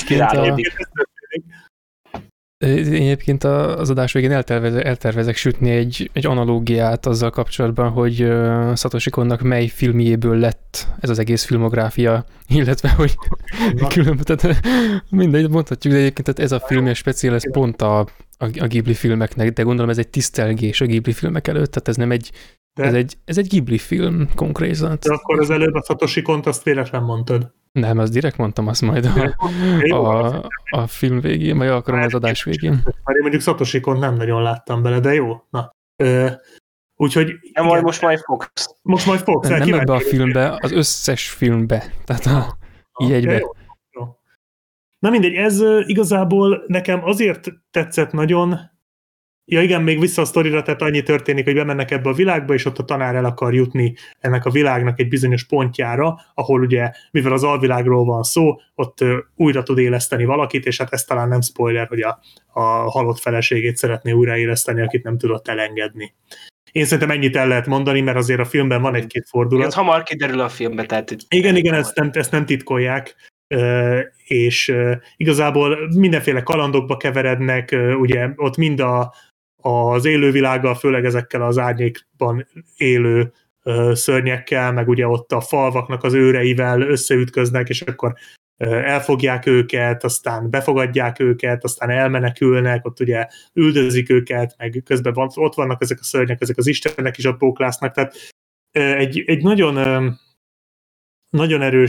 egyébként az adás végén eltervezek sütni egy analógiát azzal kapcsolatban, hogy Satoshi Konnak mely filmjéből lett ez az egész filmográfia, illetve hogy tehát mindegy, mondhatjuk, de egyébként tehát ez a film speciál, ez pont a Ghibli filmeknek, de gondolom ez egy tisztelgés a Ghibli filmek előtt, tehát ez nem egy ez egy Ghibli film konkrétan. De akkor az előbb a Satoshi Kont azt véletlen mondtad. Nem, azt direkt mondtam, azt majd a film végén, vagy akarom az adás végén. Már én mondjuk Satoshi Kont nem nagyon láttam bele, de jó. Na. Úgyhogy... Igen, most majd fogsz. Most majd fogsz. Nem ebbe a filmbe, az összes filmbe. Tehát így egybe. Jó. Na mindegy, ez igazából nekem azért tetszett nagyon. Ja igen, még vissza a sztorira, tehát annyi történik, hogy bemennek ebbe a világba, és ott a tanár el akar jutni ennek a világnak egy bizonyos pontjára, ahol ugye, mivel az alvilágról van szó, ott újra tud éleszteni valakit, és hát ez talán nem spoiler, hogy a halott feleségét szeretné újraéleszteni, akit nem tudott elengedni. Én szerintem ennyit el lehet mondani, mert azért a filmben van egy-két fordulat. Ez hamar kiderül a filmbe, tehát... Igen, ezt nem titkolják, és igazából mindenféle kalandokba keverednek, ugye ott mind az élővilággal, főleg ezekkel az árnyékban élő szörnyekkel, meg ugye ott a falvaknak az őreivel összeütköznek, és akkor elfogják őket, aztán befogadják őket, aztán elmenekülnek, ott ugye üldözik őket, meg közben ott vannak ezek a szörnyek, ezek az istenek is ott póklásznak, tehát egy nagyon, nagyon erős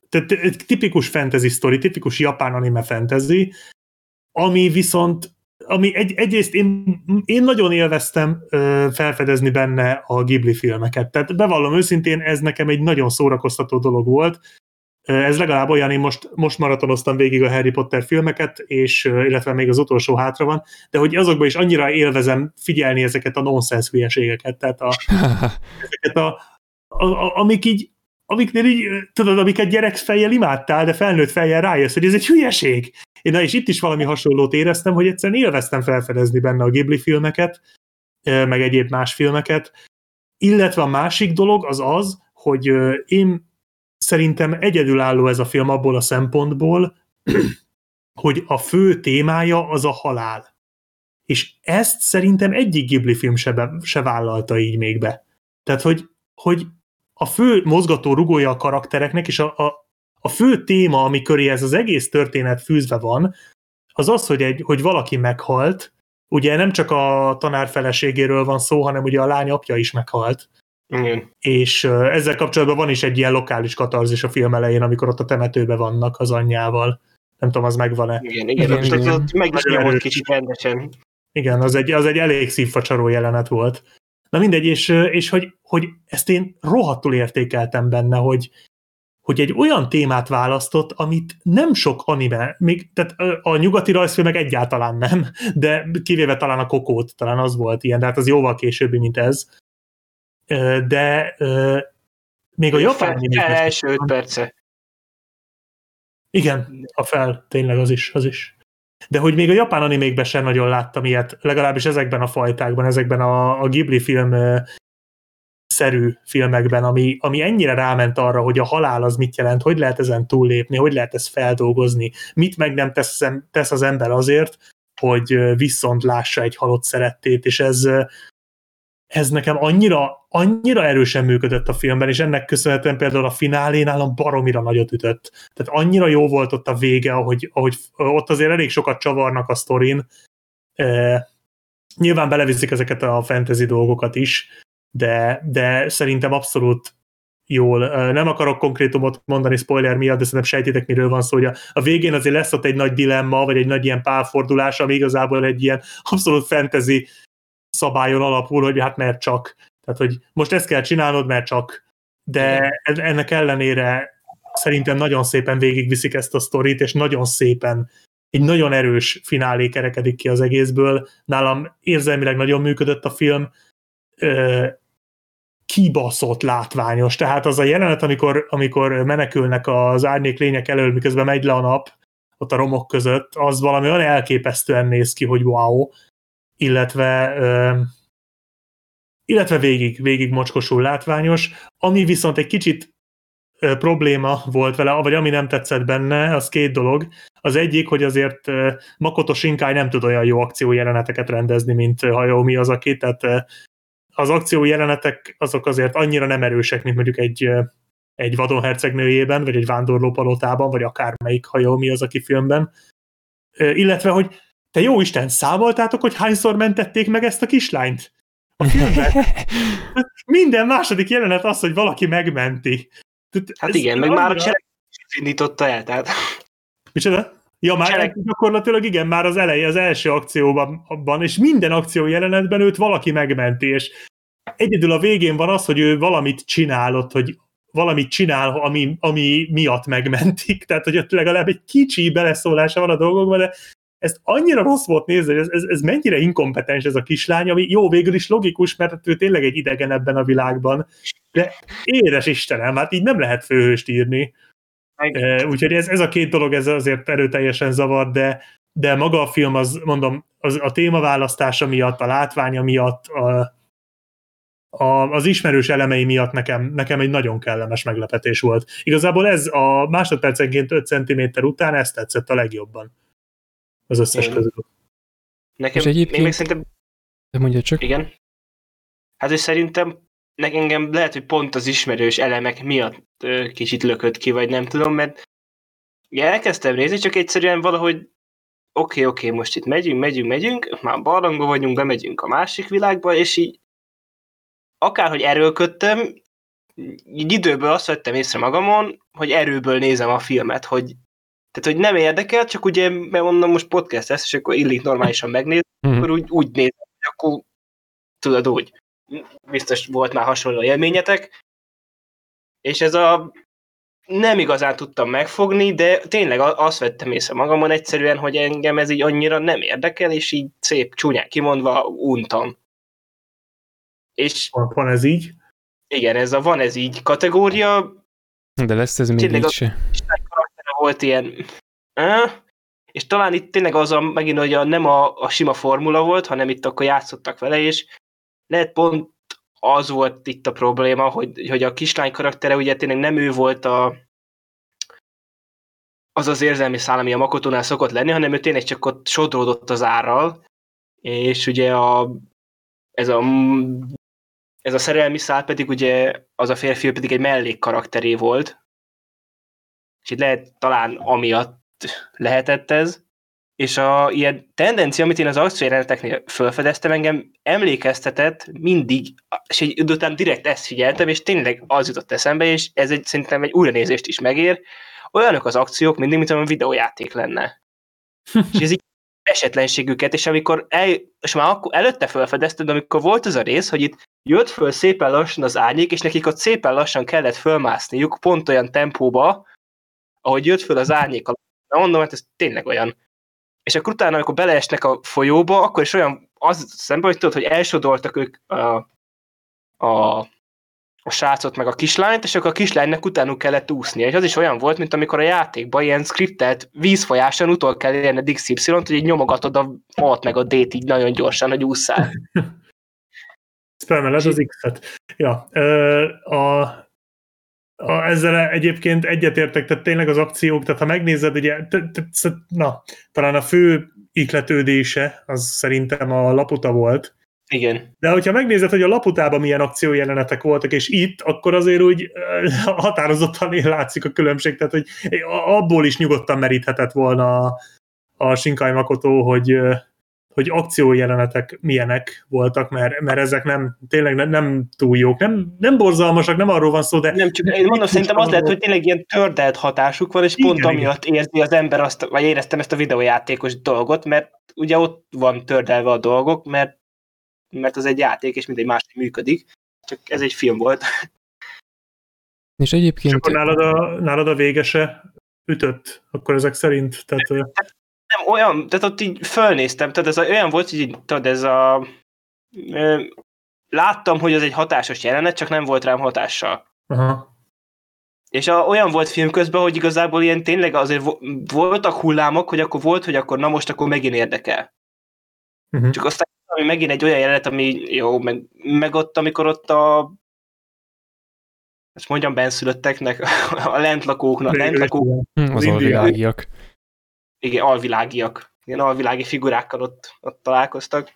tipikus fantasy sztori, tipikus japán anime fantasy, ami viszont egyrészt én nagyon élveztem felfedezni benne a Ghibli filmeket. Tehát bevallom őszintén, ez nekem egy nagyon szórakoztató dolog volt. Ez legalább olyan, én most maratonoztam végig a Harry Potter filmeket, és illetve még az utolsó hátra van, de hogy azokban is annyira élvezem figyelni ezeket a nonsense hülyeségeket. Tehát ezeket amiknél így, tudod, amiket gyerekfejjel imádtál, de felnőtt fejjel rájössz, hogy ez egy hülyeség. Na és itt is valami hasonlót éreztem, hogy egyszerűen élveztem felfedezni benne a Ghibli filmeket, meg egyéb más filmeket. Illetve a másik dolog az, hogy én szerintem egyedülálló ez a film abból a szempontból, hogy a fő témája az a halál. És ezt szerintem egyik Ghibli film se vállalta így még be. Tehát, hogy a fő mozgató rugója a karaktereknek, és a fő téma, ami köré ez az egész történet fűzve van, az, hogy valaki meghalt. Ugye nem csak a tanár feleségéről van szó, hanem ugye a lány apja is meghalt. Igen. És ezzel kapcsolatban van is egy ilyen lokális katarzis a film elején, amikor ott a temetőben vannak az anyjával. Nem tudom, az megvan-e. Igen. Ott meg is nyomott kicsit rendesen. Igen, az egy elég szívfacsaró jelenet volt. Na mindegy, és hogy ezt én rohadtul értékeltem benne, hogy egy olyan témát választott, amit nem sok anime, tehát a nyugati rajzfilmek egyáltalán nem, de kivéve talán a Kokót, talán az volt ilyen, de hát az jóval későbbi, mint ez. De még a japán... első 5 perce. Igen, tényleg az is. De hogy még a japán animékben sem nagyon láttam ilyet, legalábbis ezekben a fajtákban, ezekben a Ghibli szerű filmekben, ami ennyire ráment arra, hogy a halál az mit jelent, hogy lehet ezen túllépni, hogy lehet ezt feldolgozni, mit meg nem tesz az ember azért, hogy viszont lássa egy halott szerettét, és ez nekem annyira erősen működött a filmben, és ennek köszönhetően például a finálé nálam baromira nagyot ütött. Tehát annyira jó volt ott a vége, ahogy ott azért elég sokat csavarnak a sztorin. Nyilván beleviszik ezeket a fantasy dolgokat is, de szerintem abszolút jól. Nem akarok konkrétumot mondani spoiler miatt, de szerintem sejtitek, miről van szó, hogy a végén azért lesz ott egy nagy dilemma, vagy egy nagy ilyen pálfordulás, ami igazából egy ilyen abszolút fantasy szabályon alapul, hogy hát mert csak. Tehát, hogy most ezt kell csinálnod, mert csak. De ennek ellenére szerintem nagyon szépen végigviszik ezt a sztorit, és nagyon szépen egy nagyon erős finálé kerekedik ki az egészből. Nálam érzelmileg nagyon működött a film, kibaszott látványos. Tehát az a jelenet, amikor menekülnek az árnyék lények elől, miközben megy le a nap, ott a romok között, az valami olyan elképesztően néz ki, hogy wow. Illetve végig mocskosul látványos. Ami viszont egy kicsit probléma volt vele, vagy ami nem tetszett benne, az két dolog. Az egyik, hogy azért Makoto Shinkai nem tud olyan jó akciójeleneteket rendezni, mint Hayao Miyazaki, tehát az akciójelenetek azok azért annyira nem erősek, mint mondjuk egy vadonhercegnőjében, vagy egy vándorló palotában, vagy akármelyik Hayao Miyazaki filmben. Illetve, hogy te jó Isten, számoltátok, hogy hányszor mentették meg ezt a kislányt a filmben? Minden második jelenet az, hogy valaki megmenti. Hát igen, meg már a cselekményt indította el, tehát... Micsoda? Ja, már gyakorlatilag igen, már az eleje, az első akcióban, és minden akció jelenetben őt valaki megmenti, és egyedül a végén van az, hogy ő valamit csinálott, hogy valamit csinál, ami miatt megmentik, tehát hogy ott legalább egy kicsi beleszólása van a dolgokban, de ezt annyira rossz volt nézni, hogy ez mennyire inkompetens ez a kislány, ami jó, végül is logikus, mert ő tényleg egy idegen ebben a világban, de édes Istenem, hát így nem lehet főhőst írni. Úgyhogy ez a két dolog, ez azért erőteljesen zavar, de maga a film, mondom, a témaválasztása miatt, a látványa miatt, az ismerős elemei miatt nekem egy nagyon kellemes meglepetés volt. Igazából ez a másodpercenként 5 cm után ezt tetszett a legjobban az összes közül. Nekem még szerintem... De mondja csak. Igen. Hát és szerintem engem lehet, hogy pont az ismerős elemek miatt kicsit lökött ki, vagy nem tudom, mert elkezdtem nézni, csak egyszerűen valahogy oké, most itt megyünk, már barlangba vagyunk, bemegyünk a másik világba, és így akárhogy erőlködtem, így időből azt vettem észre magamon, hogy erőből nézem a filmet, tehát, hogy nem érdekel, csak ugye, mert mondom, most podcast lesz, és akkor illik normálisan megnézni, akkor úgy nézem, hogy akkor tudod úgy. Biztos volt már hasonló élményetek, és ez nem igazán tudtam megfogni, de tényleg azt vettem észre magamon egyszerűen, hogy engem ez így annyira nem érdekel, és így szép csúnyán kimondva untam. És van ez így? Igen, ez a van ez így kategória. De lesz ez még így se. Karaktere volt ilyen... És talán itt tényleg az megint, hogy nem a sima formula volt, hanem itt akkor játszottak vele, és lehet pont az volt itt a probléma, hogy a kislány karaktere ugye tényleg nem ő volt az érzelmi szál, ami a Makotónál szokott lenni, hanem ő tényleg csak ott sodródott az árral, és ugye ez a szerelmi szál pedig ugye az a férfi pedig egy mellék karakteré volt, és itt lehet talán amiatt lehetett ez, és ilyen tendencia, amit én az akciójeleneteknél felfedeztem, engem emlékeztetett mindig, és egy idő után direkt ezt figyeltem, és tényleg az jutott eszembe, és ez szerintem egy újranézést is megér, olyanok az akciók mindig, mint olyan videójáték lenne. És ez így esetlenségüket, és és már akkor előtte felfedezted, amikor volt az a rész, hogy itt jött föl szépen lassan az árnyék, és nekik ott szépen lassan kellett fölmászniuk, pont olyan tempóba, ahogy jött föl az árnyék. Mondom, hát ez tényleg olyan. És akkor utána, amikor beleesnek a folyóba, akkor is olyan az szemben, hogy tudod, hogy elsodoltak ők a srácot meg a kislányt, és akkor a kislánynak utánuk kellett úsznia. És az is olyan volt, mint amikor a játékban ilyen skriptelt vízfolyáson utol kell érned XY-t, hogy így nyomogatod a A-t meg a D-t így nagyon gyorsan, hogy ússzál. Spelmeled az X-et. Ja, ezzel egyébként egyetértek, tehát tényleg az akciók, tehát ha megnézed, ugye, talán a fő ihletődése az szerintem a Laputa volt. Igen. De hogyha megnézed, hogy a Laputában milyen akciójelenetek voltak, és itt, akkor azért úgy határozottan látszik a különbség, tehát hogy abból is nyugodtan meríthetett volna a Shinkai Makoto, hogy akciójelenetek milyenek voltak, mert ezek tényleg nem túl jók, nem borzalmasak, nem arról van szó, de... Nem, csak én mondom, szerintem az lehet, hogy tényleg ilyen tördelt hatásuk van, és igen, pont amiatt érzi az ember azt, vagy éreztem ezt a videójátékos dolgot, mert ugye ott van tördelve a dolgok, mert az egy játék, és mindegy másik működik, csak ez egy film volt. És egyébként... És akkor nálad a vége se ütött, akkor ezek szerint? Tehát... Nem olyan, tehát ott így fölnéztem, tehát ez olyan volt, hogy így, tudod, láttam, hogy ez egy hatásos jelenet, csak nem volt rám hatással. Aha. És olyan volt film közben, hogy igazából ilyen tényleg azért voltak hullámok, hogy akkor volt, hogy akkor na most akkor megint érdekel. Uh-huh. Csak aztán ami megint egy olyan jelenet, ami jó, meg ott, amikor ott ezt mondjam benszülötteknek, a lentlakóknak, az alvilágiak. Igen, alvilágiak. Ilyen alvilági figurákkal ott találkoztak.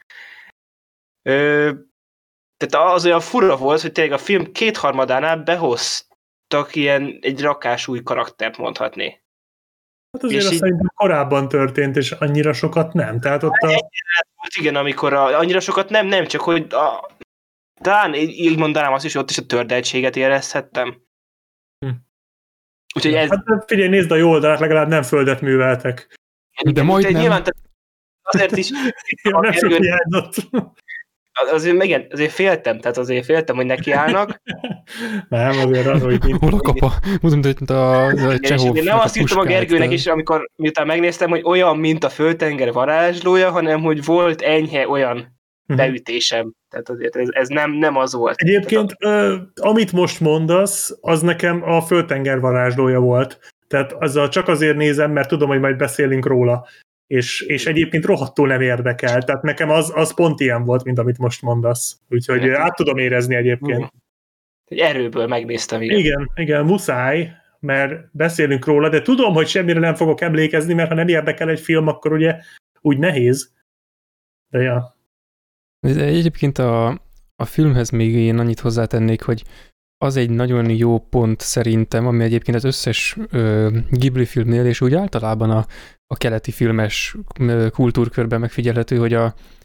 Tehát az olyan fura volt, hogy tényleg a film 2/3-ánál behoztak egy rakás új karaktert mondhatni. Hát azért azt szerintem korábban történt, és annyira sokat nem. Tehát ott igen, amikor annyira sokat nem, csak hogy talán így mondanám azt is, hogy ott is a tördeltséget érezhettem. Úgyhogy ez... Hát figyelj, nézd a jó oldalát, legalább nem földet műveltek. De majdnem. Nyilván, azért is... nem sok hiányzott. Azért féltem, hogy nekiállnak. Nem, azért arra, hogy nincs. Hol a kapa? Mondom, hogy a Csehov. Nem azt írtam a Gergőnek is, amikor miután megnéztem, hogy olyan, mint a földtenger varázslója, hanem hogy volt enyhe olyan beütésem. Tehát azért ez nem az volt. Egyébként, amit most mondasz, az nekem a földtenger varázslója volt. Tehát azzal csak azért nézem, mert tudom, hogy majd beszélünk róla. És egyébként rohadtul nem érdekel. Tehát nekem az pont ilyen volt, mint amit most mondasz. Úgyhogy át tudom érezni egyébként. Erőből megnéztem. Igen, muszáj, mert beszélünk róla, de tudom, hogy semmire nem fogok emlékezni, mert ha nem érdekel egy film, akkor ugye úgy nehéz. De ja. De egyébként a filmhez még én annyit hozzátennék, hogy az egy nagyon jó pont szerintem, ami egyébként az összes Ghibli filmnél, és úgy általában a keleti filmes kultúrkörben megfigyelhető, hogy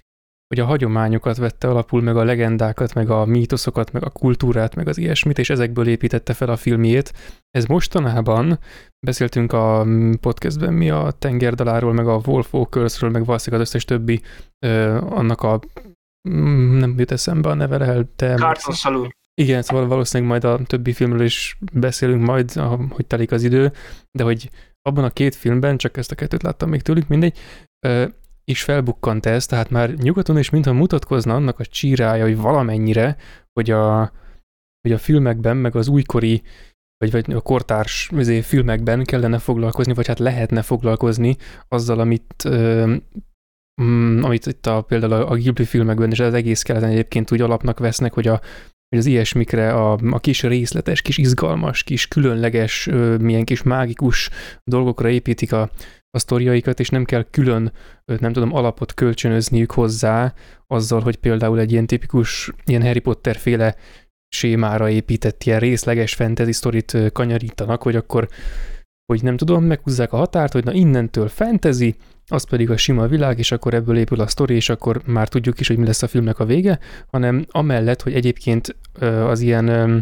hogy a hagyományokat vette alapul, meg a legendákat, meg a mítoszokat, meg a kultúrát, meg az ilyesmit, és ezekből építette fel a filmjét. Ez mostanában, beszéltünk a podcastben mi a Tengerdaláról, meg a Wolf Walkersről, meg valószínűleg az összes többi annak a nem jut eszembe a neve, de... Cartoon Saloon. Igen, szóval valószínűleg majd a többi filmről is beszélünk majd, hogy telik az idő, de hogy abban a 2 filmben, csak ezt a 2-t láttam még tőlük, mindegy, is felbukkant ez, tehát már nyugaton is mintha mutatkozna annak a csírája, hogy valamennyire, hogy a filmekben, meg az újkori, vagy a kortárs filmekben kellene foglalkozni, vagy hát lehetne foglalkozni azzal, amit itt például a Ghibli filmekben, és az egész keleten egyébként úgy alapnak vesznek, hogy az ilyesmikre a kis részletes, kis izgalmas, kis különleges, milyen kis mágikus dolgokra építik a sztoriaikat, és nem kell külön, nem tudom, alapot kölcsönözniük hozzá azzal, hogy például egy ilyen tipikus, ilyen Harry Potter féle sémára épített ilyen részleges fantasy sztorit kanyarítanak, hogy akkor, hogy nem tudom, meghúzzák a határt, hogy na innentől fantasy, az pedig a sima világ, és akkor ebből épül a sztori, és akkor már tudjuk is, hogy mi lesz a filmnek a vége, hanem amellett, hogy egyébként az ilyen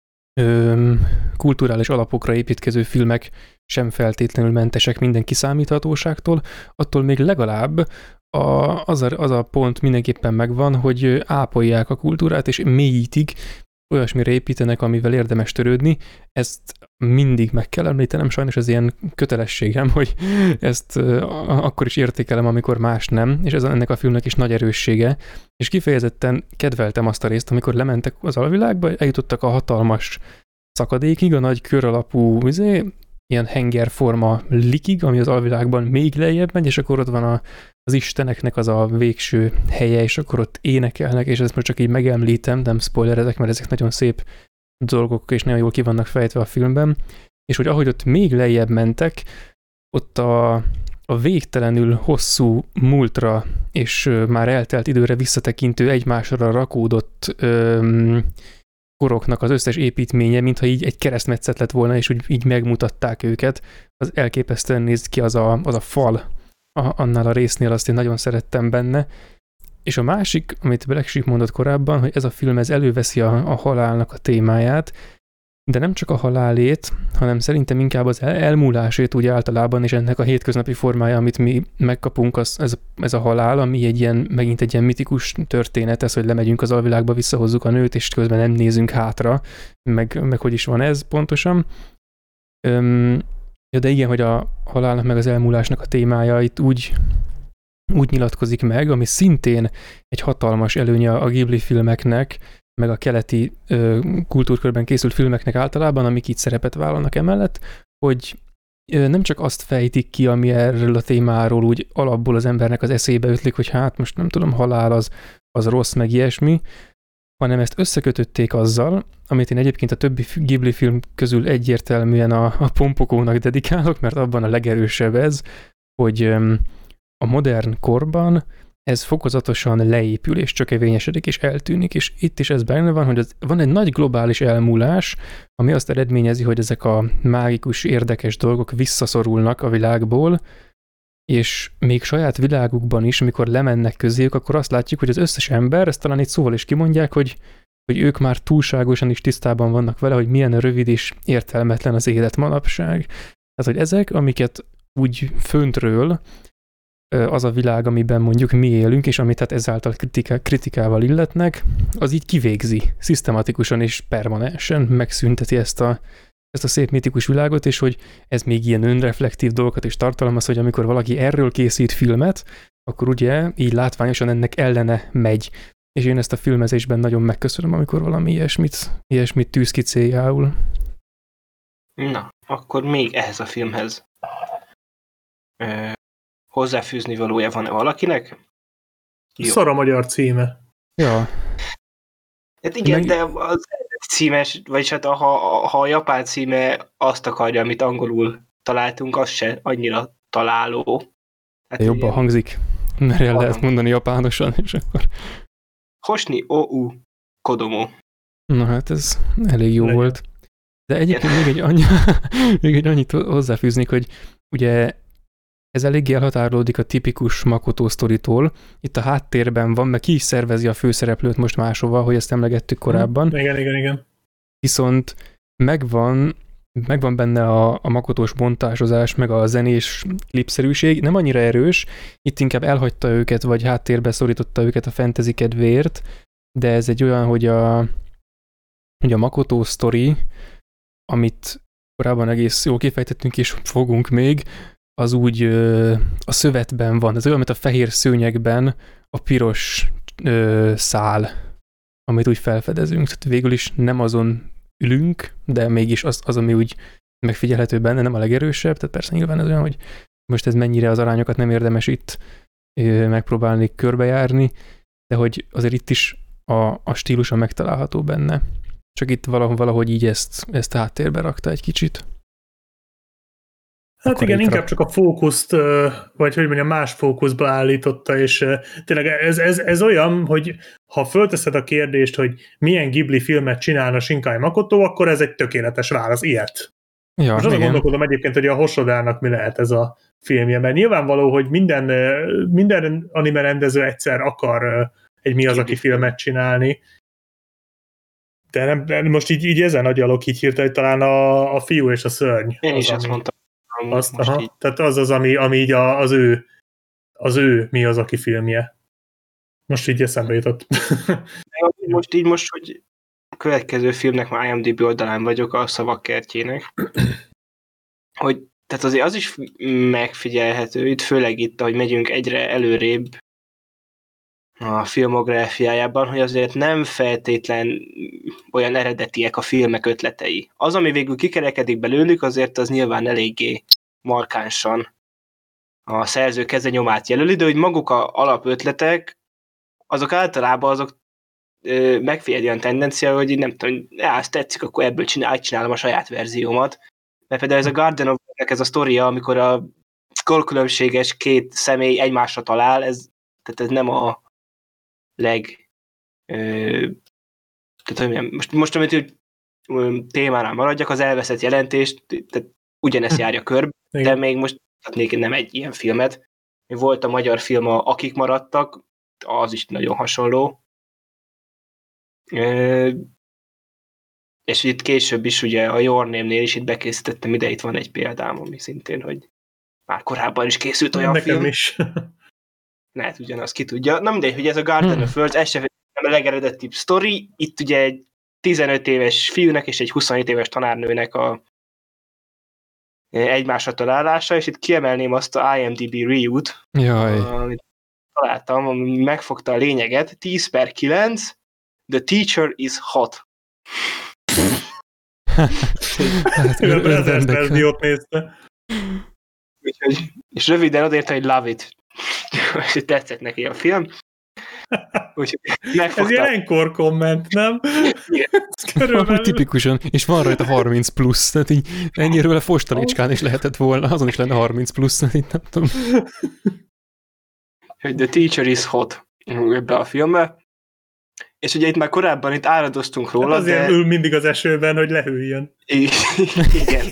kulturális alapokra építkező filmek sem feltétlenül mentesek minden kiszámíthatóságtól, attól még legalább az a pont mindenképpen megvan, hogy ápolják a kultúrát, és mélyítik, olyasmire építenek, amivel érdemes törődni. Ezt mindig meg kell említenem, sajnos ez ilyen kötelességem, hogy ezt akkor is értékelem, amikor más nem, és ez ennek a filmnek is nagy erőssége, és kifejezetten kedveltem azt a részt, amikor lementek az alvilágba, eljutottak a hatalmas szakadékig, a nagy kör alapú ilyen hengerforma likig, ami az alvilágban még lejjebb megy, és akkor ott van az isteneknek az a végső helye, és akkor ott énekelnek, és ezt most csak így megemlítem, nem spoilerezek, mert ezek nagyon szép dolgok, és nagyon jól ki vannak fejtve a filmben, és hogy ahogy ott még lejjebb mentek, ott a végtelenül hosszú múltra, és már eltelt időre visszatekintő egymásra rakódott koroknak az összes építménye, mintha így egy keresztmetszet lett volna, és úgy így megmutatták őket. Az elképesztően néz ki az a fal annál a résznél, azt én nagyon szerettem benne. És a másik, amit Black Sheep mondott korábban, hogy ez a film ez előveszi a halálnak a témáját, de nem csak a halálét, hanem szerintem inkább az elmúlásét úgy általában, és ennek a hétköznapi formája, amit mi megkapunk, ez a halál, ami megint egy ilyen mitikus történet, ez, hogy lemegyünk az alvilágba, visszahozzuk a nőt, és közben nem nézünk hátra, meg hogy is van ez pontosan. De igen, hogy a halálnak meg az elmúlásnak a témája itt úgy nyilatkozik meg, ami szintén egy hatalmas előnye a Ghibli filmeknek, meg a keleti kultúrkörben készült filmeknek általában, amik itt szerepet vállalnak emellett, hogy nem csak azt fejtik ki, ami erről a témáról úgy alapból az embernek az eszébe ötlik, hogy hát most nem tudom, halál az rossz, meg ilyesmi, hanem ezt összekötötték azzal, amit én egyébként a többi Ghibli film közül egyértelműen a Pompokónak dedikálok, mert abban a legerősebb ez, hogy a modern korban ez fokozatosan leépül, és csökevényesedik, és eltűnik, és itt is ez benne van, hogy van egy nagy globális elmúlás, ami azt eredményezi, hogy ezek a mágikus, érdekes dolgok visszaszorulnak a világból, és még saját világukban is, amikor lemennek közéjük, akkor azt látjuk, hogy az összes ember, ezt talán itt szóval is kimondják, hogy ők már túlságosan is tisztában vannak vele, hogy milyen rövid és értelmetlen az élet manapság. Tehát, hogy ezek, amiket úgy föntről, az a világ, amiben mondjuk mi élünk, és amit hát ezáltal kritikával illetnek, az így kivégzi, szisztematikusan és permanensen megszünteti ezt a szép mitikus világot, és hogy ez még ilyen önreflektív dolgokat is tartalmaz, hogy amikor valaki erről készít filmet, akkor ugye így látványosan ennek ellene megy. És én ezt a filmezésben nagyon megköszönöm, amikor valami ilyesmit tűz ki céljául. Na, akkor még ehhez a filmhez hozzáfűzni valója van-e valakinek? Szar a magyar címe. Ja. Hát igen, de az címes, vagyis hát ha a japán címe azt akarja, amit angolul találtunk, az se annyira találó. Hát jobban ilyen hangzik, mert el lehet mondani japánosan, és akkor... Hosni ou kodomo. Na hát ez elég jó volt. De egyébként még egy annyit hozzáfűznék, hogy ugye ez eléggé elhatárolódik a tipikus Makoto sztoritól. Itt a háttérben van, meg ki is szervezi a főszereplőt most máshova, hogy ezt emlegettük korábban. Igen. Viszont megvan benne a makotós montázsozás, meg a zenés klipszerűség, nem annyira erős, itt inkább elhagyta őket, vagy háttérbe szorította őket a fantasy kedvéért, de ez egy olyan, hogy a Makoto sztori, amit korábban egész jól kifejtettünk, és fogunk még, az úgy a szövetben van. Ez olyan, mint a fehér szőnyegben a piros szál, amit úgy felfedezünk. Tehát végül is nem azon ülünk, de mégis az, ami úgy megfigyelhető benne, nem a legerősebb, tehát persze nyilván ez olyan, hogy most ez mennyire az arányokat nem érdemes itt megpróbálni körbejárni, de hogy azért itt is a stílusa megtalálható benne. Csak itt valahogy így ezt háttérbe rakta egy kicsit. Hát igen, inkább csak a fókuszt, vagy hogy mondjam, más fókuszba állította, és tényleg ez olyan, hogy ha fölteszed a kérdést, hogy milyen Ghibli filmet csinálna Shinkai Makoto, akkor ez egy tökéletes válasz, ilyet. Ja, most azon gondolkodom egyébként, hogy a Hosodának mi lehet ez a filmje, mert nyilvánvaló, hogy minden anime rendező egyszer akar egy Miyazaki filmet csinálni, de most így ezen agyalok így hirtelen, hogy talán a Fiú és a Szörny. Én is azt mondtam. Tehát az, ami így az ő Miyazaki filmje. Most így eszembe jutott. most, hogy a következő filmnek már IMDb oldalán vagyok, a Szavak kertjének, hogy tehát azért az is megfigyelhető, itt főleg itt, ahogy megyünk egyre előrébb a filmográfiájában, hogy azért nem feltétlen olyan eredetiek a filmek ötletei. Az, ami végül kikerekedik belőlük, azért az nyilván eléggé markánsan a szerző keze nyomát jelöli, de hogy maguk a alapötletek, azok általában megfigyel olyan tendencia, hogy nem tudom, ezt tetszik, akkor ebből csinálom a saját verziómat. Mert például ez a Garden of Eden-nek ez a sztoria, amikor a korkülönbséges két személy egymásra talál, tehát ez nem a tehát most amit témánál maradjak, az elveszett jelentést, tehát ugyanezt járja körbe, de még most adnék nem egy ilyen filmet. Volt a magyar film, Akik maradtak, az is nagyon hasonló. És itt később is ugye a Your Name-nél is itt bekészítettem ide, itt van egy példám, ami szintén, hogy már korábban is készült olyan nekem film. Is. Lehet ugyanaz, ki tudja. Nem mindegy, hogy ez a Garden of Worlds, ez sem a legeredetibb sztori. Itt ugye egy 15 éves fiúnak és egy 27 éves tanárnőnek a egymásra találása, és itt kiemelném azt a IMDb review-t, amit találtam, ami megfogta a lényeget. 10/9, The teacher is hot. verziót nézte. És röviden odérte, hogy love it. És tetszett neki a film. Úgyhogy megfogta. Ez ilyen enkor komment, nem? Körülbelül. Tipikusan, és van rajta 30 plusz, tehát így ennyiről a Fostalicskán is lehetett volna, azon is lenne 30 plusz, nem tudom. The teacher is hot ebbe a filmbe. És ugye itt már korábban itt áradoztunk róla, hát azért ül mindig az esőben, hogy lehűljön. Igen.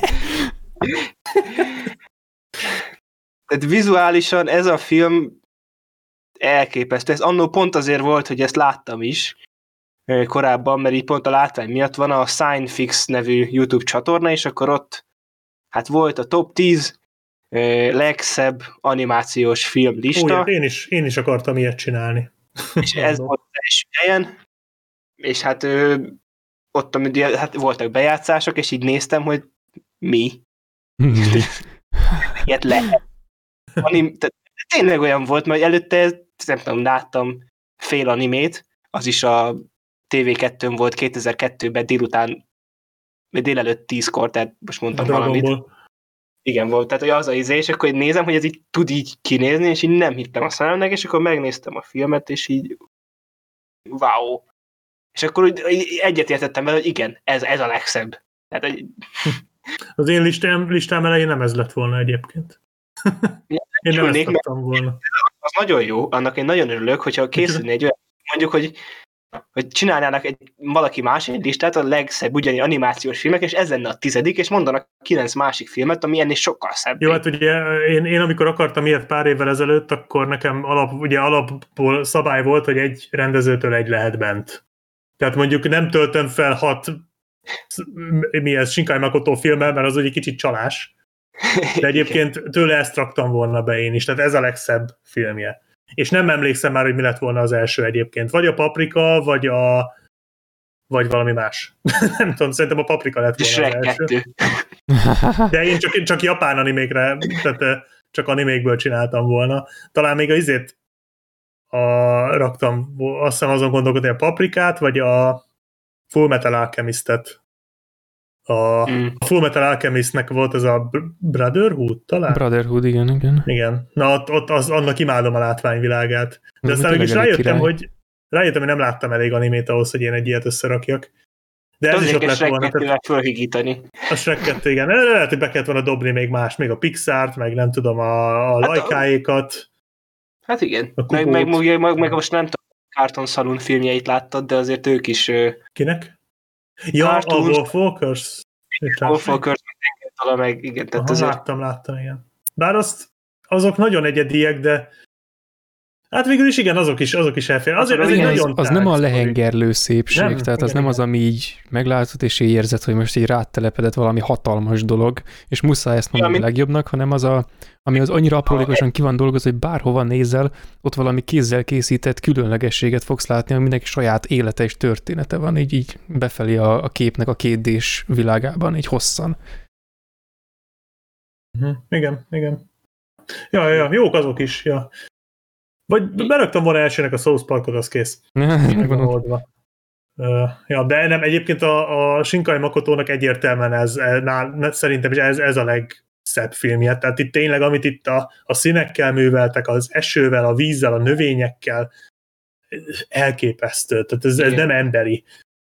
Tehát vizuálisan ez a film elképesztő. Ez annó pont azért volt, hogy ezt láttam is korábban, mert így pont a látvány miatt van a Signfix nevű YouTube csatorna, és akkor ott hát volt a top 10 legszebb animációs film lista. Én is akartam ilyet csinálni. És ez volt az első helyen, és hát ott hát voltak bejátszások, és így néztem, hogy mi? Ilyet lehet. Tényleg olyan volt, mert előtte nem tudom, láttam fél animét, az is a TV2-n volt 2002-ben délelőtt 10-kor, tehát most mondtam valamit. Igen, volt, tehát hogy az a izé, és akkor nézem, hogy ez így tud így kinézni, és így nem hittem a szememnek, és akkor megnéztem a filmet, és így wow. És akkor úgy egyetértettem vele, hogy igen, ez a legszebb. Tehát, az én listám elején nem ez lett volna egyébként. Én nem ezt volna. Az nagyon jó, annak én nagyon örülök, hogyha készülne egy olyan, mondjuk, hogy hogy csinálnának valaki más egy listát, a legszebb ugyanilyen animációs filmek, és ez lenne a 10., és mondanak 9 másik filmet, ami ennél sokkal szebb. Jó, hát ugye én amikor akartam ilyet pár évvel ezelőtt, akkor nekem alapból szabály volt, hogy egy rendezőtől egy lehet bent. Tehát mondjuk nem töltöm fel 6 Shinkai Makoto filmmel, mert az egy kicsit csalás. De egyébként tőle ezt raktam volna be én is, tehát ez a legszebb filmje. És nem emlékszem már, hogy mi lett volna az első egyébként. Vagy a Paprika, vagy valami más. Nem tudom, szerintem a Paprika lett volna Shrek az első. 2. De én csak japán animékre, tehát csak animékből csináltam volna. Talán még raktam, azt hiszem azon gondolkodni, a Paprikát, vagy a Full Metal Alchemist-et. A Full Metal Alchemistnek volt ez a Brotherhood talán? Brotherhood, igen. Igen. Na, ott annak imádom a látványvilágát. De aztán mégis rájöttem, hogy nem láttam elég animét ahhoz, hogy én egy ilyet összerakjak. De ez is ott lett volna. Fölhigítani. A Shrek 2, igen. Lehet, hogy be kellett volna dobni még más, még a Pixart, meg nem tudom, a Laikáékat. Hát igen. Meg most nem tudom, Cartoon Saloon filmjeit láttad, de azért ők is... Kinek? Ja, a Wolfwalkers. Wolfwalkers, meg igen. Tehát láttam, igen. Bár azok nagyon egyediek, de hát végül is igen, azok is elfér. Azért ez nagyon az nem a lehengerlő szépség, nem, tehát igen, az nem az, ami így meglátod, és így érzed, hogy most így rátelepedett valami hatalmas dolog, és muszáj ezt mondani a legjobbnak, hanem ami az annyira aprólékosan ki van dolgozva, hogy bárhova nézel, ott valami kézzel készített különlegességet fogsz látni, aminek saját élete és története van, így befelé a képnek a 2D-s világában, így hosszan. Igen. Ja, jók azok is, ja. Vagy beraktam volna elsőnek a South Parkot, az kész. Ja, de nem, egyébként a Shinkai Makotónak egyértelműen szerintem ez a legszebb filmje. Tehát itt tényleg, amit itt a színekkel műveltek, az esővel, a vízzel, a növényekkel, elképesztő. Tehát ez nem emberi.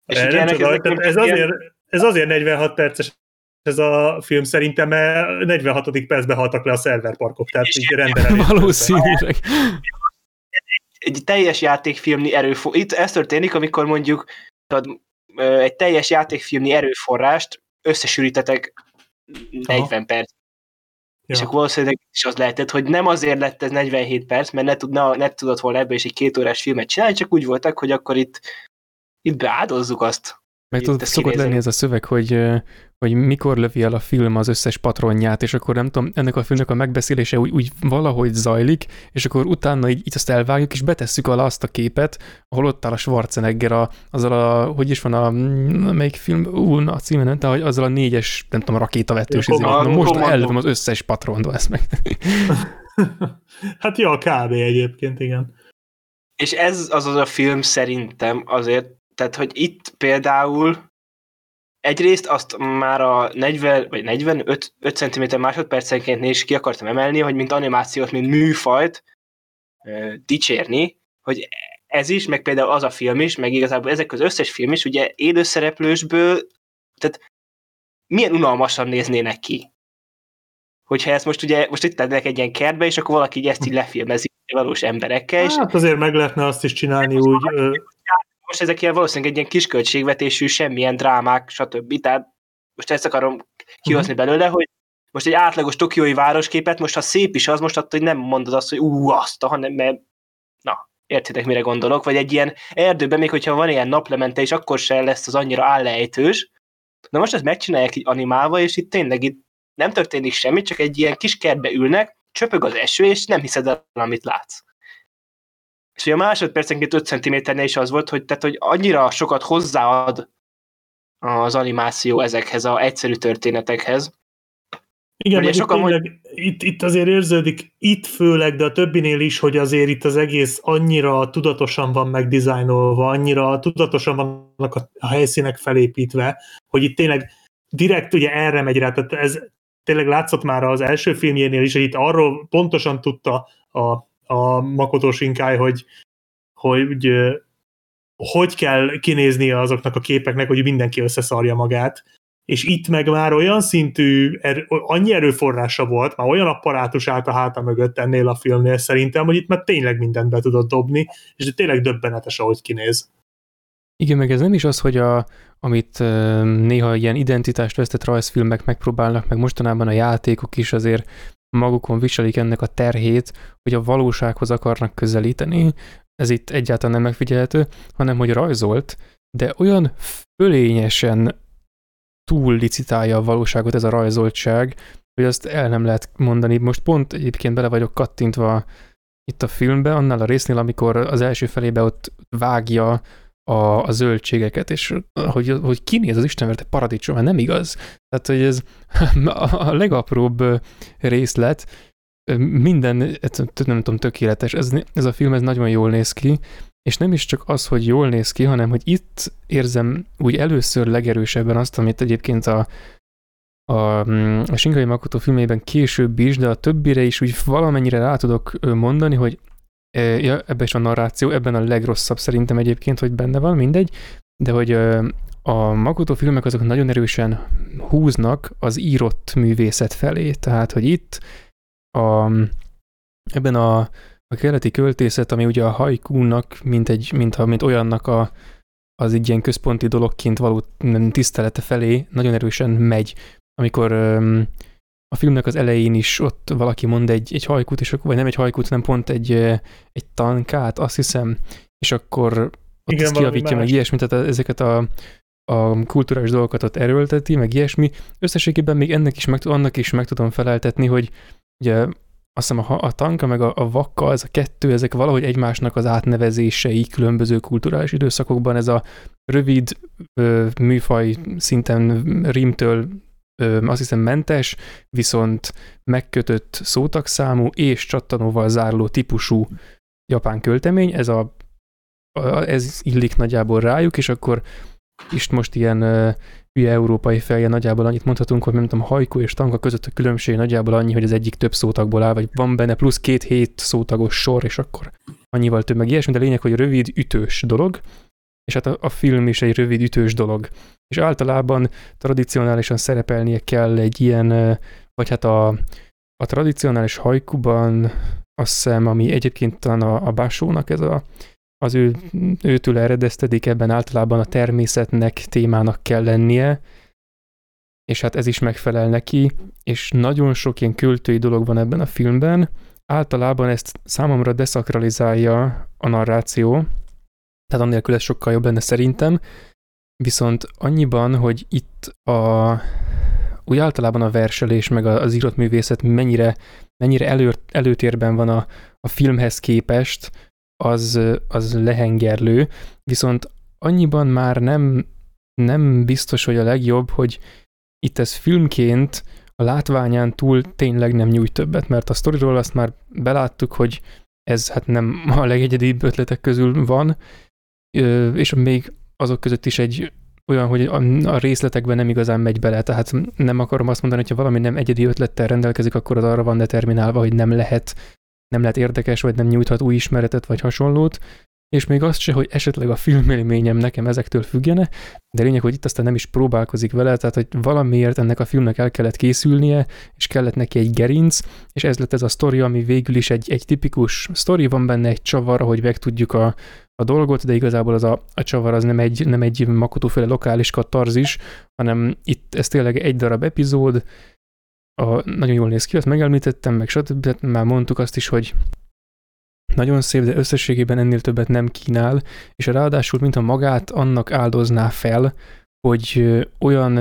Ez azért 46 perces ez a film szerintem, mert 46. percben haltak le a szerverparkok, tehát így rendelelés. Valószínűleg. Egy teljes játékfilmni itt ez történik, amikor mondjuk egy teljes játékfilmni erőforrást összesűrítetek 40 perc. Ja. És akkor valószínűleg is az lehetett, hogy nem azért lett ez 47 perc, mert ne tudott volna ebből is egy 2 órás filmet csinálni, csak úgy voltak, hogy akkor itt beáldozzuk azt. Meg tudod, szokott lenni ez a szöveg, hogy mikor lövi el a film az összes patronját, és akkor nem tudom, ennek a filmnek a megbeszélése úgy valahogy zajlik, és akkor utána így azt elvágjuk, és betesszük alá azt a képet, ahol ott áll a Schwarzenegger hogy is van melyik film, a címe nem, de azzal a 4-es, nem tudom, rakétavetős most ellövöm az összes patront, ezt meg. Hát ja, kb. Egyébként, igen. És ez az a film szerintem azért, tehát, hogy itt például egyrészt azt már a 40 vagy 45 cm másodpercenként is ki akartam emelni, hogy mint animációt, mint műfajt dicsérni, hogy ez is, meg például az a film is, meg igazából ezek az összes film is, ugye élőszereplősből, tehát milyen unalmasan néznének ki. Hogyha ezt most itt tennének egy ilyen kertbe, és akkor valaki ezt így lefilmezi valós emberekkel. Hát azért meg lehetne azt is csinálni úgy... Most ezek ilyen valószínűleg egy ilyen kisköltségvetésű, semmilyen drámák, stb. Tehát most ezt akarom kihozni belőle, hogy most egy átlagos tokiói városképet, most ha szép is az, most attól, hogy nem mondod azt, hogy azt, hanem mert értitek, mire gondolok, vagy egy ilyen erdőben, még hogyha van ilyen naplemente, és akkor se lesz az annyira állejtős. Na most ezt megcsinálják így animálva, és itt tényleg itt nem történik semmi, csak egy ilyen kis kertbe ülnek, csöpög az eső, és nem hiszed el, amit látsz. És ugye a másodpercenként 5 cm-nél is az volt, hogy annyira sokat hozzáad az animáció ezekhez az egyszerű történetekhez. Igen, meg tényleg, itt azért érződik, itt főleg, de a többinél is, hogy azért itt az egész annyira tudatosan van megdizájnolva, annyira tudatosan vannak a helyszínek felépítve, hogy itt tényleg direkt ugye erre megy rá, tehát ez tényleg látszott már az első filmjénél is, hogy itt arról pontosan tudta a Makoto Shinkai, hogy kell kinéznie azoknak a képeknek, hogy mindenki összeszarja magát. És itt meg már olyan szintű, annyi erőforrása volt, már olyan apparátus állt a háta mögött ennél a filmnél szerintem, hogy itt már tényleg mindent be tudott dobni, és tényleg döbbenetes, ahogy kinéz. Igen, meg ez nem is az, hogy amit néha ilyen identitást vesztett rajzfilmek megpróbálnak, meg mostanában a játékok is azért magukon viselik ennek a terhét, hogy a valósághoz akarnak közelíteni. Ez itt egyáltalán nem megfigyelhető, hanem hogy rajzolt, de olyan fölényesen túl licitálja a valóságot ez a rajzoltság, hogy azt el nem lehet mondani. Most pont egyébként bele vagyok kattintva itt a filmbe, annál a résznél, amikor az első felébe ott vágja a zöldségeket, és hogy kinéz az istenverte paradicsom, hát nem igaz. Tehát, hogy ez a legapróbb részlet, minden, nem tudom, tökéletes. Ez a film ez nagyon jól néz ki, és nem is csak az, hogy jól néz ki, hanem, hogy itt érzem úgy először legerősebben azt, amit egyébként a Shinkai Makoto filmében később is, de a többire is úgy valamennyire rá tudok mondani, hogy ebben is a narráció, ebben a legrosszabb szerintem egyébként, hogy benne van, mindegy, de hogy a Makoto filmek azok nagyon erősen húznak az írott művészet felé, tehát, hogy itt ebben a keleti költészet, ami ugye a haikúnak, mint olyannak az egy ilyen központi dologként való tisztelete felé nagyon erősen megy, amikor a filmnek az elején is ott valaki mond egy hajkút, és vagy nem egy hajkút, hanem pont egy tankát, azt hiszem, és akkor ott ezt kiavítja, meg ilyesmi, tehát ezeket a kulturális dolgokat ott erőlteti, meg ilyesmi. Összességében még annak is meg tudom feleltetni, hogy ugye azt hiszem a tanka, meg a vakka, ez a kettő, ezek valahogy egymásnak az átnevezései különböző kulturális időszakokban, ez a rövid műfaj szinten rímtől azt hiszem mentes, viszont megkötött szótagszámú és csattanóval záruló típusú japán költemény, ez illik nagyjából rájuk, és akkor is most ilyen hülye európai fejjel nagyjából annyit mondhatunk, hogy nem tudom, haiku és tanka között a különbség nagyjából annyi, hogy az egyik több szótagból áll, vagy van benne plusz 2 7 szótagos sor, és akkor annyival több meg ilyesmi, de lényeg, hogy rövid, ütős dolog, és hát a film is egy rövid, ütős dolog. És általában tradicionálisan szerepelnie kell egy ilyen, vagy hát a tradicionális haikuban azt hiszem, ami egyébként talán a Basónak ez az őtől eredeztedik, ebben általában a természetnek, témának kell lennie, és hát ez is megfelel neki, és nagyon sok ilyen költői dolog van ebben a filmben. Általában ezt számomra deszakralizálja a narráció, tehát annélkül ez sokkal jobb lenne szerintem, viszont annyiban, hogy itt úgy általában a verselés, meg az írott művészet mennyire előtérben van a filmhez képest, az lehengerlő, viszont annyiban már nem biztos, hogy a legjobb, hogy itt ez filmként a látványán túl tényleg nem nyújt többet, mert a sztoriról azt már beláttuk, hogy ez hát nem a legegyedibb ötletek közül van, és még azok között is egy olyan, hogy a részletekben nem igazán megy bele, tehát nem akarom azt mondani, hogyha valami nem egyedi ötlettel rendelkezik, akkor az arra van determinálva, hogy nem lehet érdekes, vagy nem nyújthat új ismeretet, vagy hasonlót, és még azt se, hogy esetleg a filmélményem nekem ezektől függene, de lényeg, hogy itt aztán nem is próbálkozik vele, tehát hogy valamiért ennek a filmnek el kellett készülnie, és kellett neki egy gerinc, és ez lett ez a sztori, ami végül is egy tipikus sztori, van benne egy csavar, hogy megtudjuk a dolgot, de igazából az a csavar az nem egy Makoto-féle lokális katarzis, hanem itt ez tényleg egy darab epizód, nagyon jól néz ki, azt megemlítettem, meg stb. Már mondtuk azt is, hogy nagyon szép, de összességében ennél többet nem kínál, és ráadásul mintha magát annak áldozná fel, hogy olyan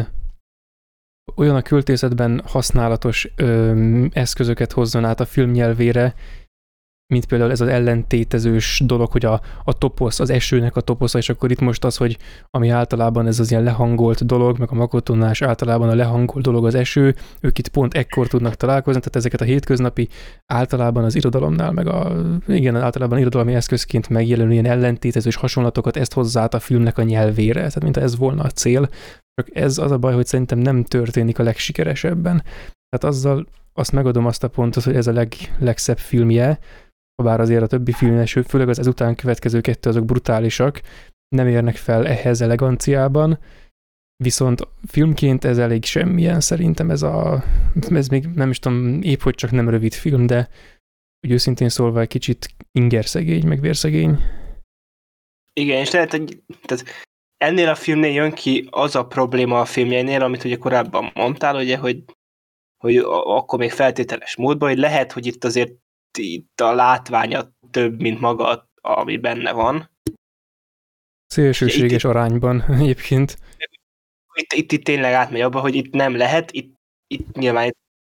a költészetben használatos eszközöket hozzon át a film nyelvére, mint például ez az ellentétezős dolog, hogy a toposz, az esőnek a toposza, és akkor itt most az, hogy ami általában ez az ilyen lehangolt dolog, meg a Makotónál is általában a lehangolt dolog az eső, ők itt pont ekkor tudnak találkozni, tehát ezeket a hétköznapi általában az irodalomnál, meg általában irodalmi eszközként megjelenő ilyen ellentétezős hasonlatokat, ezt hozzá át a filmnek a nyelvére, tehát mint ez volna a cél, csak ez az a baj, hogy szerintem nem történik a legsikeresebben. Tehát azzal azt megadom azt a pontot, hogy ez a legszebb filmje, bár azért a többi filmje, főleg az ezután következő 2 azok brutálisak, nem érnek fel ehhez eleganciában, viszont filmként ez elég semmilyen szerintem, ez még nem is tudom, épp hogy csak nem rövid film, de úgy őszintén szólva egy kicsit ingerszegény, meg vérszegény. Igen, és lehet, hogy tehát ennél a filmnél jön ki az a probléma a filmjeinél, amit ugye korábban mondtál, ugye, hogy akkor még feltételes módban, hogy lehet, hogy itt azért itt a látványa több, mint maga, ami benne van. Szélsőséges arányban egyébként. Itt tényleg átmegy abba, hogy itt nem lehet, itt nyilván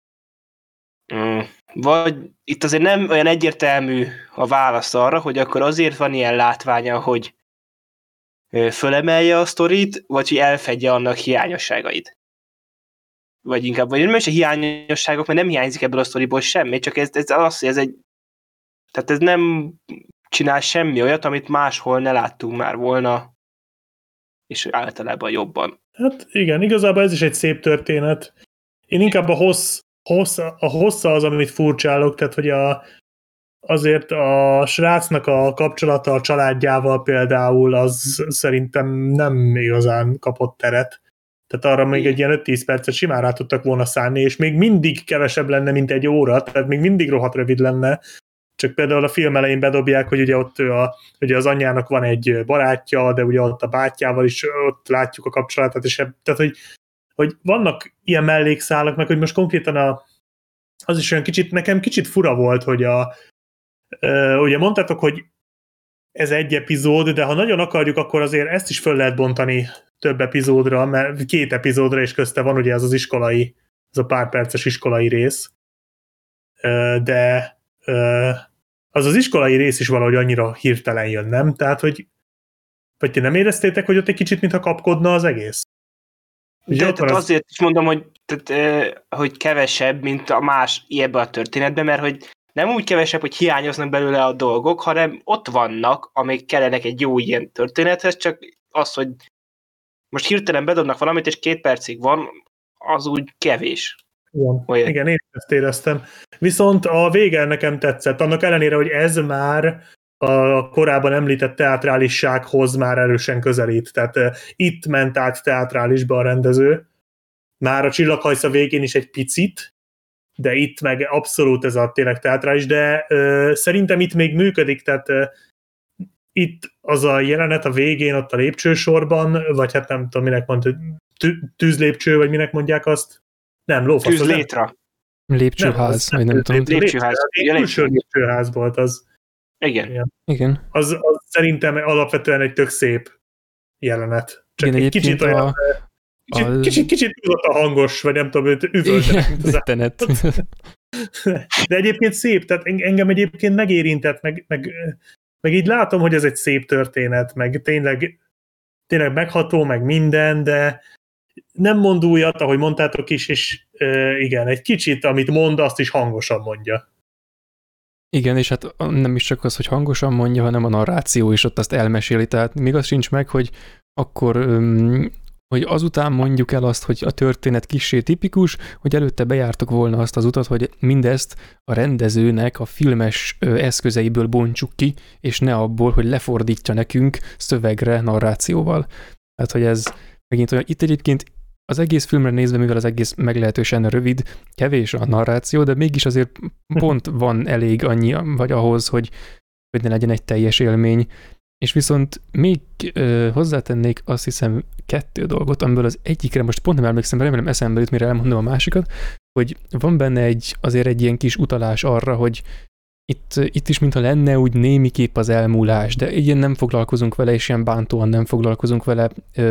vagy itt azért nem olyan egyértelmű a válasz arra, hogy akkor azért van ilyen látványa, hogy fölemelje a sztorit, vagy hogy elfedje annak hiányosságait. Vagy inkább, vagy nem is a hiányosságok, mert nem hiányzik ebből a sztoriból semmi, csak ez az, hogy ez egy... Tehát ez nem csinál semmi olyat, amit máshol ne láttunk már volna, és általában jobban. Hát igen, igazából ez is egy szép történet. Én inkább a hossza az, amit furcsálok, tehát hogy azért a srácnak a kapcsolata a családjával például az szerintem nem igazán kapott teret. Tehát arra még egy ilyen 5-10 percet simán rá tudtak volna szállni, és még mindig kevesebb lenne, mint egy óra, tehát még mindig rohadt rövid lenne. Csak például a film elején bedobják, hogy ugye ott ugye az anyjának van egy barátja, de ugye ott a bátyjával is ott látjuk a kapcsolatát, és tehát, hogy vannak ilyen mellékszálak, meg hogy most konkrétan az is olyan nekem kicsit fura volt, hogy ugye mondtátok, hogy ez egy epizód, de ha nagyon akarjuk, akkor azért ezt is föl lehet bontani több epizódra, mert 2 epizódra is közte van ugye ez az a pár perces iskolai rész. De az iskolai rész is valahogy annyira hirtelen jön, nem? Tehát, hogy vagy ti nem éreztétek, hogy ott egy kicsit mintha kapkodna az egész? De azért is mondom, hogy kevesebb, mint a más ebben a történetben, mert hogy nem úgy kevesebb, hogy hiányoznak belőle a dolgok, hanem ott vannak, amik kellenek egy jó ilyen történethez, csak az, hogy most hirtelen bedobnak valamit, és 2 percig van, az úgy kevés. Igen, én ezt éreztem. Viszont a vége nekem tetszett, annak ellenére, hogy ez már a korábban említett teátrálissághoz már erősen közelít. Tehát itt ment át teátrálisba a rendező. Már a Csillaghajsza végén is egy picit, de itt meg abszolút ez a tényleg teátrális, de szerintem itt még működik, tehát itt az a jelenet a végén, ott a lépcsősorban, vagy hát nem tudom, minek mondta, tűzlépcső, vagy minek mondják azt? Nem, lófasz. Tűzlétra. Lépcsőház, vagy nem tudom. Lépcsőház. Külső lépcsőház volt az. Igen. Az szerintem alapvetően egy tök szép jelenet. Csak igen, egy kicsit olyan... Kicsit tudott a hangos, vagy nem tudom, üvöltenek, mint az állat. De egyébként szép, tehát engem egyébként megérintett, meg így látom, hogy ez egy szép történet, meg tényleg megható, meg minden, de nem mond újat, ahogy mondtátok is, és igen, egy kicsit, amit mond, azt is hangosan mondja. Igen, és hát nem is csak az, hogy hangosan mondja, hanem a narráció is ott azt elmeséli, tehát még az sincs meg, hogy akkor, hogy azután mondjuk el azt, hogy a történet kissé tipikus, hogy előtte bejártok volna azt az utat, hogy mindezt a rendezőnek a filmes eszközeiből bontsuk ki, és ne abból, hogy lefordítja nekünk szövegre, narrációval. Tehát, hogy ez megint olyan, itt egyébként az egész filmre nézve, mivel az egész meglehetősen rövid, kevés a narráció, de mégis azért pont van elég annyi, vagy ahhoz, hogy ne legyen egy teljes élmény. És viszont még hozzátennék azt hiszem 2 dolgot, amiből az egyikre most pont nem emlékszem, remélem eszembe jut, mire elmondom a másikat, hogy van benne azért egy ilyen kis utalás arra, hogy itt is mintha lenne úgy némiképp az elmúlás, de ilyen nem foglalkozunk vele, és ilyen bántóan nem foglalkozunk vele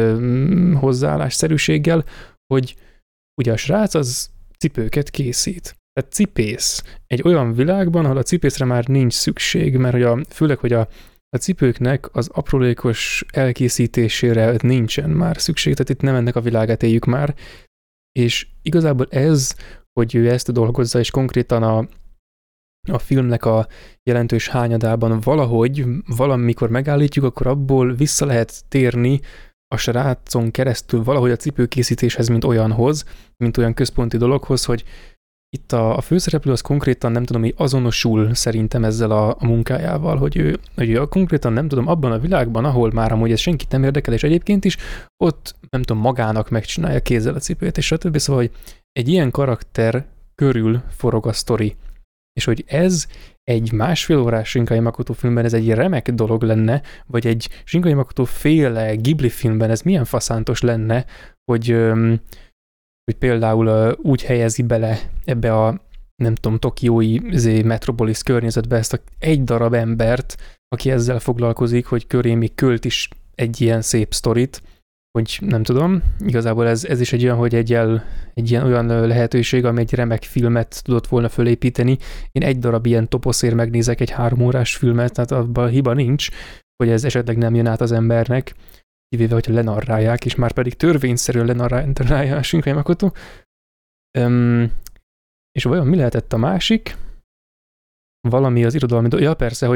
hozzáállásszerűséggel, hogy ugye a srác az cipőket készít. Tehát cipész. Egy olyan világban, ahol a cipészre már nincs szükség, mert főleg, hogy a cipőknek az aprólékos elkészítésére nincsen már szükség, tehát itt nem ennek a világát éljük már, és igazából ez, hogy ő ezt dolgozza, és konkrétan a filmnek a jelentős hányadában valamikor megállítjuk, akkor abból vissza lehet térni a srácon keresztül valahogy a cipőkészítéshez, mint olyanhoz, mint olyan központi dologhoz, hogy itt a főszereplő az konkrétan nem tudom, hogy azonosul szerintem ezzel a munkájával, hogy ő konkrétan nem tudom, abban a világban, ahol már amúgy ez senkit nem érdekel, és egyébként is, ott nem tudom, magának megcsinálja kézzel a cipőt, és stb. Szóval, hogy egy ilyen karakter körül forog a sztori. És hogy ez egy 1,5 órás Shinkai Makoto filmben ez egy remek dolog lenne, vagy egy Shinkai Makoto féle Ghibli filmben ez milyen faszántos lenne, hogy például úgy helyezi bele ebbe a nem tudom, tokiói metropolis környezetbe ezt egy darab embert, aki ezzel foglalkozik, hogy köré még költ is egy ilyen szép sztorit, hogy nem tudom, igazából ez is egy olyan, hogy egy ilyen olyan lehetőség, ami egy remek filmet tudott volna fölépíteni. Én egy darab ilyen toposzért megnézek egy 3 órás filmet, tehát abban hiba nincs, hogy ez esetleg nem jön át az embernek, kivéve, hogyha lenarrálják, és már pedig törvényszerűen lenarrálja a Shinkai Makoto. És vajon mi lehetett a másik? Valami az irodalmi dolog. Ja, persze,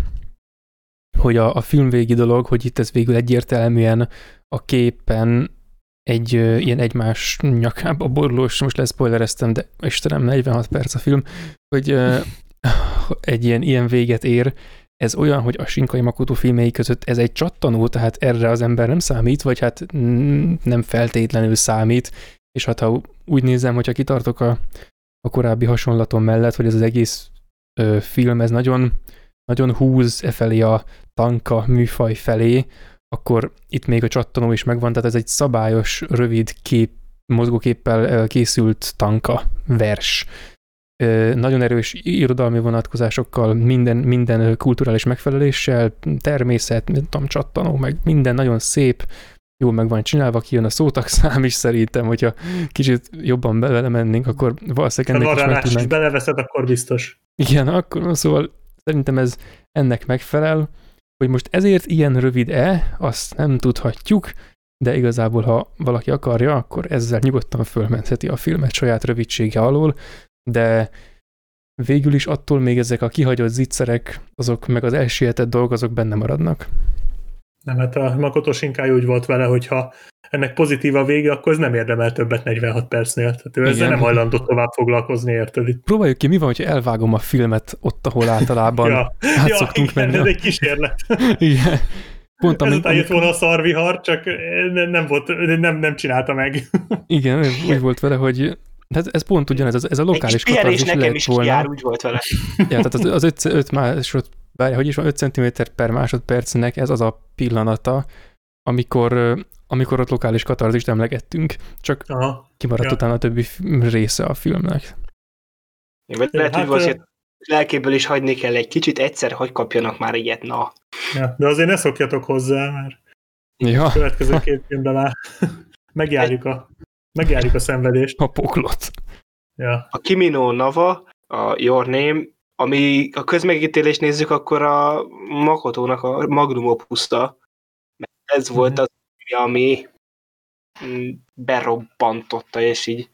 hogy a filmvégi dolog, hogy itt ez végül egyértelműen a képen egy ilyen egymás nyakába borulós, most leszpoilereztem, de Istenem, 46 perc a film, hogy egy ilyen véget ér. Ez olyan, hogy a Shinkai Makoto filmjei között ez egy csattanó, tehát erre az ember nem számít, vagy hát nem feltétlenül számít, és hát ha úgy nézem, hogyha kitartok a korábbi hasonlatom mellett, hogy ez az egész film, ez nagyon, nagyon húz felé a tanka műfaj felé, akkor itt még a csattanó is megvan, tehát ez egy szabályos, rövid mozgóképpel készült tanka vers. Nagyon erős irodalmi vonatkozásokkal, minden kulturális megfeleléssel, természet, nem tudom, csattanó, meg minden nagyon szép, jól meg van csinálva, kijön a szótagszám is szerintem, hogyha kicsit jobban belemennénk, akkor valószínűleg ennek is meg tudnánk. Ha beleveszed, akkor biztos. Igen, akkor szóval szerintem ez ennek megfelel, hogy most ezért ilyen rövid-e, azt nem tudhatjuk, de igazából, ha valaki akarja, akkor ezzel nyugodtan fölmentheti a filmet saját rövidsége alól, de végül is attól még ezek a kihagyott zicserek, azok meg az elsietett dolgok, azok benne maradnak. Nem, hát a Makoto Shinkai úgy volt vele, hogyha ennek pozitív a vége, akkor ez nem érdemel többet 46 percnél. Tehát ő ezzel nem hajlandó tovább foglalkozni, érted? Próbáljuk ki, mi van, hogyha elvágom a filmet ott, ahol általában szoktunk menni. Ez egy kísérlet. Igen. Pont ezután jött volna a szarvihar, csak nem csinálta meg. Igen, úgy volt vele, hogy ez pont ugyanez, ez a lokális katarzis nekem is jár, úgy volt vele. Ja, tehát az 5 másodperc, hogy is van, 5 cm per másodpercnek ez az a pillanata, amikor ott lokális katarzist emlegettünk, csak kimaradt utána a többi része a filmnek. Vagy lehet, hogy azért lelkéből is hagyni kell egy kicsit, egyszer, hogy kapjanak már ilyet, na. Ja, de azért ne szokjatok hozzá, mert a következő 2 filmben már megjárjuk a szenvedést. A poklot. Ja. A Kimi no Nawa, a Your Name, ami a közmegítélést nézzük, akkor a Makotónak a magnum opusa. Ez volt az, ami berobbantotta, és így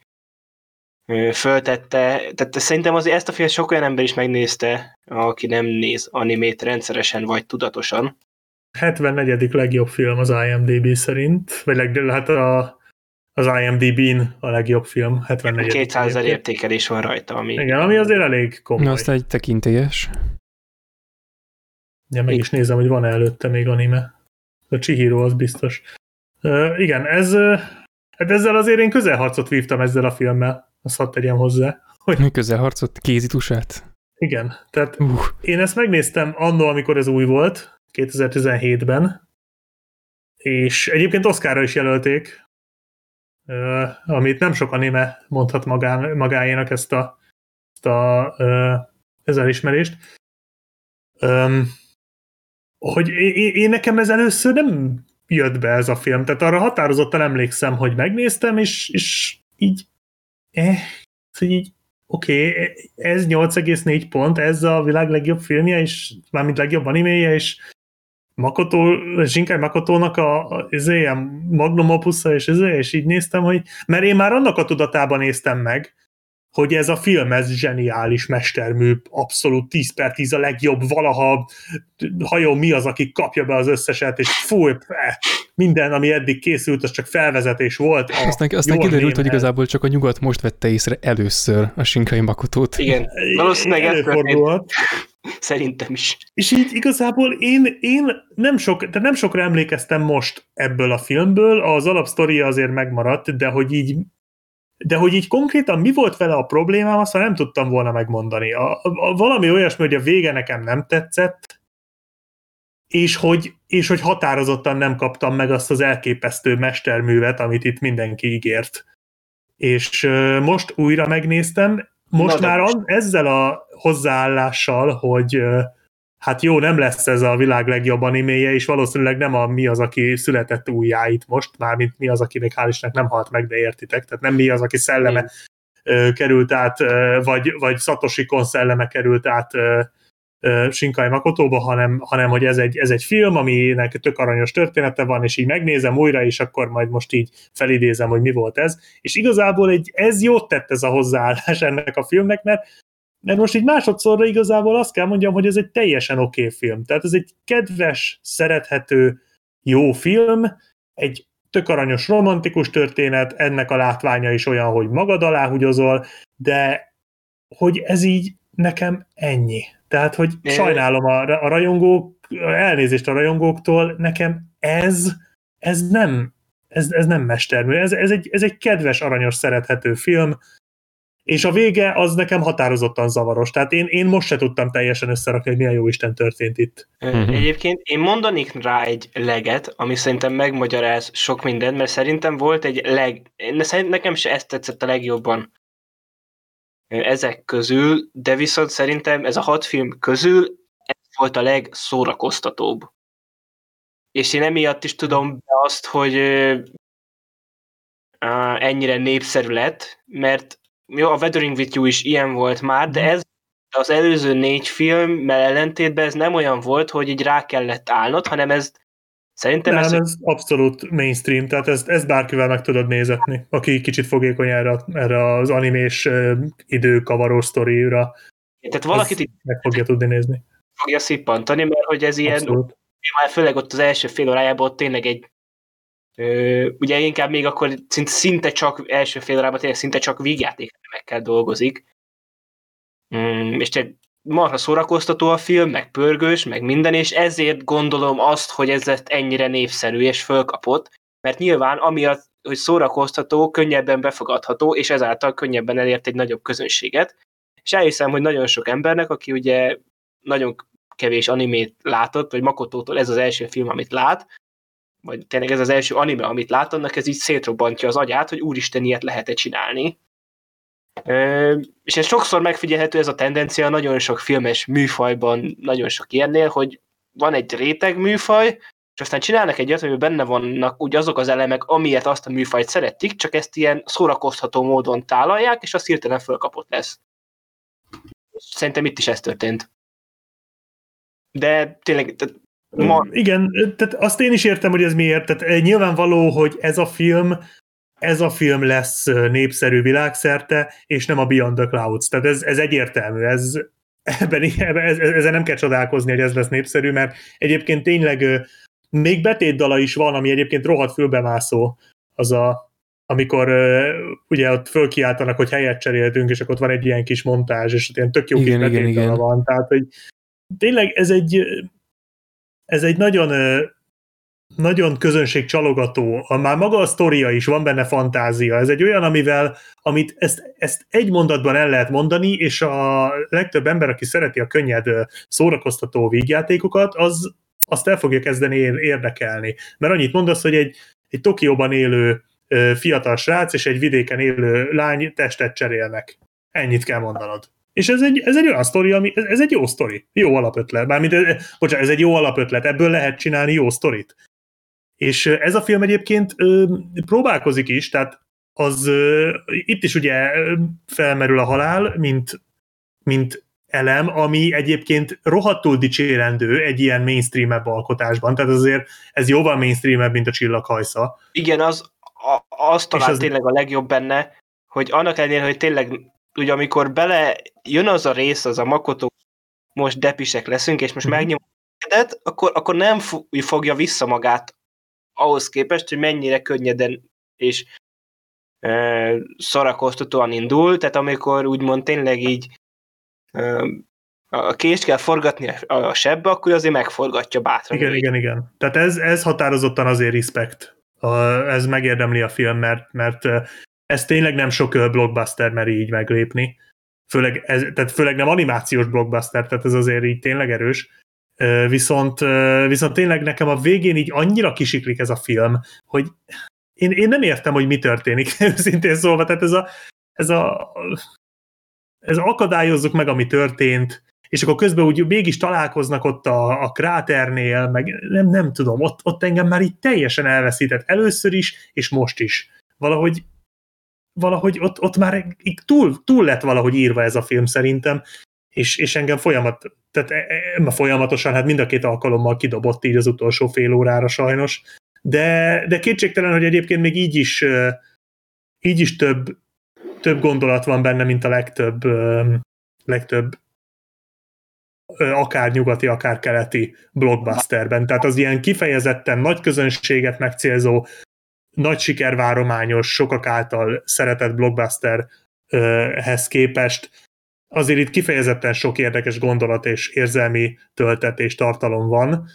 föltette. Tehát szerintem azért ezt a filmet sok olyan ember is megnézte, aki nem néz animét rendszeresen vagy tudatosan. 74. legjobb film az IMDb szerint, vagy hát az IMDb-n a legjobb film, 74. 200 000 értékelés van rajta. Ami azért elég komoly. Azt egy tekintélyes. Ja, meg is nézem, hogy van előtte még anime. A Chihiro az biztos. Igen, hát ezzel azért én közelharcot vívtam ezzel a filmmel. Azt hadd tegyem hozzá. Hogy... Közelharcot? Kézitusát? Igen, tehát én ezt megnéztem annól, amikor ez új volt, 2017-ben, és egyébként Oscarra is jelölték, amit nem sok anime mondhat magáénak ezt a elismerést. Hogy én nekem ez először nem jött be ez a film, tehát arra határozottan emlékszem, hogy megnéztem, és így oké, ez 8,4 pont, ez a világ legjobb filmje, és mármint legjobb animéje, és Shinkai Makotónak a magnum opusa, és így néztem, hogy mert én már annak a tudatában néztem meg, hogy ez a film, ez zseniális mestermű, abszolút 10/10 a legjobb valaha, hajó mi az, aki kapja be az összeset, és minden, ami eddig készült, az csak felvezetés volt. Aztán kiderült, hogy igazából csak a nyugat most vette észre először a Shinkai Makotót. Igen, valószínűleg előfordulhat. Szerintem is. És így igazából én nem sokra emlékeztem most ebből a filmből, az alapsztoria azért megmaradt, de hogy így de hogy így konkrétan mi volt vele a problémám, azt már nem tudtam volna megmondani. Valami olyasmi, hogy a vége nekem nem tetszett, és hogy határozottan nem kaptam meg azt az elképesztő mesterművet, amit itt mindenki ígért. És most újra megnéztem, most már ezzel a hozzáállással, hogy hát jó, nem lesz ez a világ legjobb animéje, és valószínűleg nem a Mi az, aki született újjáit most, mármint Mi az, akinek hál' Istennek nem halt meg, de értitek, tehát nem Mi az, aki szelleme került át, vagy Satoshi Kon szelleme került át Shinkai Makotóba, hanem hogy ez egy film, aminek tök aranyos története van, és így megnézem újra, és akkor majd most így felidézem, hogy mi volt ez. És igazából ez jót tett ez a hozzáállás ennek a filmnek, mert most így másodszorra igazából azt kell mondjam, hogy ez egy teljesen oké film. Tehát ez egy kedves, szerethető, jó film, egy tök aranyos romantikus történet, ennek a látványa is olyan, hogy magad alá húgyozol, de hogy ez így nekem ennyi. Tehát, hogy sajnálom a rajongók, elnézést a rajongóktól, nekem ez nem mestermű, ez egy kedves, aranyos, szerethető film, és a vége az nekem határozottan zavaros. Tehát én most se tudtam teljesen összerakni, hogy milyen jó Isten történt itt. Egyébként én mondanék rá egy leget, ami szerintem megmagyaráz sok mindent, mert szerintem volt egy nekem se ezt tetszett a legjobban ezek közül, de viszont szerintem ez a 6 film közül ez volt a legszórakoztatóbb. És én emiatt is tudom be azt, hogy ennyire népszerű lett, mert jó, a Weathering with You is ilyen volt már, de ez az előző 4 filmmel ellentétben ez nem olyan volt, hogy így rá kellett állnod, hanem ez szerintem... Nem, ez abszolút mainstream, tehát ezt bárkivel meg tudod nézetni, aki kicsit fogékony erre az animés időkavarós sztorira. Tehát valakit itt meg fogja tudni nézni. Fogja szippantani, mert hogy ez ilyen, főleg ott az első fél órájában ott tényleg egy ugye inkább még akkor szinte csak első fél órában tényleg szinte csak vígjátékemekkel dolgozik. És tényleg marha szórakoztató a film, meg pörgős, meg minden, és ezért gondolom azt, hogy ez lett ennyire népszerű és fölkapott, mert nyilván amiatt, hogy szórakoztató, könnyebben befogadható, és ezáltal könnyebben elért egy nagyobb közönséget. És elhiszem, hogy nagyon sok embernek, aki ugye nagyon kevés animét látott, vagy Makotótól ez az első film, amit lát, vagy tényleg ez az első anime, amit lát, annak ez így szétrobbantja az agyát, hogy úristen, ilyet lehet-e csinálni. És ez sokszor megfigyelhető, ez a tendencia nagyon sok filmes műfajban, nagyon sok ilyennél, hogy van egy réteg műfaj, és aztán csinálnak egy olyat, amiben benne vannak úgy azok az elemek, amilyet azt a műfajt szeretik, csak ezt ilyen szórakoztató módon tálalják, és az hirtelen fölkapott lesz. Szerintem itt is ez történt. De tényleg... Igen, tehát azt én is értem, hogy ez miért. Tehát nyilvánvaló, hogy ez a film lesz népszerű világszerte, és nem a Beyond the Clouds. Tehát ez egyértelmű. Ezzel nem kell csodálkozni, hogy ez lesz népszerű, mert egyébként tényleg még betétdala is van, ami egyébként rohadt fülbemászó. Amikor ugye ott fölkiáltanak, hogy helyet cseréltünk, és akkor ott van egy ilyen kis montázs, és ott ilyen tök jó kis betétdala van. Tehát, hogy tényleg ez egy nagyon közönségcsalogató, már maga a sztoria is, van benne fantázia. Ez egy olyan, amit ezt egy mondatban el lehet mondani, és a legtöbb ember, aki szereti a könnyed szórakoztató vígjátékokat, azt el fogja kezdeni érdekelni. Mert annyit mondasz, hogy egy Tokióban élő fiatal srác és egy vidéken élő lány testet cserélnek. Ennyit kell mondanod. És ez egy olyan sztori, ez egy jó sztori, jó alapötlet. Ez egy jó alapötlet, ebből lehet csinálni jó sztorit. És ez a film egyébként próbálkozik is, tehát itt is ugye felmerül a halál, mint elem, ami egyébként rohadtul dicsérendő egy ilyen mainstream-ebb alkotásban, tehát azért ez jóval mainstream-ebb, mint a Csillaghajsza. Igen, az talán tényleg a legjobb benne, hogy annak ellenére, hogy tényleg ugye amikor jön az a rész, az a Makoto, most depisek leszünk, és most megnyomod akkor nem fogja vissza magát ahhoz képest, hogy mennyire könnyeden és szórakoztatóan indul, tehát amikor úgymond tényleg így a kést kell forgatni a sebbe, akkor azért megforgatja bátran. Igen. Tehát ez határozottan azért respect. Ez megérdemli a film, mert ez tényleg nem sok blockbuster meri így meglépni. Főleg nem animációs blockbuster, tehát ez azért így tényleg erős. Viszont tényleg nekem a végén így annyira kisiklik ez a film, hogy én nem értem, hogy mi történik, őszintén szólva. Tehát ez akadályozzuk meg, ami történt, és akkor közben úgy mégis találkoznak ott a kráternél, meg nem tudom, ott engem már így teljesen elveszített először is, és most is. Valahogy ott már túl lett valahogy írva ez a film szerintem, és engem folyamatosan, hát mind a két alkalommal kidobott így az utolsó fél órára sajnos, de kétségtelen, hogy egyébként még így is több gondolat van benne, mint a legtöbb akár nyugati, akár keleti blockbusterben. Tehát az ilyen kifejezetten nagy közönséget megcélzó, nagy sikervárományos, sokak által szeretett blockbusterhez képest azért itt kifejezetten sok érdekes gondolat és érzelmi töltet és tartalom van.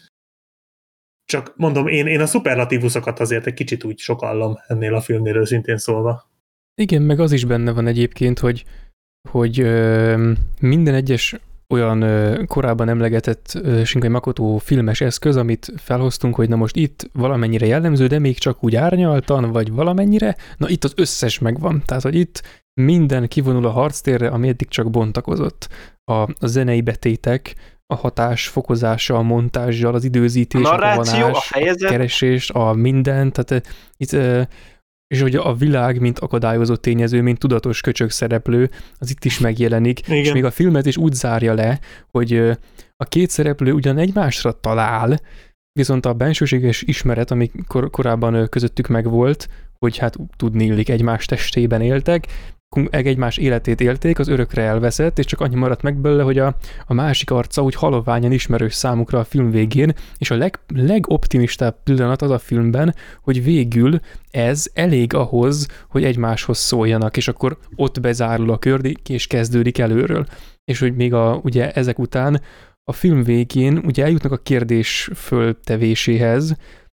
Csak mondom, én a szuperlatívuszokat azért egy kicsit úgy sokallom ennél a filmnél, őszintén szólva. Igen, meg az is benne van egyébként, hogy minden egyes olyan korábban emlegetett Shinkai Makoto filmes eszköz, amit felhoztunk, hogy na most itt valamennyire jellemző, de még csak úgy árnyaltan, vagy valamennyire, na itt az összes megvan. Tehát, hogy itt minden kivonul a harctérre, ami eddig csak bontakozott. A zenei betétek, a hatás fokozása, a montázsal, az időzítés, a vonás, a keresés, a minden, tehát itt és hogy a világ, mint akadályozó tényező, mint tudatos köcsög szereplő, az itt is megjelenik, igen. És még a filmet is úgy zárja le, hogy a két szereplő ugyan egymásra talál, viszont a bensőséges ismeret, ami korábban közöttük megvolt, hogy hát tudni illik egymás testében éltek, egymás életét élték, az örökre elveszett, és csak annyi maradt meg belőle, hogy a másik arca úgy haloványan ismerős számukra a film végén, és a legoptimistább pillanat az a filmben, hogy végül ez elég ahhoz, hogy egymáshoz szóljanak, és akkor ott bezárul a kör, és kezdődik előről. És hogy még ugye ezek után a film végén ugye eljutnak a kérdés föltevéséhez,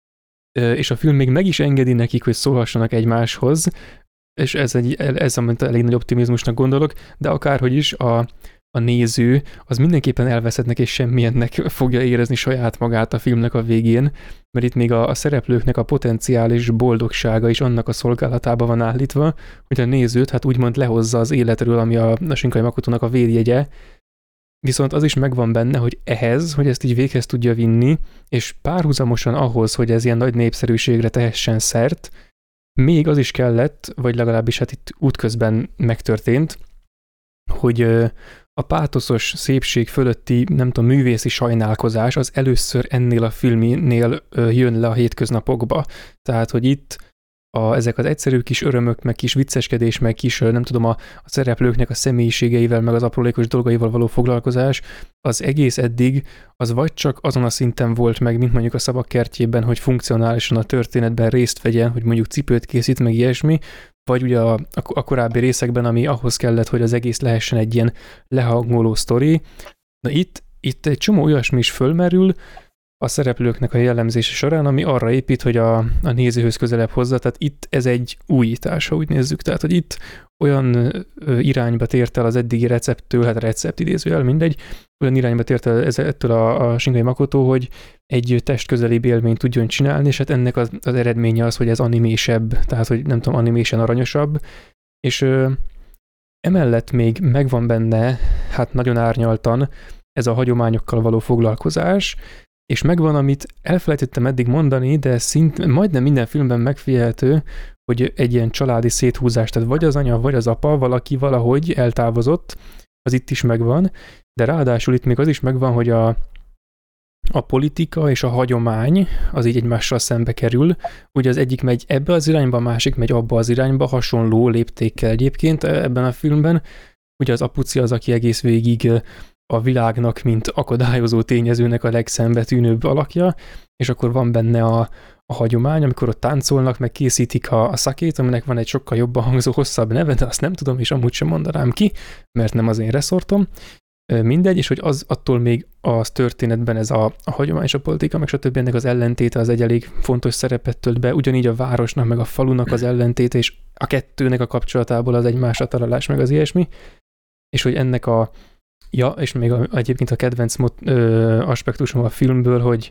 és a film még meg is engedi nekik, hogy szólhassanak egymáshoz, és ez amit elég nagy optimizmusnak gondolok, de akárhogy is a néző az mindenképpen elveszettnek és semmilyennek fogja érezni saját magát a filmnek a végén, mert itt még a szereplőknek a potenciális boldogsága is annak a szolgálatába van állítva, hogy a nézőt hát úgymond lehozza az életről, ami a Shinkai Makotónak a védjegye, viszont az is megvan benne, hogy hogy ezt így véghez tudja vinni, és párhuzamosan ahhoz, hogy ez ilyen nagy népszerűségre tehessen szert, még az is kellett, vagy legalábbis hát itt útközben megtörtént, hogy a pátoszos szépség fölötti, nem tudom, művészi sajnálkozás az először ennél a filmnél jön le a hétköznapokba. Tehát, hogy itt ezek az egyszerű kis örömök, meg kis vicceskedés, meg kis, nem tudom, a szereplőknek a személyiségeivel, meg az aprólékos dolgaival való foglalkozás, az egész eddig, az vagy csak azon a szinten volt meg, mint mondjuk a Szabak kertjében, hogy funkcionálisan a történetben részt vegyen, hogy mondjuk cipőt készít, meg ilyesmi, vagy ugye a korábbi részekben, ami ahhoz kellett, hogy az egész lehessen egy ilyen lehangoló sztori. Na itt egy csomó olyasmi is fölmerül, a szereplőknek a jellemzése során, ami arra épít, hogy a nézőhöz közelebb hozza, tehát itt ez egy újítás, ha úgy nézzük, tehát hogy itt olyan irányba tért el az eddigi recepttől, hát recept idézőjel, mindegy, olyan irányba tért el ettől a Shinkai Makoto, hogy egy testközelibb élményt tudjon csinálni, és hát ennek az eredménye az, hogy ez animésebb, tehát hogy nem tudom, animésen aranyosabb, és emellett még megvan benne, hát nagyon árnyaltan, ez a hagyományokkal való foglalkozás, és megvan, amit elfelejtettem eddig mondani, de majdnem minden filmben megfigyelhető, hogy egy ilyen családi széthúzás, tehát vagy az anya, vagy az apa, valaki valahogy eltávozott, az itt is megvan, de ráadásul itt még az is megvan, hogy a politika és a hagyomány az így egymással szembe kerül. Ugye az egyik megy ebbe az irányba, a másik megy abba az irányba, hasonló léptékkel egyébként ebben a filmben. Ugye az apuci az, aki egész végig a világnak, mint akadályozó tényezőnek a legszembetűnőbb alakja, és akkor van benne a hagyomány, amikor ott táncolnak, meg készítik a szakét, aminek van egy sokkal jobban hangzó, hosszabb neve, de azt nem tudom, és amúgy sem mondanám ki, mert nem az én reszortom. mindegy, és hogy az attól még az történetben ez a hagyomány és a politika, meg stb. Ennek az ellentéte az egy elég fontos szerepet tölt be, ugyanígy a városnak, meg a falunak az ellentéte, és a kettőnek a kapcsolatából az egymásra találás, meg az ilyesmi, és hogy ennek és még egyébként a kedvenc aspektusom a filmből, hogy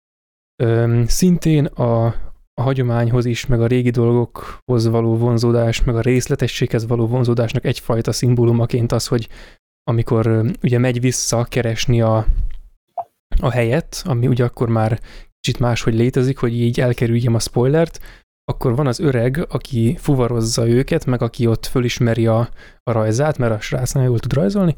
szintén a hagyományhoz is, meg a régi dolgokhoz való vonzódás, meg a részletességhez való vonzódásnak egyfajta szimbólumaként az, hogy amikor ugye megy vissza keresni a helyet, ami ugye akkor már kicsit máshogy létezik, hogy így elkerüljem a spoilert, akkor van az öreg, aki fuvarozza őket, meg aki ott fölismeri a rajzát, mert a srác nagyon jól tud rajzolni,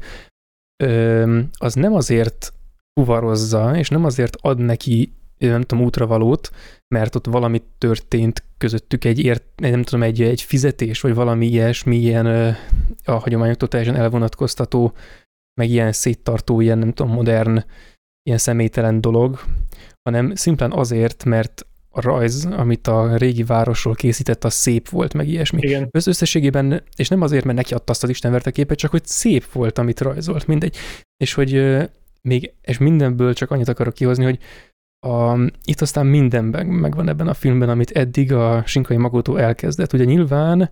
az nem azért fuvarozza, és nem azért ad neki, nem tudom, útravalót, mert ott valami történt közöttük egy fizetés, vagy valami ilyesmi, ilyen a hagyományoktól teljesen elvonatkoztató, meg ilyen széttartó, ilyen nem tudom, modern, ilyen személytelen dolog, hanem szimplán azért, mert a rajz, amit a régi városról készített, az szép volt, meg ilyesmi. Igen. Összességében, és nem azért, mert neki adta azt az istenverte képet, csak hogy szép volt, amit rajzolt, mindegy. És hogy és mindenből csak annyit akarok kihozni, hogy itt aztán mindenben megvan ebben a filmben, amit eddig a Shinkai Makoto elkezdett. Ugye nyilván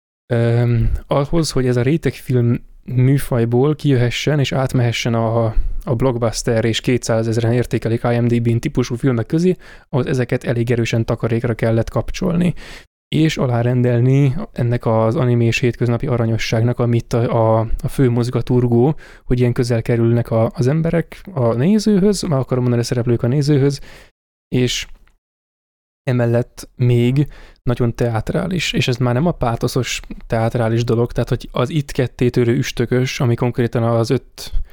ahhoz, hogy ez a rétegfilm műfajból kijöhessen és átmehessen a blockbuster és 200 000-en értékelik IMDb-n típusú filmek közé, ahhoz ezeket elég erősen takarékra kellett kapcsolni, és alárendelni ennek az animés hétköznapi aranyosságnak, amit a fő mozgaturgó, hogy ilyen közel kerülnek az emberek a nézőhöz, már akarom mondani a szereplők a nézőhöz, és emellett még nagyon teátrális, és ez már nem a pátoszos teátrális dolog, tehát hogy az itt ketté törő üstökös, ami konkrétan az 5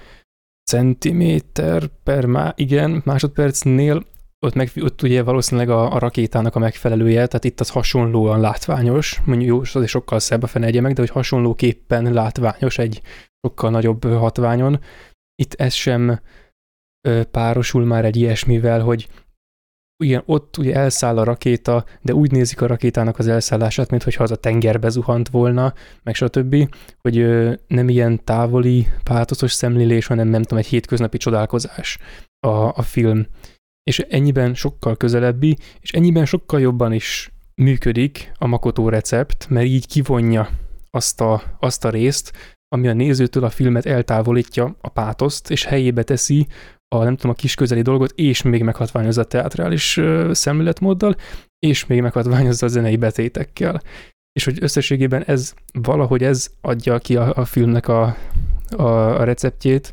centiméter per másodpercnél, ott ugye valószínűleg a rakétának a megfelelője, tehát itt az hasonlóan látványos, mondjuk jó, az sokkal szebb a fene egye meg, de hogy hasonlóképpen látványos egy sokkal nagyobb hatványon. Itt ez sem párosul már egy ilyesmivel, hogy igen, ott ugye elszáll a rakéta, de úgy nézik a rakétának az elszállását, mintha az a tengerbe zuhant volna, meg stb., hogy nem ilyen távoli, pátoszos szemlélés, hanem nem tudom, egy hétköznapi csodálkozás a film. És ennyiben sokkal közelebbi, és ennyiben sokkal jobban is működik a Makoto recept, mert így kivonja azt a részt, ami a nézőtől a filmet eltávolítja a pátoszt, és helyébe teszi a kis közeli dolgot, és még meghatványozza a teátrális szemléletmóddal, és még meghatványozza a zenei betétekkel. És hogy összességében valahogy ez adja ki a filmnek a receptjét,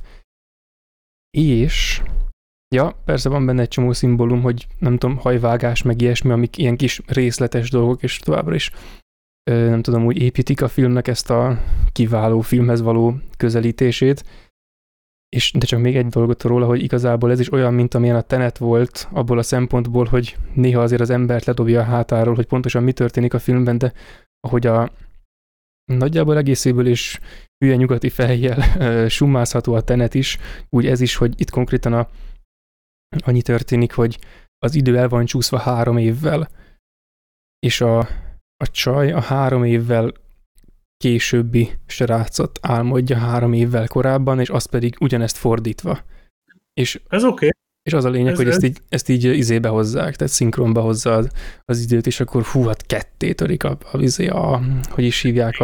és ja, persze van benne egy csomó szimbólum, hogy nem tudom, hajvágás, meg ilyesmi, amik ilyen kis részletes dolgok, és továbbra is nem tudom, úgy építik a filmnek ezt a kiváló filmhez való közelítését, de csak még egy dolgot róla, hogy igazából ez is olyan, mint amilyen a Tenet volt, abból a szempontból, hogy néha azért az embert ledobja a hátáról, hogy pontosan mi történik a filmben, de ahogy nagyjából egészéből is hülye nyugati fejjel summázható a Tenet is, úgy ez is, hogy itt konkrétan annyi történik, hogy az idő el van csúszva 3 évvel, és a csaj a 3 évvel későbbi srácot álmodja 3 évvel korábban, és azt pedig ugyanezt fordítva. És ez oké. És az a lényeg, hogy ezt így izébe hozzák, tehát szinkronba hozza az időt, és akkor hát ketté törik hogy is hívják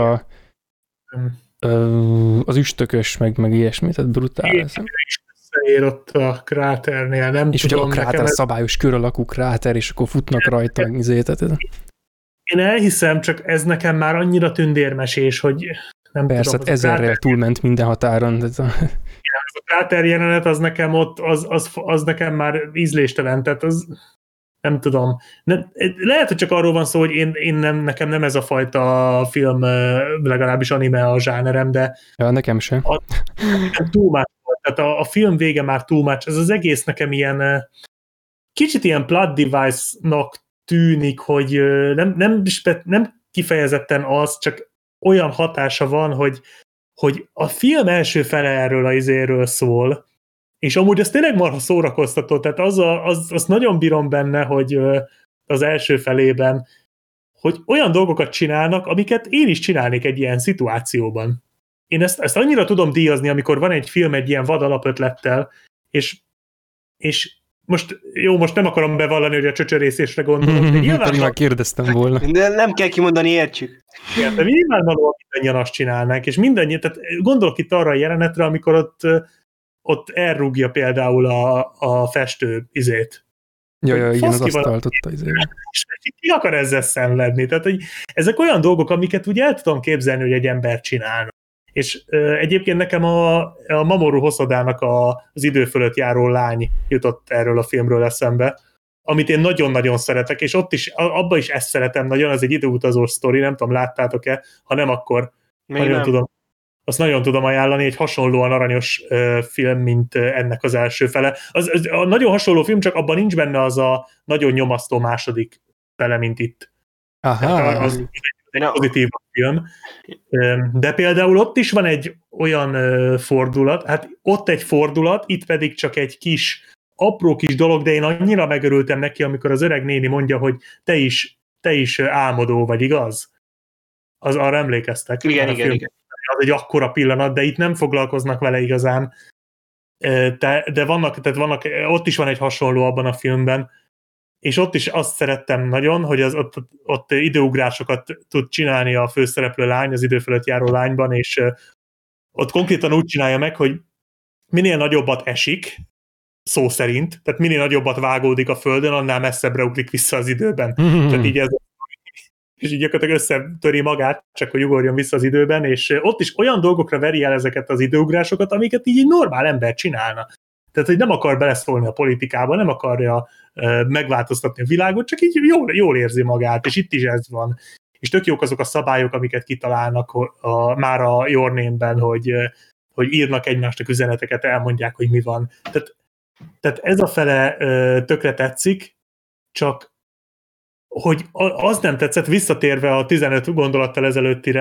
az üstökös, meg ilyesmi, tehát brutál. Összeér ott a kráternél, nem és tudom. És ugye a kráter szabályos kör alakú kráter, és akkor futnak rajta izétet. Én elhiszem, csak ez nekem már annyira tündérmesés, hogy nem persze, tudom. Persze, 1000-rel túlment minden határon. Ez a kráter jelenet, az nekem ott, az nekem már ízléstelen, tehát az nem tudom. Lehet, hogy csak arról van szó, hogy nekem nem ez a fajta film, legalábbis anime a zsánerem, de ja, nekem sem. Too much volt. Tehát a film vége már too much. Ez az egész nekem ilyen kicsit ilyen plot device-nak tűnik, hogy nem kifejezetten az, csak olyan hatása van, hogy a film első fele erről a izéről szól, és amúgy ez tényleg marha szórakoztató, tehát azt nagyon bírom benne, hogy az első felében, hogy olyan dolgokat csinálnak, amiket én is csinálnék egy ilyen szituációban. én ezt annyira tudom díjazni, amikor van egy film egy ilyen vad alapötlettel, és most nem akarom bevallani, hogy a csöcsörészésre gondolok, de nyilván... Pedig már kérdeztem volna. De nem kell kimondani, értjük. Igen, de nyilvánvalóan mindannyian azt csinálnák, és mindannyian, tehát gondolok itt arra a jelenetre, amikor ott elrúgja például a festő izét. Ja, igen, az asztalt ott az izét. És ki akar ezzel szenvedni? Tehát, hogy ezek olyan dolgok, amiket úgy el tudom képzelni, hogy egy ember csinálna. És egyébként nekem a Mamoru Hosodának az idő fölött járó lány jutott erről a filmről eszembe, amit én nagyon-nagyon szeretek, és abban is ezt szeretem nagyon, az egy időutazós sztori, nem tudom, láttátok-e, ha nem, akkor azt nagyon tudom ajánlani, egy hasonlóan aranyos film, mint ennek az első fele. A nagyon hasonló film, csak abban nincs benne az a nagyon nyomasztó második fele, mint itt. Aha. Egy pozitív film. De például ott is van egy olyan fordulat, hát ott egy fordulat, itt pedig csak egy apró kis dolog, de én annyira megörültem neki, amikor az öreg néni mondja, hogy te is álmodó vagy, igaz? Arra emlékeztek? Igen. Az egy akkora pillanat, de itt nem foglalkoznak vele igazán. De vannak, ott is van egy hasonló abban a filmben, és ott is azt szerettem nagyon, hogy ott időugrásokat tud csinálni a főszereplő lány, az idő fölött járó lányban, és ott konkrétan úgy csinálja meg, hogy minél nagyobbat esik, szó szerint, tehát minél nagyobbat vágódik a földön, annál messzebbre ugrik vissza az időben. Tehát így és így gyakorlatilag összetöri magát, csak hogy ugorjon vissza az időben, és ott is olyan dolgokra veri el ezeket az időugrásokat, amiket így egy normál ember csinálna. Tehát, hogy nem akar beleszólni a politikába, nem akarja megváltoztatni a világot, csak így jól érzi magát, és itt is ez van. És tök jók azok a szabályok, amiket kitalálnak már a Your Name-ben, hogy írnak egymásnak üzeneteket, elmondják, hogy mi van. Tehát ez a fele tökre tetszik, csak hogy az nem tetszett, visszatérve a 15 gondolattal ezelőttire,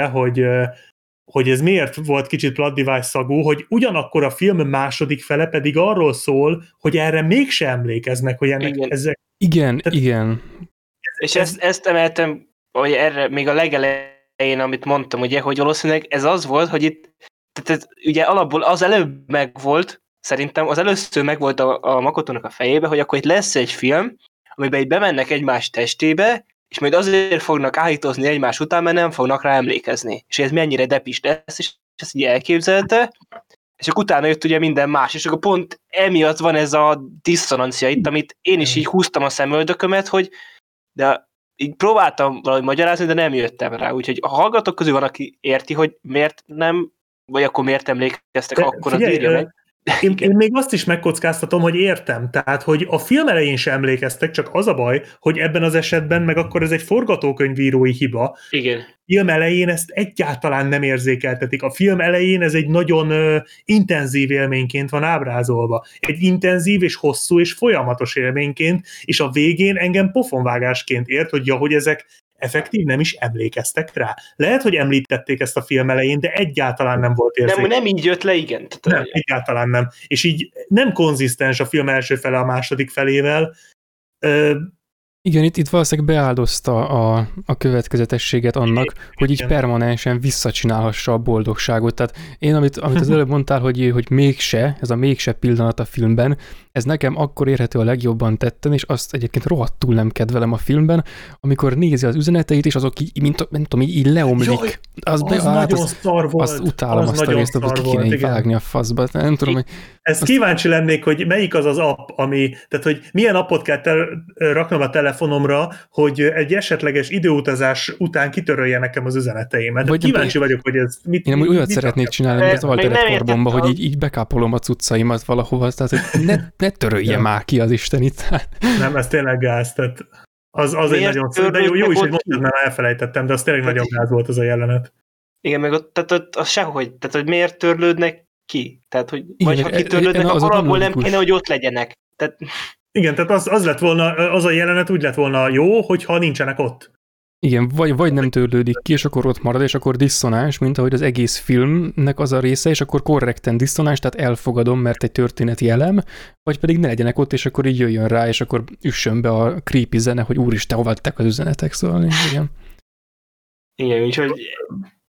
hogy ez miért volt kicsit plot device szagú, hogy ugyanakkor a film második fele pedig arról szól, hogy erre mégse emlékeznek, hogy ennek ezek... Igen. És ezt emeltem, hogy erre még a legelején, amit mondtam, ugye, hogy valószínűleg ez az volt, hogy itt, tehát ugye alapból az előbb megvolt, szerintem az először megvolt a Makotónak a fejébe, hogy akkor itt lesz egy film, amiben így bemennek egymás testébe, és majd azért fognak állítozni egymás után, mert nem fognak rá emlékezni. És ez mennyire depis lesz, és ezt így elképzelte, és akkor utána jött ugye minden más, és akkor pont emiatt van ez a diszonancia itt, amit én is így húztam a szemöldökömet, hogy de így próbáltam valahogy magyarázni, de nem jöttem rá. Úgyhogy a hallgatók közül van, aki érti, hogy miért nem, vagy akkor miért emlékeztek, akkor az írja meg. Én még azt is megkockáztatom, hogy értem. Tehát, hogy a film elején sem emlékeztek, csak az a baj, hogy ebben az esetben meg akkor ez egy forgatókönyvírói hiba. Igen. A film elején ezt egyáltalán nem érzékeltetik. A film elején ez egy nagyon intenzív élményként van ábrázolva. Egy intenzív és hosszú és folyamatos élményként, és a végén engem pofonvágásként ért, hogy ezek effektív nem is emlékeztek rá. Lehet, hogy említették ezt a film elején, de egyáltalán nem volt érzékelhető. Nem így jött le, igen. Nem, egyáltalán nem. És így nem konzisztens a film első fele a második felével. Igen, itt valószínűleg beáldozta a következetességet annak, hogy így permanensen visszacsinálhassa a boldogságot. Tehát én, amit az előbb mondtál, hogy mégse, ez a mégse pillanat a filmben, ez nekem akkor érhető a legjobban tetten, és azt egyébként rohadtul nem kedvelem a filmben, amikor nézi az üzeneteit, és azok így, nem tudom, így leomlik. Jaj, az nagyon szar volt. Azt utálom azt a részt, hogy ki kéne így vágni a faszba. Nem tudom, ezt kíváncsi lennék, hogy melyik az app, tehát hogy milyen appot kell raknom a telefonomra, hogy egy esetleges időutazás után kitörölje nekem az üzeneteimet. Vagy kíváncsi vagyok, hogy ez mit... Én olyat szeretnék csinálni, mint az Altered Carbonba, hogy így bekápolom a cuccaimat valahova, tehát hogy ne törölje már ki az Istenit. Nem, ez tényleg gáz, tehát az egy nagyon szó, de jó is, hogy mondtad, mert elfelejtettem, de az tényleg nagyon gáz volt az a jelenet. Igen, meg ott az sehogy, tehát hogy miért törlődnek ki? Tehát, hogy vagy ha kitörlődnek, akkor abból nem kéne, hogy ott legyenek. Tehát... Igen, tehát az lett volna, az a jelenet úgy lett volna jó, hogyha nincsenek ott. Igen, vagy nem törlődik ki, és akkor ott marad, és akkor diszonáns, mint ahogy az egész filmnek az a része, és akkor korrekten diszonáns, tehát elfogadom, mert egy történeti elem, vagy pedig ne legyenek ott, és akkor így jöjjön rá, és akkor üssön be a creepy zene, hogy úristen, hova lettek az üzenetek, szóval igen. Igen, úgyhogy...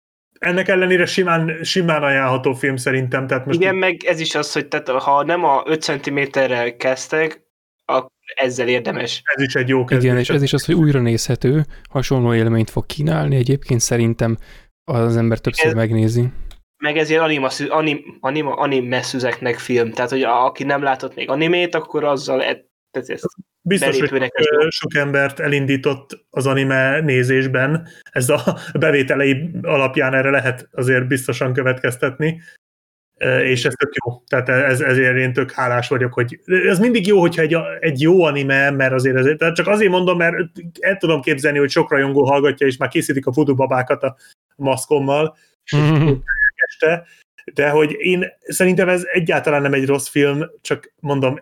ennek ellenére simán ajánlható film szerintem. Tehát most igen, meg ez is az, hogy tehát, ha nem a 5 cm-rel kezdtek, akkor ezzel érdemes. Ez is egy jó kezdés. Igen, és ez is az, hogy újra nézhető, hasonló élményt fog kínálni, egyébként szerintem az ember többször megnézi. Meg ez ilyen anime-szüzeknek film, tehát hogy aki nem látott még animét, akkor azzal biztos, hogy sok embert elindított az anime nézésben, ez a bevételei alapján erre lehet azért biztosan következtetni, és ez tök jó. Tehát ezért én tök hálás vagyok, hogy ez mindig jó, hogyha egy jó anime, mert azért tehát csak azért mondom, mert el tudom képzelni, hogy sok rajongó hallgatja, és már készítik a voodoo babákat a maszkommal, este, de hogy én szerintem ez egyáltalán nem egy rossz film, csak mondom,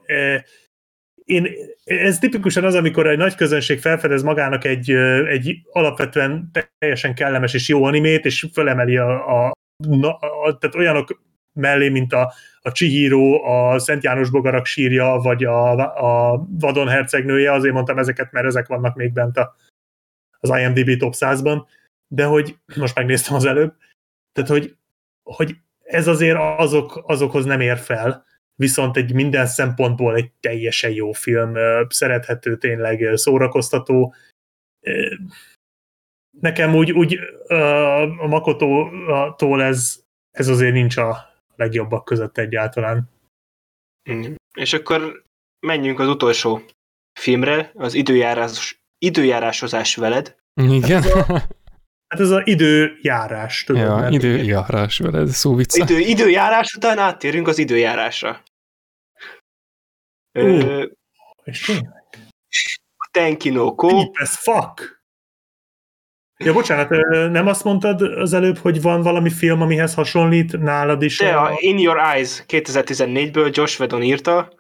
ez tipikusan az, amikor egy nagy közönség felfedez magának egy alapvetően teljesen kellemes és jó animét, és fölemeli tehát olyanok mellé, mint a Chihiro, a Szent János Bogarak sírja, vagy a Vadon hercegnője, azért mondtam ezeket, mert ezek vannak még bent az IMDb Top 100-ban, de hogy most megnéztem az előbb, tehát hogy ez azért azokhoz nem ér fel, viszont egy minden szempontból egy teljesen jó film, szerethető, tényleg szórakoztató. Nekem úgy a Makotótól ez azért nincs a legjobbak között egyáltalán. És akkor menjünk az utolsó filmre, az időjárásozás veled. Igen. Hát ez az időjárás, tudod. Ja, időjárás veled, szó vicca. Időjárás után áttérünk az időjárásra. És tényleg? Tenkinoko. Deep as fuck! Ja, bocsánat, nem azt mondtad az előbb, hogy van valami film, amihez hasonlít nálad is? De a In Your Eyes 2014-ből Joss Whedon írta.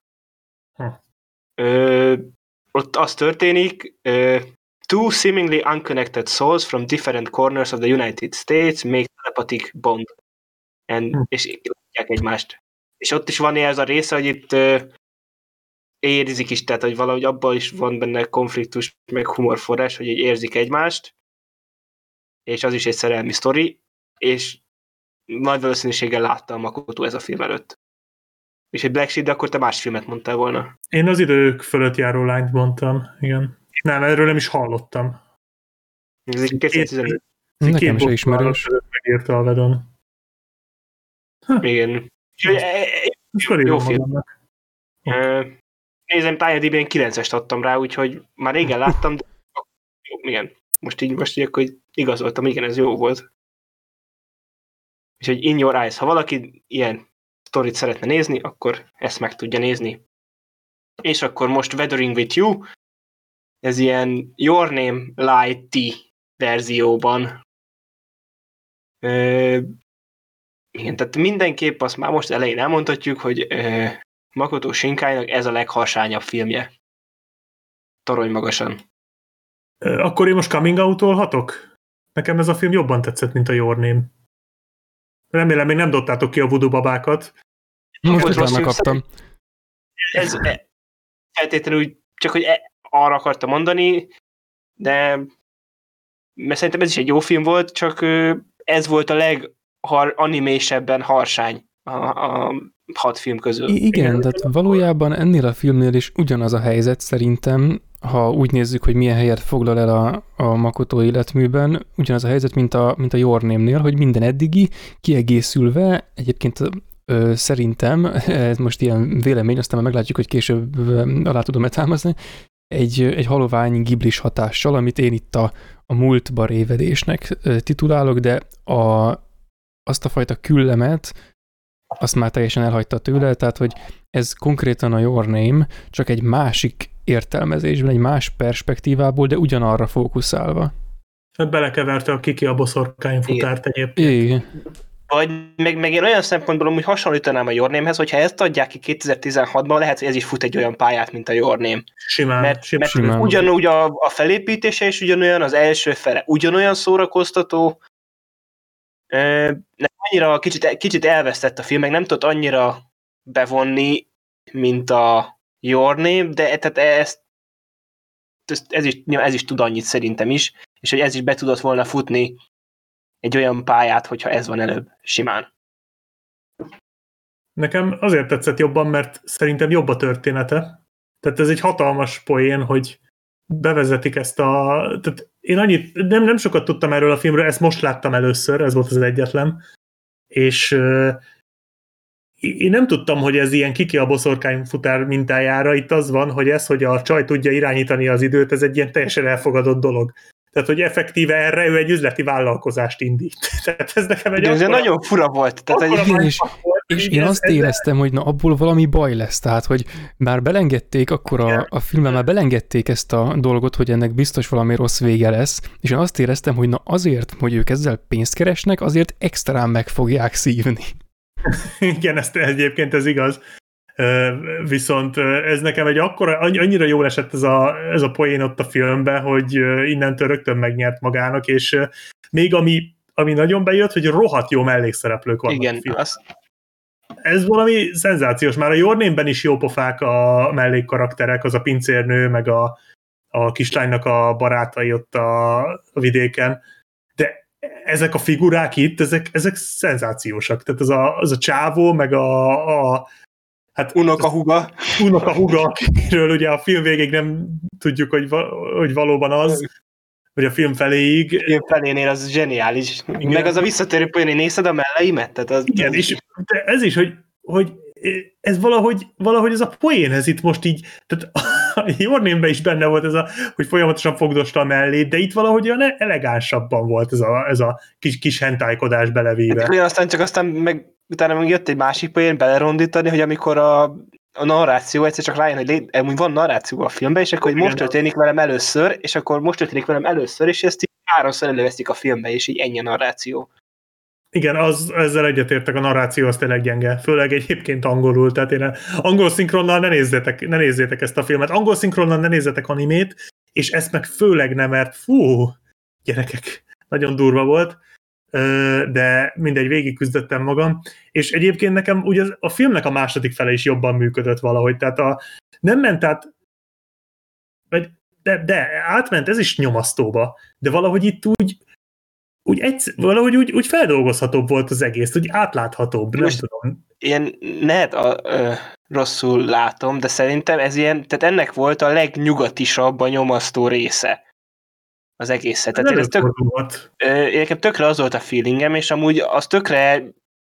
Ott az történik, two seemingly unconnected souls from different corners of the United States make telepathic bond. És látják egymást. És ott is van ez a része, hogy itt érzik is, tehát hogy valahogy abban is van benne konfliktus, meg humorforrás, hogy így érzik egymást, és az is egy szerelmi sztori, és nagy valószínűséggel látta a Makoto ez a film előtt. És egy Black Sheep, de akkor te más filmet mondtál volna. Én az idők fölött járó lányt mondtam, igen. Nem, erről nem is hallottam. Ez egy 2014. Nekem is ismerős. Megírta a Whedon. Igen. Jó film. Nézem, IMDb-en 9-est adtam rá, úgyhogy már régen láttam, de jó, igen. Most így akkor igazoltam, igen, ez jó volt. És hogy In Your Eyes, ha valaki ilyen sztorit szeretne nézni, akkor ezt meg tudja nézni. És akkor most Weathering with You, ez ilyen Your Name Light verzióban. Igen, tehát mindenképp azt már most elején elmondhatjuk, hogy Makoto Shinkai-nak ez a legharsányabb filmje. Torony magasan. Akkor én most coming out-olhatok? Nekem ez a film jobban tetszett, mint a Your Name. Remélem, még nem dobtátok ki a voodoo babákat. Most utána kaptam. Ez feltétlenül csak, hogy arra akartam mondani, de mert szerintem ez is egy jó film volt, csak ez volt a leganimésebben harsány a 6 film közül. Igen, tehát valójában ennél a filmnél is ugyanaz a helyzet szerintem, ha úgy nézzük, hogy milyen helyet foglal el a Makoto életműben, ugyanaz a helyzet, mint a Your Name-nél, hogy minden eddigi kiegészülve, egyébként szerintem, ez most ilyen vélemény, aztán már meglátjuk, hogy később alá tudom támasztani, egy halovány giblis hatással, amit én itt a múltba révedésnek titulálok, de azt a fajta küllemet, azt már teljesen elhagyta tőle, tehát hogy ez konkrétan a Your Name, csak egy másik értelmezésben, egy más perspektívából, de ugyanarra fókuszálva. Hát belekeverte a Kiki a boszorkány futárt egyébként. Igen. Vagy meg én olyan szempontból amúgy hasonlítanám a Your Name-hez, hogyha ezt adják ki 2016-ban, lehet, hogy ez is fut egy olyan pályát, mint a Your Name. Simán. Mert ugyanúgy a felépítése is ugyanolyan, az első fele ugyanolyan szórakoztató, annyira kicsit elvesztett a film, meg nem tudott annyira bevonni, mint a Your Name, de tehát ez is tud annyit szerintem is, és hogy ez is be tudott volna futni egy olyan pályát, hogyha ez van előbb, simán. Nekem azért tetszett jobban, mert szerintem jobb a története. Tehát ez egy hatalmas poén, hogy bevezetik ezt a... Tehát én annyit, nem sokat tudtam erről a filmről, ezt most láttam először, ez volt az egyetlen, és én nem tudtam, hogy ez ilyen kiki a boszorkányfutár mintájára, itt az van, hogy a csaj tudja irányítani az időt, ez egy ilyen teljesen elfogadott dolog. Tehát, hogy effektíve erre ő egy üzleti vállalkozást indít. Tehát ez nekem egy akkora, nagyon fura volt. Tehát igen, és én azt éreztem, hogy na abból valami baj lesz. Tehát, hogy már belengedték, akkor a filmben már belengedték ezt a dolgot, hogy ennek biztos valami rossz vége lesz, és én azt éreztem, hogy na azért, hogy ők ezzel pénzt keresnek, azért extrán meg fogják szívni. Igen, egyébként ez igaz. Viszont ez nekem egy annyira jól esett ez a poén ott a filmben, hogy innentől rögtön megnyert magának, és még ami nagyon bejött, hogy rohadt jó mellékszereplők vannak. Igen, ez valami szenzációs. Már a Your Name-ben is jó pofák a mellékkarakterek, az a pincérnő, meg a kislánynak a barátai ott a vidéken, de ezek a figurák itt, ezek szenzációsak. Tehát az a csávó, meg hát unokahuga, akiről ugye a film végig nem tudjuk, hogy valóban az, vagy a film feléig. A film felénél az zseniális. Igen. Meg az a visszatérő poén, hogy nézed a melleimet? Tehát igen, és de ez is, hogy ez valahogy ez a poén, ez itt most így, tehát a Your Name-ben is benne volt ez hogy folyamatosan fogdosta a mellét, de itt valahogy olyan elegánsabban volt ez a kis hentájkodás belevéve. Hát, aztán utána meg jött egy másik poén belerondítani, hogy amikor a narráció egyszer csak rájön, hogy van narráció a filmben, és akkor most történik velem először, és ezt így 3-szor előveszik a filmbe, és így ennyi a narráció. Igen, ezzel egyetértek, a narráció az tényleg gyenge, főleg egyébként angolul, tehát én angol szinkronnal ne nézzétek ezt a filmet, angol szinkronnal ne nézzetek animét, és ezt meg főleg nem, mert gyerekek, nagyon durva volt, de mindegy, végig küzdöttem magam, és egyébként nekem ugye a filmnek a második fele is jobban működött valahogy, tehát nem ment át, de átment ez is nyomasztóba, de valahogy itt valahogy úgy feldolgozhatóbb volt az egész, úgy átláthatóbb, nem tudom. Én rosszul látom, de szerintem ez ilyen, tehát ennek volt a legnyugatisabb a nyomasztó része az egészet. Tehát tökre az volt a feelingem, és amúgy az tökre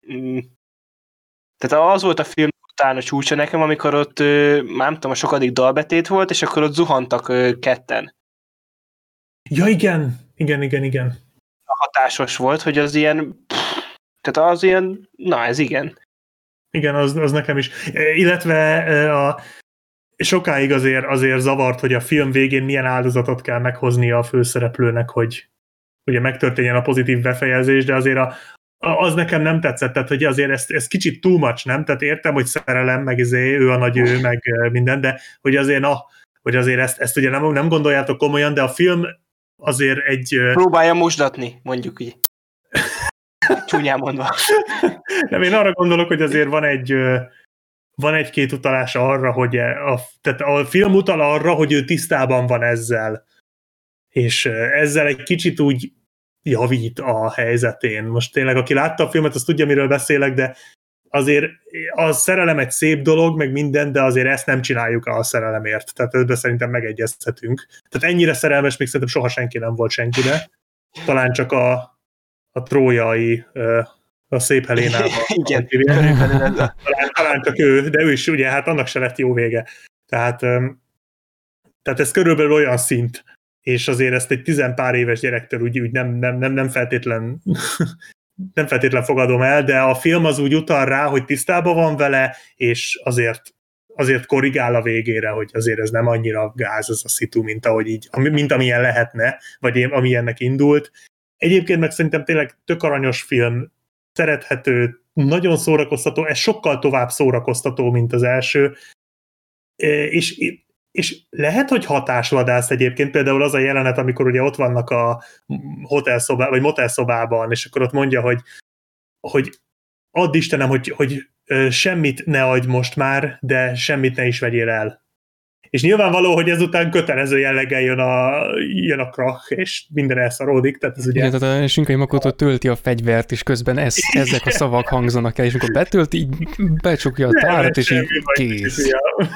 tehát az volt a film után a csúcsa nekem, amikor ott nem tudom, a sokadik dalbetét volt, és akkor ott zuhantak ketten. Ja, igen. Hatásos volt, hogy az ilyen, tehát az ilyen, na ez igen. Igen, az nekem is. Illetve sokáig azért zavart, hogy a film végén milyen áldozatot kell meghoznia a főszereplőnek, hogy ugye megtörténjen a pozitív befejezés, de azért az nekem nem tetszett, tehát hogy azért ez kicsit too much, nem? Tehát értem, hogy szerelem, meg ő a nagy ő, meg minden, de hogy azért ezt ugye nem gondoljátok komolyan, de a film azért próbálja mosdatni, mondjuk így. Csúnyán mondva. Nem, én arra gondolok, hogy azért van egy-két utalás arra, hogy tehát a film utal arra, hogy ő tisztában van ezzel. És ezzel egy kicsit úgy javít a helyzetén. Most tényleg, aki látta a filmet, az tudja, miről beszélek, de azért a szerelem egy szép dolog, meg minden, de azért ezt nem csináljuk a szerelemért. Tehát ebben szerintem megegyezhetünk. Tehát ennyire szerelmes még szerintem soha senki nem volt senkire. Talán csak a trójai, a szép Helénában. Igen. Talán csak ő, de ő is ugye, hát annak se lett jó vége. Tehát ez körülbelül olyan szint, és azért ezt egy 10 pár éves gyerektől úgy nem feltétlen nem feltétlen fogadom el, de a film az úgy utal rá, hogy tisztában van vele, és azért korrigál a végére, hogy azért ez nem annyira gáz ez a szitu, mint amilyen lehetne, vagy amilyennek indult. Egyébként meg szerintem tényleg tök aranyos film, szerethető, nagyon szórakoztató, ez sokkal tovább szórakoztató, mint az első, és lehet, hogy hatásvadász egyébként, például az a jelenet, amikor ugye ott vannak a hotelszobában, vagy motelszobában, és akkor ott mondja, hogy add Istenem, hogy semmit ne adj most már, de semmit ne is vegyél el. És nyilvánvaló, hogy ezután kötelező jelleggel jön a krach, és minden elszaródik, tehát ez ugye... Igen, tehát a Shinkai Makoto tölti a fegyvert, és közben ezek a szavak hangzanak el, és amikor betölti, így becsukja a tárat, és így kész.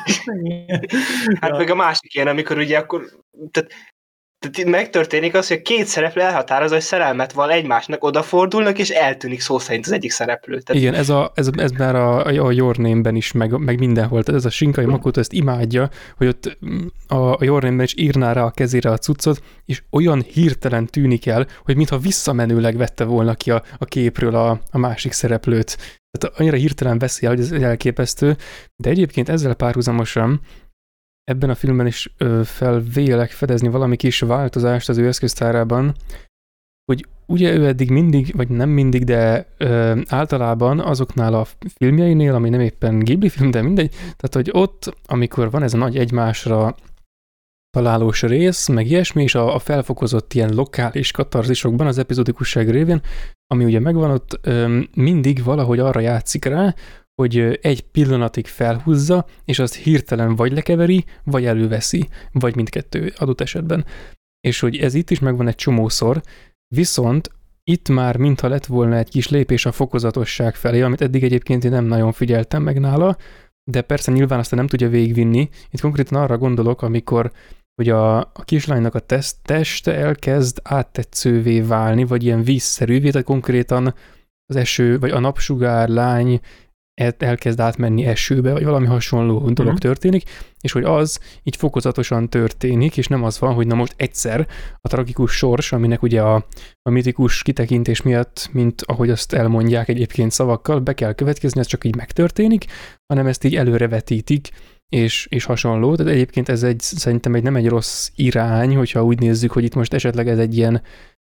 Hát meg a másik ilyen, amikor ugye akkor... Tehát megtörténik az, hogy a két szereplő elhatározza, hogy szerelmet van egymásnak, odafordulnak, és eltűnik szó szerint az egyik szereplő. Tehát... Igen, ez már a Your Name-ben is, meg mindenhol. Tehát ez a Shinkai Makoto ezt imádja, hogy ott a Your Name-ben is írná rá a kezére a cuccot, és olyan hirtelen tűnik el, hogy mintha visszamenőleg vette volna ki a képről a másik szereplőt. Tehát annyira hirtelen veszi el, hogy ez elképesztő, de egyébként ezzel párhuzamosan ebben a filmben is felvélek fedezni valami kis változást az ő eszköztárában, hogy ugye ő eddig mindig, vagy nem mindig, de általában azoknál a filmjeinél, ami nem éppen Ghibli film, de mindegy, tehát hogy ott, amikor van ez a nagy egymásra találós rész, meg ilyesmi, és a felfokozott ilyen lokális katarzisokban az epizódikusság révén, ami ugye megvan, ott mindig valahogy arra játszik rá, hogy egy pillanatig felhúzza, és azt hirtelen vagy lekeveri, vagy előveszi, vagy mindkettő adott esetben. És hogy ez itt is megvan egy csomószor, viszont itt már mintha lett volna egy kis lépés a fokozatosság felé, amit eddig egyébként én nem nagyon figyeltem meg nála, de persze nyilván aztán nem tudja végigvinni. Itt konkrétan arra gondolok, amikor hogy a kislánynak a teste elkezd áttetszővé válni, vagy ilyen vízszerűvé, tehát konkrétan az eső, vagy a napsugár lány elkezd átmenni esőbe, vagy valami hasonló dolog történik, és hogy az így fokozatosan történik, és nem az van, hogy na most egyszer a tragikus sors, aminek ugye a mitikus kitekintés miatt, mint ahogy azt elmondják egyébként szavakkal, be kell következni, ez csak így megtörténik, hanem ezt így előrevetítik, és hasonló. Tehát egyébként ez szerintem nem egy rossz irány, hogyha úgy nézzük, hogy itt most esetleg ez egy ilyen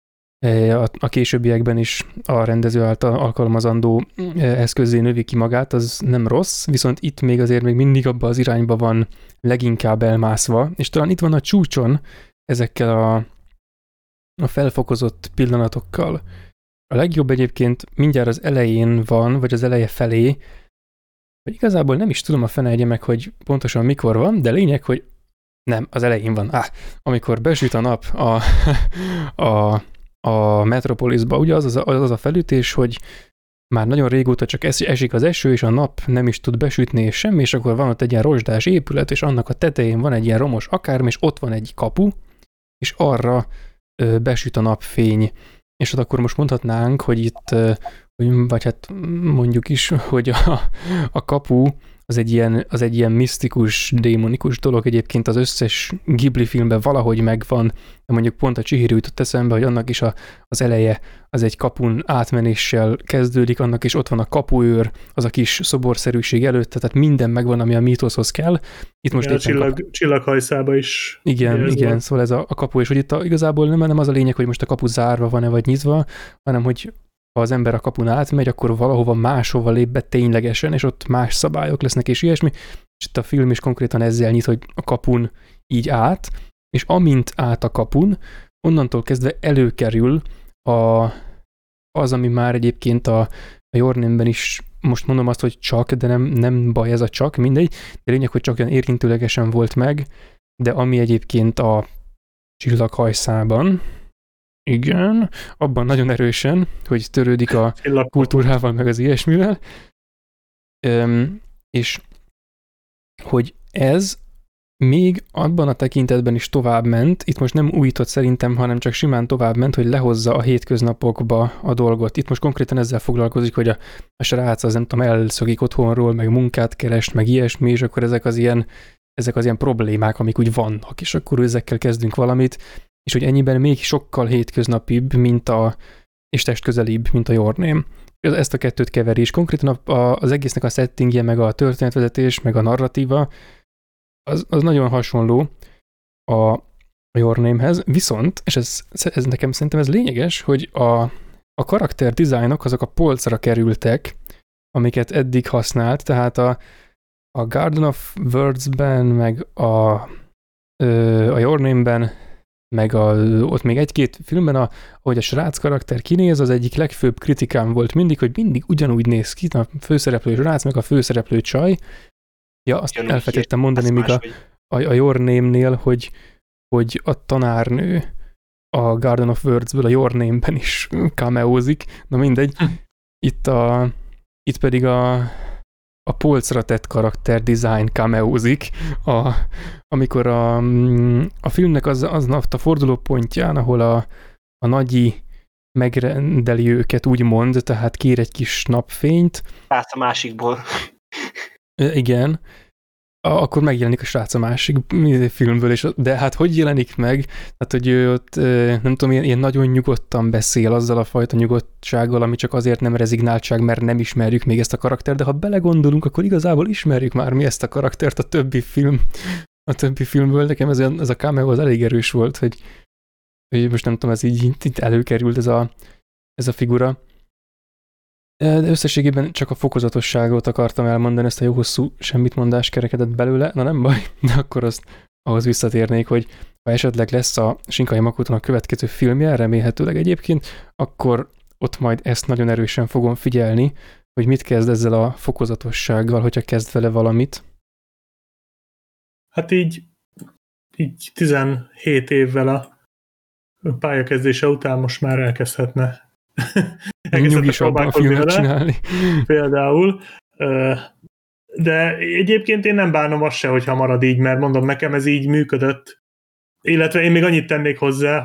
a későbbiekben is a rendező által alkalmazandó eszközzé növi ki magát, az nem rossz, viszont itt még azért még mindig abba az irányba van leginkább elmászva, és talán itt van a csúcson ezekkel a felfokozott pillanatokkal. A legjobb egyébként mindjárt az elején van, vagy az eleje felé, vagy igazából nem is tudom a fene egye meg, hogy pontosan mikor van, de lényeg, hogy nem, az elején van. Amikor besüt a nap a Metropolisba, ugye az a felütés, hogy már nagyon régóta csak esik az eső, és a nap nem is tud besütni és semmi, és akkor van ott egy ilyen rozsdás épület, és annak a tetején van egy ilyen romos akármi, és ott van egy kapu, és arra besüt a napfény. És ott akkor most mondhatnánk, hogy itt, vagy hát mondjuk is, hogy a kapu az egy ilyen misztikus, démonikus dolog, egyébként az összes Ghibli filmben valahogy megvan, de mondjuk pont a Chihiro jutott eszembe, hogy annak is az eleje az egy kapun átmenéssel kezdődik, annak is ott van a kapuőr, az a kis szoborszerűség előtt, tehát minden megvan, ami a mítoszhoz kell. Itt most a csillaghajszába is. Igen, szóval ez a kapu, és hogy itt igazából nem az a lényeg, hogy most a kapu zárva van-e vagy nyitva, hanem hogy ha az ember a kapun átmegy, akkor valahova máshova lép be ténylegesen, és ott más szabályok lesznek, és ilyesmi. És itt a film is konkrétan ezzel nyit, hogy a kapun így át, és amint át a kapun, onnantól kezdve előkerül az, ami már egyébként a Your Name-ben is, most mondom azt, hogy csak, de nem baj ez a csak, mindegy, de lényeg, hogy csak olyan érintőlegesen volt meg, de ami egyébként a Csillaghajszában, igen, abban nagyon erősen, hogy törődik a kultúrával, meg az ilyesmivel, és hogy ez még abban a tekintetben is tovább ment, itt most nem újított szerintem, hanem csak simán tovább ment, hogy lehozza a hétköznapokba a dolgot. Itt most konkrétan ezzel foglalkozik, hogy a srác az nem tudom, elszökik otthonról, meg munkát keres, meg ilyesmi, és akkor ezek az ilyen problémák, amik úgy vannak, és akkor ezekkel kezdünk valamit, és hogy ennyiben még sokkal hétköznapibb, és testközelibb, mint a Your Name. Ezt a kettőt keveri, és konkrétan az egésznek a settingje, meg a történetvezetés, meg a narratíva, az nagyon hasonló a Your Name-hez, viszont, és ez nekem szerintem ez lényeges, hogy a karakter dizájnok azok a polcra kerültek, amiket eddig használt, tehát a Garden of Words-ben, meg a Your Name-ben, meg ott még egy-két filmben, ahogy a srác karakter kinéz, az egyik legfőbb kritikám volt mindig, hogy mindig ugyanúgy néz ki, a főszereplő srác, meg a főszereplő csaj. Ja, azt elfelejtettem mondani, míg a Your Name-nél, hogy a tanárnő a Garden of Words-ből a Your Name-ben is cameózik. Na mindegy. Itt pedig a polcra tett karakter design cameózik, amikor a filmnek az a fordulópontján, ahol a nagyi megrendeli őket, úgymond, tehát kér egy kis napfényt. Srác a másikból. Igen. Akkor megjelenik a srác a másik filmből, de hát hogy jelenik meg? Hát, hogy ő ott, nem tudom, ilyen nagyon nyugodtan beszél, azzal a fajta nyugodtsággal, ami csak azért nem rezignáltság, mert nem ismerjük még ezt a karaktert, de ha belegondolunk, akkor igazából ismerjük már mi ezt a karaktert a többi filmből. Nekem ez a cameo az elég erős volt, hogy most nem tudom, ez így előkerült ez a figura. De összességében csak a fokozatosságot akartam elmondani, ezt a jó hosszú semmitmondás kerekedett belőle, na nem baj, de akkor ahhoz visszatérnék, hogy ha esetleg lesz a Shinkai Makoton a következő filmje, remélhetőleg egyébként, akkor ott majd ezt nagyon erősen fogom figyelni, hogy mit kezd ezzel a fokozatossággal, hogyha kezd vele valamit. Hát így 17 évvel a pályakezdése után most már elkezdhetne nyugisabban filmet csinálni. Például. De egyébként én nem bánom azt se, hogyha marad így, mert mondom, nekem ez így működött. Illetve én még annyit tennék hozzá,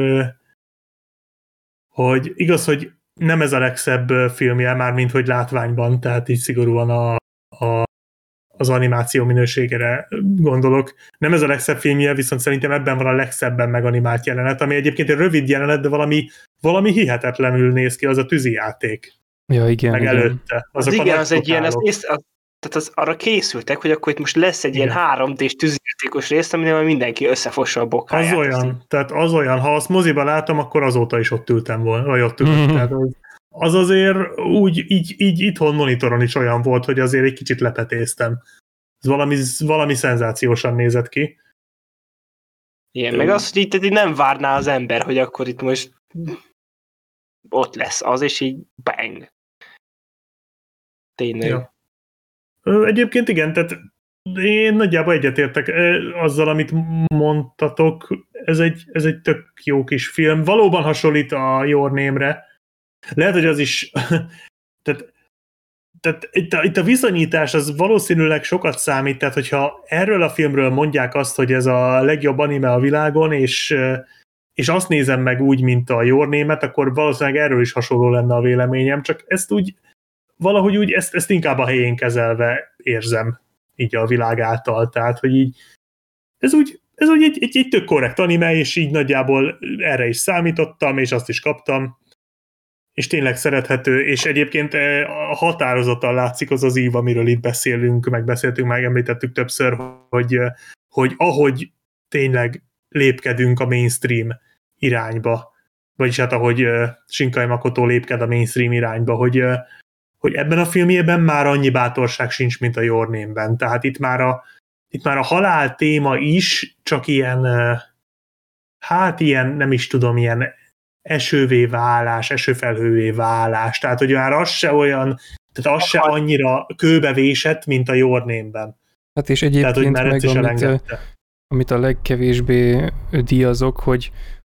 hogy igaz, hogy nem ez a legszebb filmje, már mint hogy látványban, tehát így szigorúan az animáció minőségére gondolok. Nem ez a legszebb filmje, viszont szerintem ebben van a legszebben meganimált jelenet, ami egyébként egy rövid jelenet, de valami hihetetlenül néz ki, az a tűzijáték. Ja, igen. Meg igen. előtte. Az egy ilyen, tehát arra készültek, hogy akkor itt most lesz egy ilyen 3D-s tűzijátékos rész, aminél mindenki összefossa a bokáját. Az olyan, ha azt moziba látom, akkor azóta is ott ültem volna, vagy ott ültem. Tehát az azért úgy, így itthon monitoron is olyan volt, hogy azért egy kicsit lepetéztem. Ez valami szenzációsan nézett ki. Igen, meg az, hogy itt nem várná az ember, hogy akkor itt most ott lesz az, és így bang. Tényleg. Ja. Egyébként igen, tehát én nagyjából egyetértek azzal, amit mondtatok. Ez egy tök jó kis film. Valóban hasonlít a Your Name-re. Lehet, hogy az is... tehát itt a viszonyítás az valószínűleg sokat számít, tehát hogyha erről a filmről mondják azt, hogy ez a legjobb anime a világon, és azt nézem meg úgy, mint a Your Name-et, akkor valószínűleg erről is hasonló lenne a véleményem, csak ezt úgy valahogy úgy ezt inkább a helyén kezelve érzem így a világ által, tehát hogy így ez úgy egy tök korrekt anime, és így nagyjából erre is számítottam, és azt is kaptam, és tényleg szerethető, és egyébként határozottan látszik az ív, amiről itt beszélünk, megbeszéltünk, megemlítettük többször, hogy ahogy tényleg lépkedünk a mainstream irányba, vagyis hát ahogy Shinkai Makoto lépked a mainstream irányba, hogy ebben a filmjében már annyi bátorság sincs, mint a Your Name-ben. Tehát itt már a halál téma is csak ilyen, nem is tudom, ilyen esővé válás, esőfelhővé válás. Tehát, hogy már az se olyan, tehát az se annyira kőbevésett, mint a Your Name-ben. Hát és egyébként meg amit a legkevésbé díjazok, hogy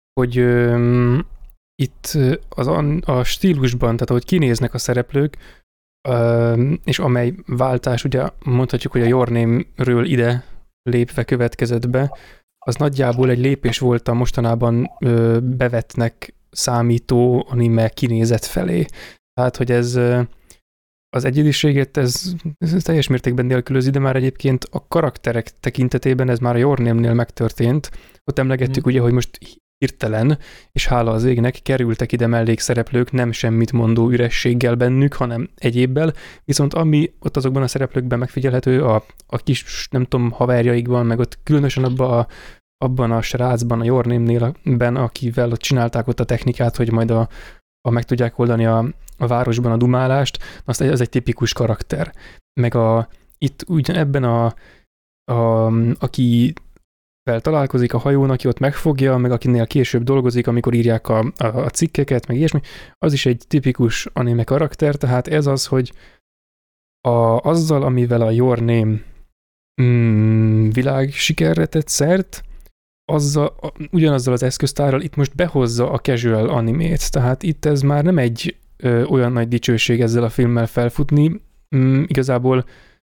itt a stílusban, tehát ahogy kinéznek a szereplők, és amely váltás, ugye mondhatjuk, hogy a Your Name-ről ide lépve következett be, az nagyjából egy lépés volt a mostanában bevetnek számító anime kinézet felé. Tehát, hogy ez az egyediséget ez teljes mértékben nélkülözi, de már egyébként a karakterek tekintetében ez már a Your Name-nél megtörtént. Ott emlegettük ugye, hogy most hirtelen, és hála az égnek kerültek ide mellékszereplők, nem semmit mondó ürességgel bennük, hanem egyébbel, viszont ami ott azokban a szereplőkben megfigyelhető, a kis, nem tudom, haverjaikban, meg ott különösen abban a srácban, a Your Name-nél, akivel ott csinálták ott a technikát, hogy majd meg tudják oldani a városban a dumálást, az egy tipikus karakter. Meg itt ugyanebben aki találkozik a hajón, aki ott megfogja, meg akinél később dolgozik, amikor írják a cikkeket, meg ilyesmi, az is egy tipikus anime karakter, tehát ez az, hogy azzal, amivel a Your Name világsikerre tett szert, ugyanazzal az eszköztárral itt most behozza a casual animét, tehát itt ez már nem egy olyan nagy dicsőség ezzel a filmmel felfutni, igazából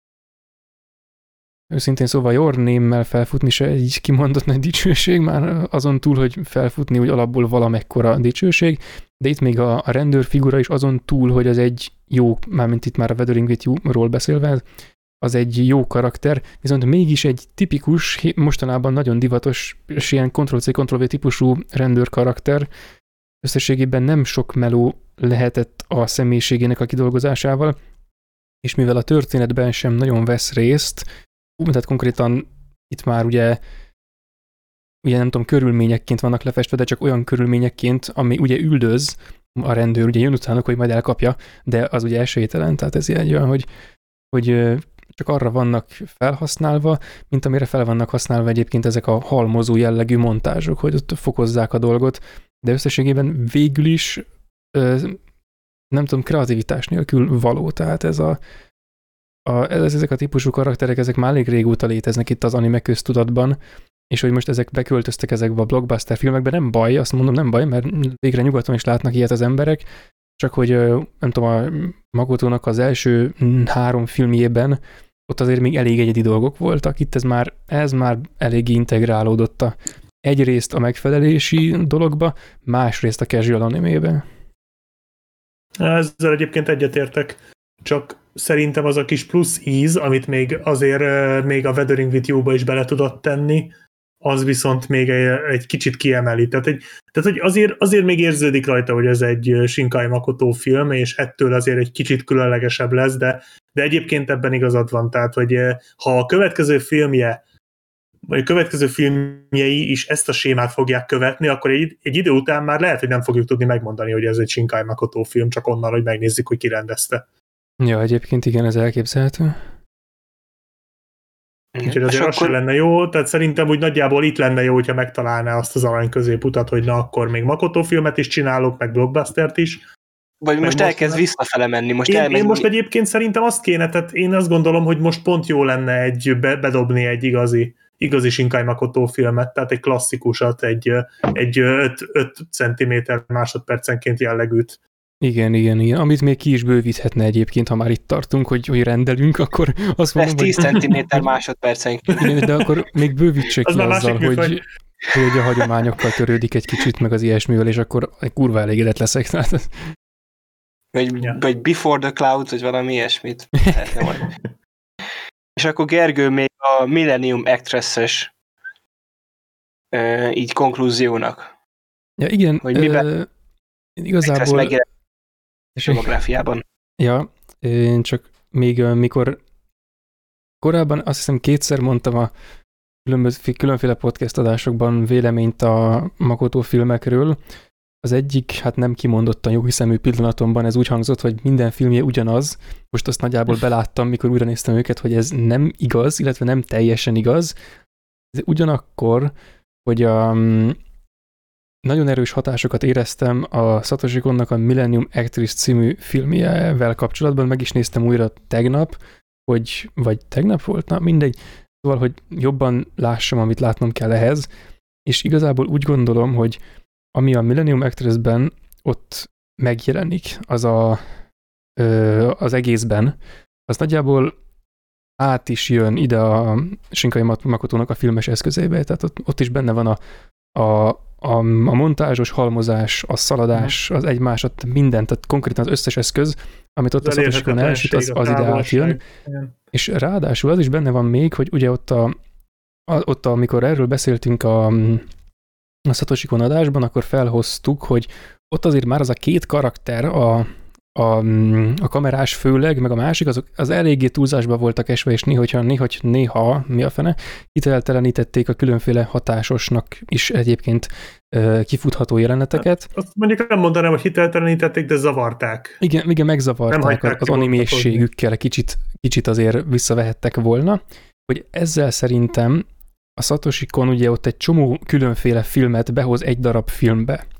őszintén szóval Your Name-mel felfutni se egy kimondott nagy dicsőség, már azon túl, hogy felfutni úgy alapból valamekkora dicsőség, de itt még a rendőrfigura is azon túl, hogy az egy jó, mármint itt már a Weathering with You-ról beszélve, az egy jó karakter, viszont mégis egy tipikus, mostanában nagyon divatos, és ilyen Ctrl-C, Ctrl-V típusú rendőr karakter, összességében nem sok meló lehetett a személyiségének a kidolgozásával, és mivel a történetben sem nagyon vesz részt, tehát konkrétan itt már ugye nem tudom, körülményekként vannak lefestve, de csak olyan körülményekként, ami ugye üldöz, a rendőr ugye jön utána, hogy majd elkapja, de az ugye esélytelen, tehát ez egy olyan, hogy csak arra vannak felhasználva, mint amire fel vannak használva egyébként ezek a halmozó jellegű montázsok, hogy ott fokozzák a dolgot, de összességében végül is nem tudom, kreativitás nélkül való, tehát ezek a típusú karakterek, ezek már elég régóta léteznek itt az anime köztudatban, és hogy most ezek beköltöztek ezekbe a blockbuster filmekbe, nem baj, azt mondom, nem baj, mert végre nyugaton is látnak ilyet az emberek, csak hogy nem tudom, a Makotónak az első 3 filmjében ott azért még elég egyedi dolgok voltak, itt ez már eléggé integrálódott egyrészt a megfelelési dologba, másrészt a casual animébe. Ezzel egyébként egyetértek, csak szerintem az a kis plusz íz, amit még azért még a Weathering with You-ba is bele tudott tenni, az viszont még egy kicsit kiemeli. Tehát hogy azért még érződik rajta, hogy ez egy Shinkai Makoto film, és ettől azért egy kicsit különlegesebb lesz, de egyébként ebben igazad van. Tehát, hogy ha a következő filmje, vagy a következő filmjei is ezt a sémát fogják követni, akkor egy idő után már lehet, hogy nem fogjuk tudni megmondani, hogy ez egy Shinkai Makoto film, csak onnan, hogy megnézzük, hogy ki rendezte. Ja, egyébként igen, ez elképzelhető. Úgyhogy azért az sem lenne jó, tehát szerintem úgy nagyjából itt lenne jó, hogyha megtalálná azt az arany középutat, hogy na akkor még Makoto filmet is csinálok, meg blockbustert is. Vagy most elkezd visszafele menni. Én most egyébként szerintem azt kéne, tehát én azt gondolom, hogy most pont jó lenne bedobni egy igazi Shinkai Makoto filmet, tehát egy klasszikusat, egy 5 cm másodpercenként jellegűt. Igen. Amit még ki is bővíthetne egyébként, ha már itt tartunk, hogy rendelünk, akkor azt mondom, 10 cm másodpercenként. Igen, de akkor még bővítse ki azzal, hogy a hagyományokkal törődik egy kicsit, meg az ilyesmivel, és akkor egy kurva elégedett leszek. Vagy Before the Clouds, vagy valami ilyesmit. És akkor Gergő még a Millennium Actress-es így konklúziónak. Ja, igen. Hogy miben igazából filmográfiában. Ja, én csak még mikor korábban azt hiszem 2-szer mondtam a különféle podcast adásokban véleményt a Makoto filmekről. Az egyik, hát nem kimondottan jó hiszemű pillanatomban ez úgy hangzott, hogy minden filmje ugyanaz. Most azt nagyjából beláttam, mikor újra néztem őket, hogy ez nem igaz, illetve nem teljesen igaz. De ugyanakkor, hogy nagyon erős hatásokat éreztem a Satoshi Konnak a Millennium Actress című filmjevel kapcsolatban, meg is néztem újra tegnap, vagy tegnap volt? Na, mindegy. Szóval, hogy jobban lássam, amit látnom kell ehhez, és igazából úgy gondolom, hogy ami a Millennium Actress-ben ott megjelenik, az egészben, az nagyjából át is jön ide a Shinkai Makotónak a filmes eszközébe, tehát ott is benne van a montázsos halmozás, a szaladás, az egymásat, minden, tehát konkrétan az összes eszköz, amit ott a Satoshi Kon elsüt, az ide átjön. És ráadásul az is benne van még, hogy ugye ott amikor erről beszéltünk a Satoshi Kon adásban, akkor felhoztuk, hogy ott azért már az a 2 karakter, a kamerás főleg, meg a másik, az eléggé túlzásba voltak esve, és néha, mi a fene, hiteltelenítették a különféle hatásosnak is egyébként kifutható jeleneteket. Azt mondjuk nem mondanám, hogy hiteltelenítették, de zavarták. Igen, megzavarták az animésségükkel, kicsit azért visszavehettek volna, hogy ezzel szerintem a Satoshi Kon ugye ott egy csomó különféle filmet behoz egy darab filmbe.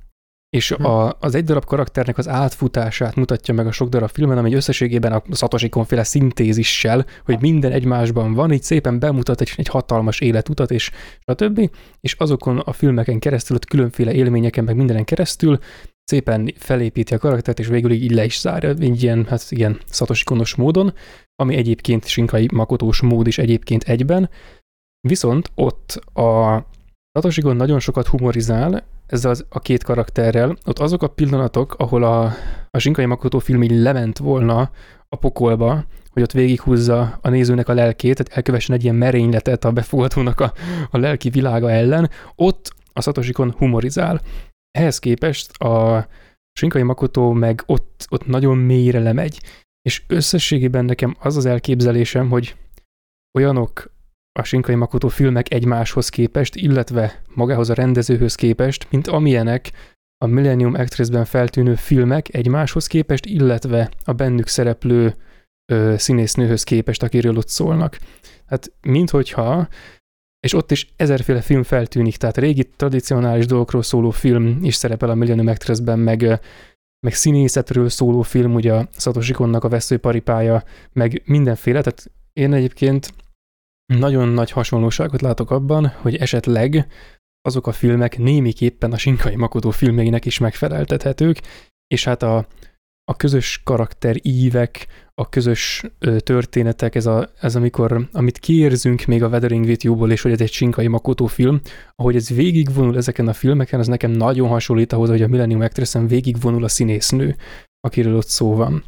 És az egy darab karakternek az átfutását mutatja meg a sok darab filmen, ami összességében a Satoshi Kon-féle szintézissel, hogy minden egymásban van, így szépen bemutat egy hatalmas életutat, és stb. És azokon a filmeken keresztül, ott különféle élményeken, meg mindenen keresztül szépen felépíti a karaktert, és végül így le is zárja, egy ilyen, hát igen, Satoshi Konos módon, ami egyébként Shinkai Makotós mód is egyébként egyben. Viszont ott a Satoshi Kon nagyon sokat humorizál ezzel a két karakterrel, ott azok a pillanatok, ahol a Shinkai Makoto film így lement volna a pokolba, hogy ott végighúzza a nézőnek a lelkét, tehát elkövessen egy ilyen merényletet a befogadónak a lelki világa ellen, ott a Satoshi Kon humorizál. Ehhez képest a Shinkai Makoto meg ott nagyon mélyre lemegy, és összességében nekem az elképzelésem, hogy olyanok a Shinkai Makoto filmek egymáshoz képest, illetve magához a rendezőhöz képest, mint amilyenek a Millennium Actress-ben feltűnő filmek egymáshoz képest, illetve a bennük szereplő színésznőhöz képest, akiről ott szólnak. Hát minthogyha, és ott is ezerféle film feltűnik, tehát régi tradicionális dolgokról szóló film is szerepel a Millennium Actress-ben, meg színészetről szóló film, ugye a Satoshi Konnak a Veszőparipája, meg mindenféle, tehát én egyébként nagyon nagy hasonlóságot látok abban, hogy esetleg azok a filmek némiképpen a Shinkai Makoto filmjeinek is megfeleltethetők, és hát a közös karakterívek, a közös történetek, ez amikor, amit kiérzünk még a Weathering with You-ból, és hogy ez egy Shinkai Makoto film, ahogy ez végigvonul ezeken a filmeken, az nekem nagyon hasonlít ahhoz, hogy a Millennium Actress-en végigvonul a színésznő, akiről ott szó van.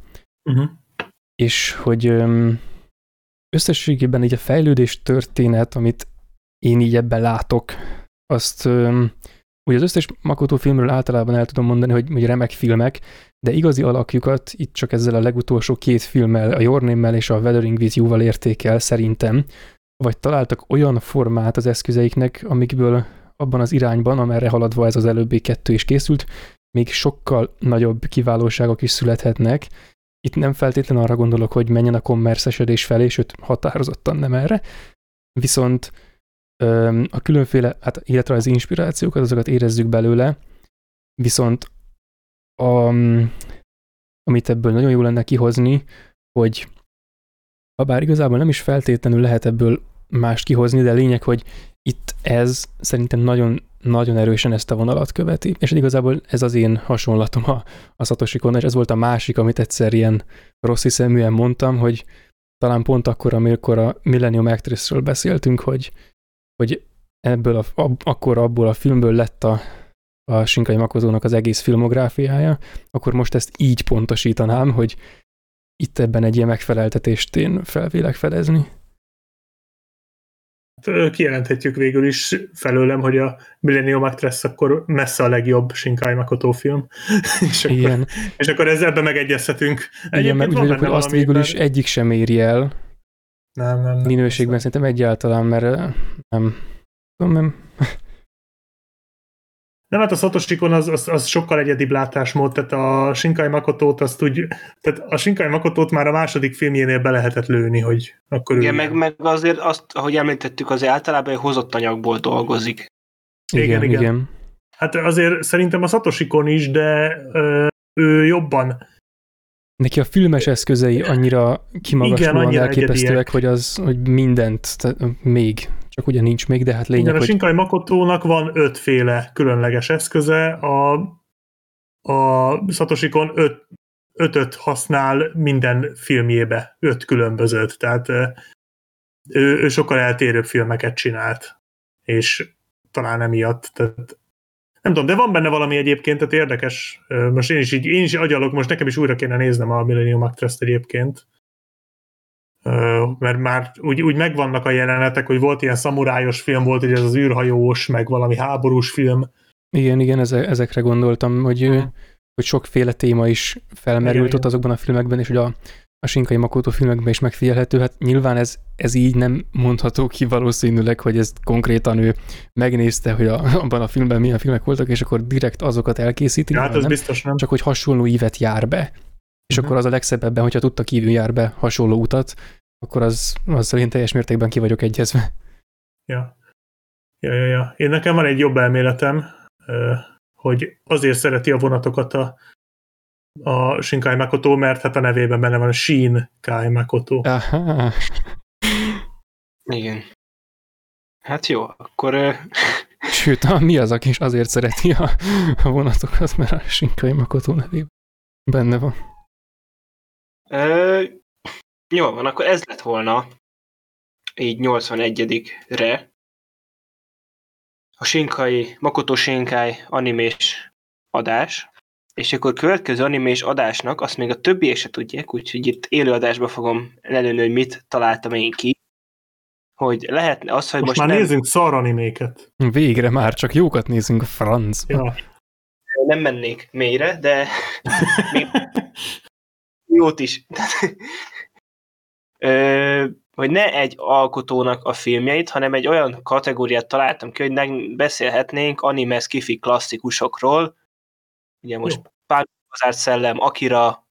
És hogy összességében így a fejlődés történet, amit én így ebben látok, azt ugye az összes Makoto filmről általában el tudom mondani, hogy remek filmek, de igazi alakjukat itt csak ezzel a legutolsó két filmmel, a Your Name-mel és a Weathering with You-val érték el szerintem, vagy találtak olyan formát az eszközeiknek, amikből abban az irányban, amerre haladva ez az előbbi kettő is készült, még sokkal nagyobb kiválóságok is születhetnek. Itt nem feltétlenül arra gondolok, hogy menjen a kommerszesedés felé, sőt határozottan nem erre, viszont a különféle életrajzi inspirációkat, azokat érezzük belőle, viszont amit ebből nagyon jó lenne kihozni, hogy habár igazából nem is feltétlenül lehet ebből mást kihozni, de lényeg, hogy itt ez szerintem nagyon, nagyon erősen ezt a vonalat követi. És igazából ez az én hasonlatom a Satoshi Kon, és ez volt a másik, amit egyszer ilyen rossz hiszeműen mondtam, hogy talán pont akkor, amikor a Millennium Actress-ről beszéltünk, hogy ebből abból a filmből lett a Shinkai Makotónak az egész filmográfiája, akkor most ezt így pontosítanám, hogy itt ebben egy ilyen megfeleltetést én felvélek fedezni. Kijelenthetjük végül is felőlem, hogy a Millennium Actress akkor messze a legjobb Shinkai Makoto film. és akkor ezzel megegyezhetünk. Igen, mert úgy vagyok, hogy azt végül is egyik sem éri el. Nem. Minőségben szerintem egyáltalán, mert nem. Nem, hát a Satoshi Kon az sokkal egyedibb látásmód, tehát a Shinkai Makotót tehát a Shinkai Makotót már a második filmjénél be lehetett lőni, hogy akkor igen, meg azért azt, ahogy említettük, azért általában hozott anyagból dolgozik. Igen. Hát azért szerintem a Satoshi Kon is, de ő jobban. Neki a filmes eszközei annyira kimagaslóan elképesztőek, hogy mindent, még, csak ugye nincs még, de hát lényeg, igen, a Shinkai Makotónak van 5 féle különleges eszköze, a Satoshi Kon 5-öt használ minden filmjébe, 5 különbözőt, tehát ő sokkal eltérőbb filmeket csinált, és talán emiatt, tehát nem tudom, de van benne valami egyébként, tehát érdekes. Most én is agyalok, most nekem is újra kéne néznem a Millennium Actress-t egyébként. Mert már úgy megvannak a jelenetek, hogy volt ilyen szamurájos film, volt ugye ez az űrhajós, meg valami háborús film. Igen, ezekre gondoltam, hogy sokféle téma is felmerült ott azokban a filmekben, és hogy a Shinkai Makoto filmekben is megfigyelhető. Hát nyilván ez így nem mondható ki valószínűleg, hogy ezt konkrétan ő megnézte, hogy abban a filmben milyen filmek voltak, és akkor direkt azokat elkészíti. Hát ez biztos nem. Csak hogy hasonló ívet jár be. És akkor az a legszebb ebben, hogyha tudta kívül jár be hasonló utat, akkor azzal én teljes mértékben ki vagyok egyezve. Ja. Én nekem van egy jobb elméletem hogy azért szereti a vonatokat a Shinkai Makoto, mert hát a nevében benne van a Shinkai Makoto. Aha. Igen. Hát jó, akkor... Sőt, mi az, aki is azért szereti a vonatokat, mert a Shinkai Makoto nevében benne van. Jó van, akkor ez lett volna így 81-re a Shinkai, Makoto Shinkai animés adás, és akkor következő animés adásnak azt még a többiek se tudják, úgyhogy itt élőadásba fogom lelőni, hogy mit találtam én ki, hogy lehetne az, hogy most most már nézzünk szar animéket. Végre már csak jókat nézünk a francba. Ja. Nem mennék mélyre, de még jót is. Hogy ne egy alkotónak a filmjeit, hanem egy olyan kategóriát találtam ki, hogy beszélhetnénk anime sci-fi klasszikusokról. Ugye most Pálmazár szellem, Akira.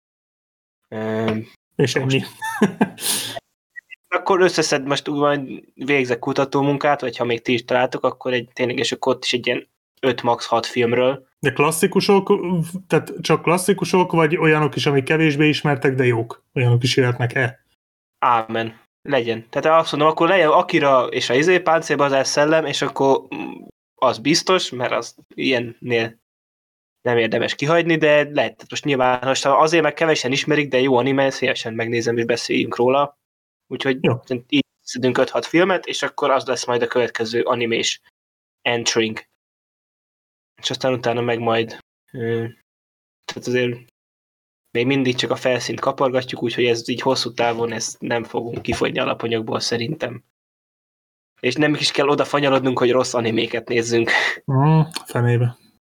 És ennyi. Akkor összeszed, most majd végzek kutatómunkát, vagy ha még ti is találtok, akkor tényleg ott is egy ilyen 5 max 6 filmről. De klasszikusok, tehát csak klasszikusok, vagy olyanok is, amik kevésbé ismertek, de jók? Olyanok is jöhetnek-e? Ámen. Legyen. Tehát azt mondom, akkor legyen Akira és a Páncélbazár szellem, és akkor az biztos, mert az ilyennél nem érdemes kihagyni, de lehet. Most nyilván most azért meg kevesen ismerik, de jó anime, szívesen megnézem, és beszéljünk róla. Úgyhogy jó. Így szedünk 5-6 filmet, és akkor az lesz majd a következő animés entering. És aztán utána meg majd tehát azért még mindig csak a felszínt kapargatjuk, úgyhogy ez így hosszú távon ezt nem fogunk kifogyni alapanyagból szerintem. És nem is kell oda fanyalodnunk, hogy rossz animéket nézzünk. Fenébe.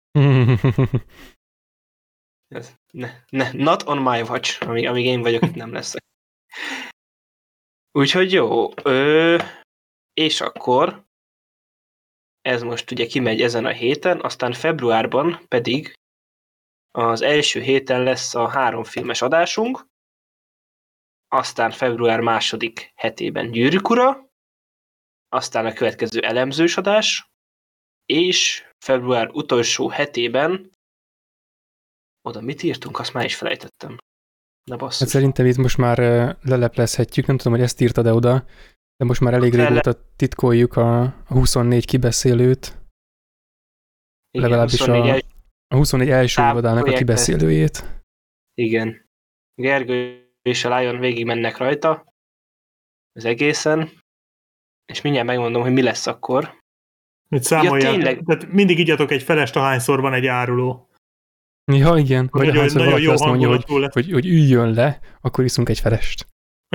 Not on my watch, amíg én vagyok, itt nem leszek. Úgyhogy jó. És akkor ez most ugye kimegy ezen a héten, aztán februárban pedig az első héten lesz a 3 filmes adásunk, aztán február második hetében Gyűrűk ura, aztán a következő elemzős adás, és február utolsó hetében oda mit írtunk, azt már is felejtettem. Na basszus. Hát szerintem itt most már leleplezhetjük, nem tudom, hogy ezt írtad-e oda, de most már elég régóta titkoljuk a 24 kibeszélőt. Igen, legalábbis a 24 első évadának a kibeszélőjét. Igen. Gergő és a Lion végig mennek rajta az egészen, és mindjárt megmondom, hogy mi lesz akkor. Mit számolják? Tehát mindig igyatok egy felest, ahányszor van egy áruló. Ja, igen. Vagy ahányszor valaki azt mondja, hogy üljön le, akkor iszunk egy felest.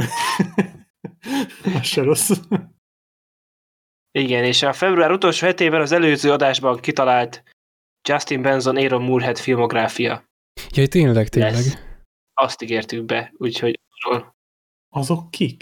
Az se rossz. Igen, és a február utolsó hetében az előző adásban kitalált Justin Benson Aaron Moorhead filmográfia. Jaj, tényleg. Lesz. Azt ígértük be, úgyhogy... Azok kik?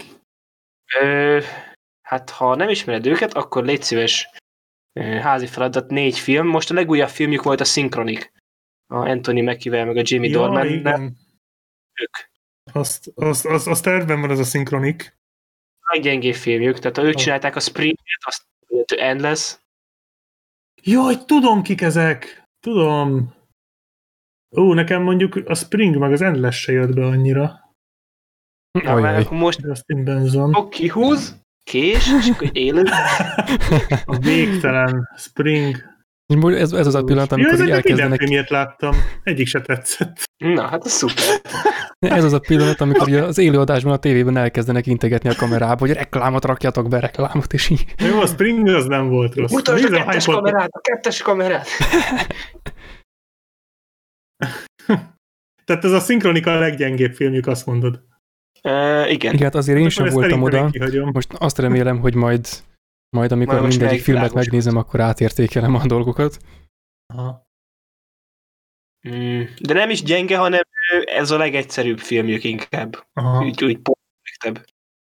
Hát, ha nem ismered őket, akkor légy szíves házi feladat 4 film. Most a legújabb filmjük volt a Synchronic. A Anthony Mackie-vel, meg a Jamie Dornan. Ők. Azt tervben van az a Synchronic. Leggyengébb filmjük, tehát ők csinálták a Spring-et, azt Endless. Jaj, tudom kik ezek! Tudom. Nekem mondjuk a Spring meg az Endless se jött be annyira. Na, mert most Justin Benson. Kihúz, kés, és akkor élő. A végtelen Spring. Ez az a pillanat, amikor így elkezdenek... Minden láttam, egyik se tetszett. Na, hát ez szuper. Ez az a pillanat, amikor az élőadásban a tévében elkezdenek integetni a kamerába, hogy reklámot rakjatok be, reklámot, és így. Jó, a Spring az nem volt rossz. Mutasd a kettes kamerát! Tehát ez a Synchronic a leggyengébb filmjük, azt mondod. Igen. Igen, hát azért én sem voltam oda. Most azt remélem, hogy majd amikor mindegyik filmet megnézem, akkor átértékelem a dolgokat. Aha. De nem is gyenge, hanem ez a legegyszerűbb filmjük inkább. Úgy legtöbb.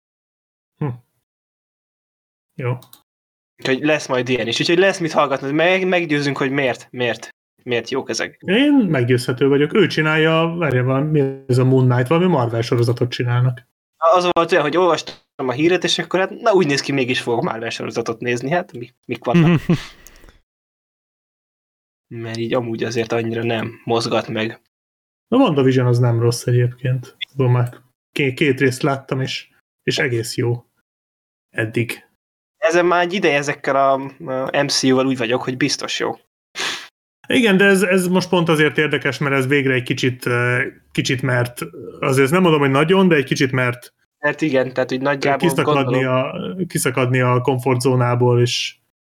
Jó. Úgyhogy lesz majd ilyen is. Úgyhogy lesz mit hallgatni. Meggyőzünk, hogy miért jók ezek. Én meggyőzhető vagyok. Ő csinálja, mi ez a Moon Knight, valami Marvel sorozatot csinálnak. Az volt olyan, hogy olvastam a híret, és akkor hát, úgy néz ki, mégis fogok Marvel sorozatot nézni. Hát mik vannak. mert így amúgy azért annyira nem mozgat meg. A WandaVision az nem rossz egyébként. Már két részt láttam, és egész jó. Eddig. Ezen már egy ideje ezekkel a MCU-val úgy vagyok, hogy biztos jó. Igen, de ez most pont azért érdekes, mert ez végre egy kicsit mert, azért nem mondom, hogy nagyon, de egy kicsit mert igen, tehát úgy nagyjából kiszakadni a komfortzónából, és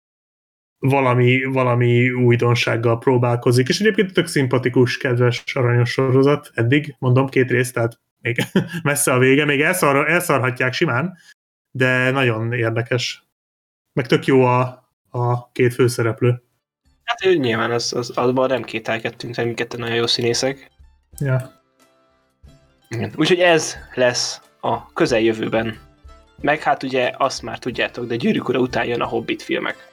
valami újdonsággal próbálkozik. És egyébként tök szimpatikus, kedves, aranyos sorozat eddig, mondom, 2 rész, tehát még messze a vége, még elszarhatják simán, de nagyon érdekes. Meg tök jó a 2 főszereplő. Hát ő nyilván azban nem kételkedtünk, hogy minket nagyon jó színészek. Ja. Úgyhogy ez lesz a közeljövőben. Meg hát ugye azt már tudjátok, de Gyűrűk Ura után jön a Hobbit filmek.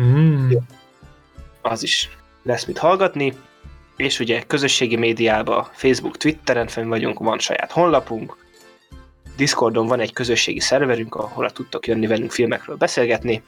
Az is lesz mit hallgatni, és ugye közösségi médiában, Facebook, Twitteren fenn vagyunk, van saját honlapunk, Discordon van egy közösségi szerverünk, ahol tudtok jönni velünk filmekről beszélgetni,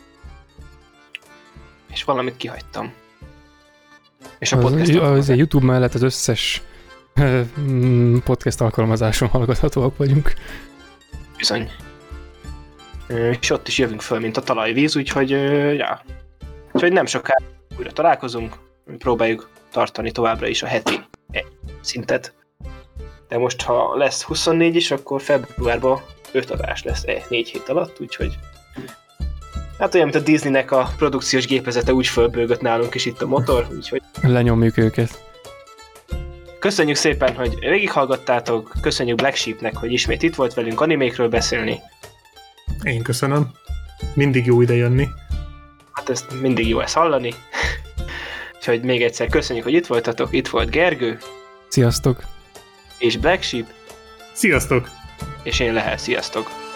és valamit kihagytam. És a az YouTube mellett az összes podcast alkalmazáson hallgathatóak vagyunk. Bizony. És ott is jövünk föl, mint a talajvíz, úgyhogy úgyhogy nem sokára újra találkozunk, próbáljuk tartani továbbra is a heti szintet. De most, ha lesz 24 is, akkor februárban 5 adás lesz 4 hét alatt, úgyhogy hát olyan, mint a Disneynek a produkciós gépezete úgy fölbőgött nálunk is itt a motor, úgyhogy lenyomjuk őket. Köszönjük szépen, hogy végighallgattátok, köszönjük Black Sheepnek, hogy ismét itt volt velünk animékről beszélni. Én köszönöm. Mindig jó ide jönni. Hát ezt mindig jó ezt hallani. Úgyhogy még egyszer köszönjük, hogy itt voltatok. Itt volt Gergő. Sziasztok. És Black Sheep. Sziasztok. És én Lehel. Sziasztok.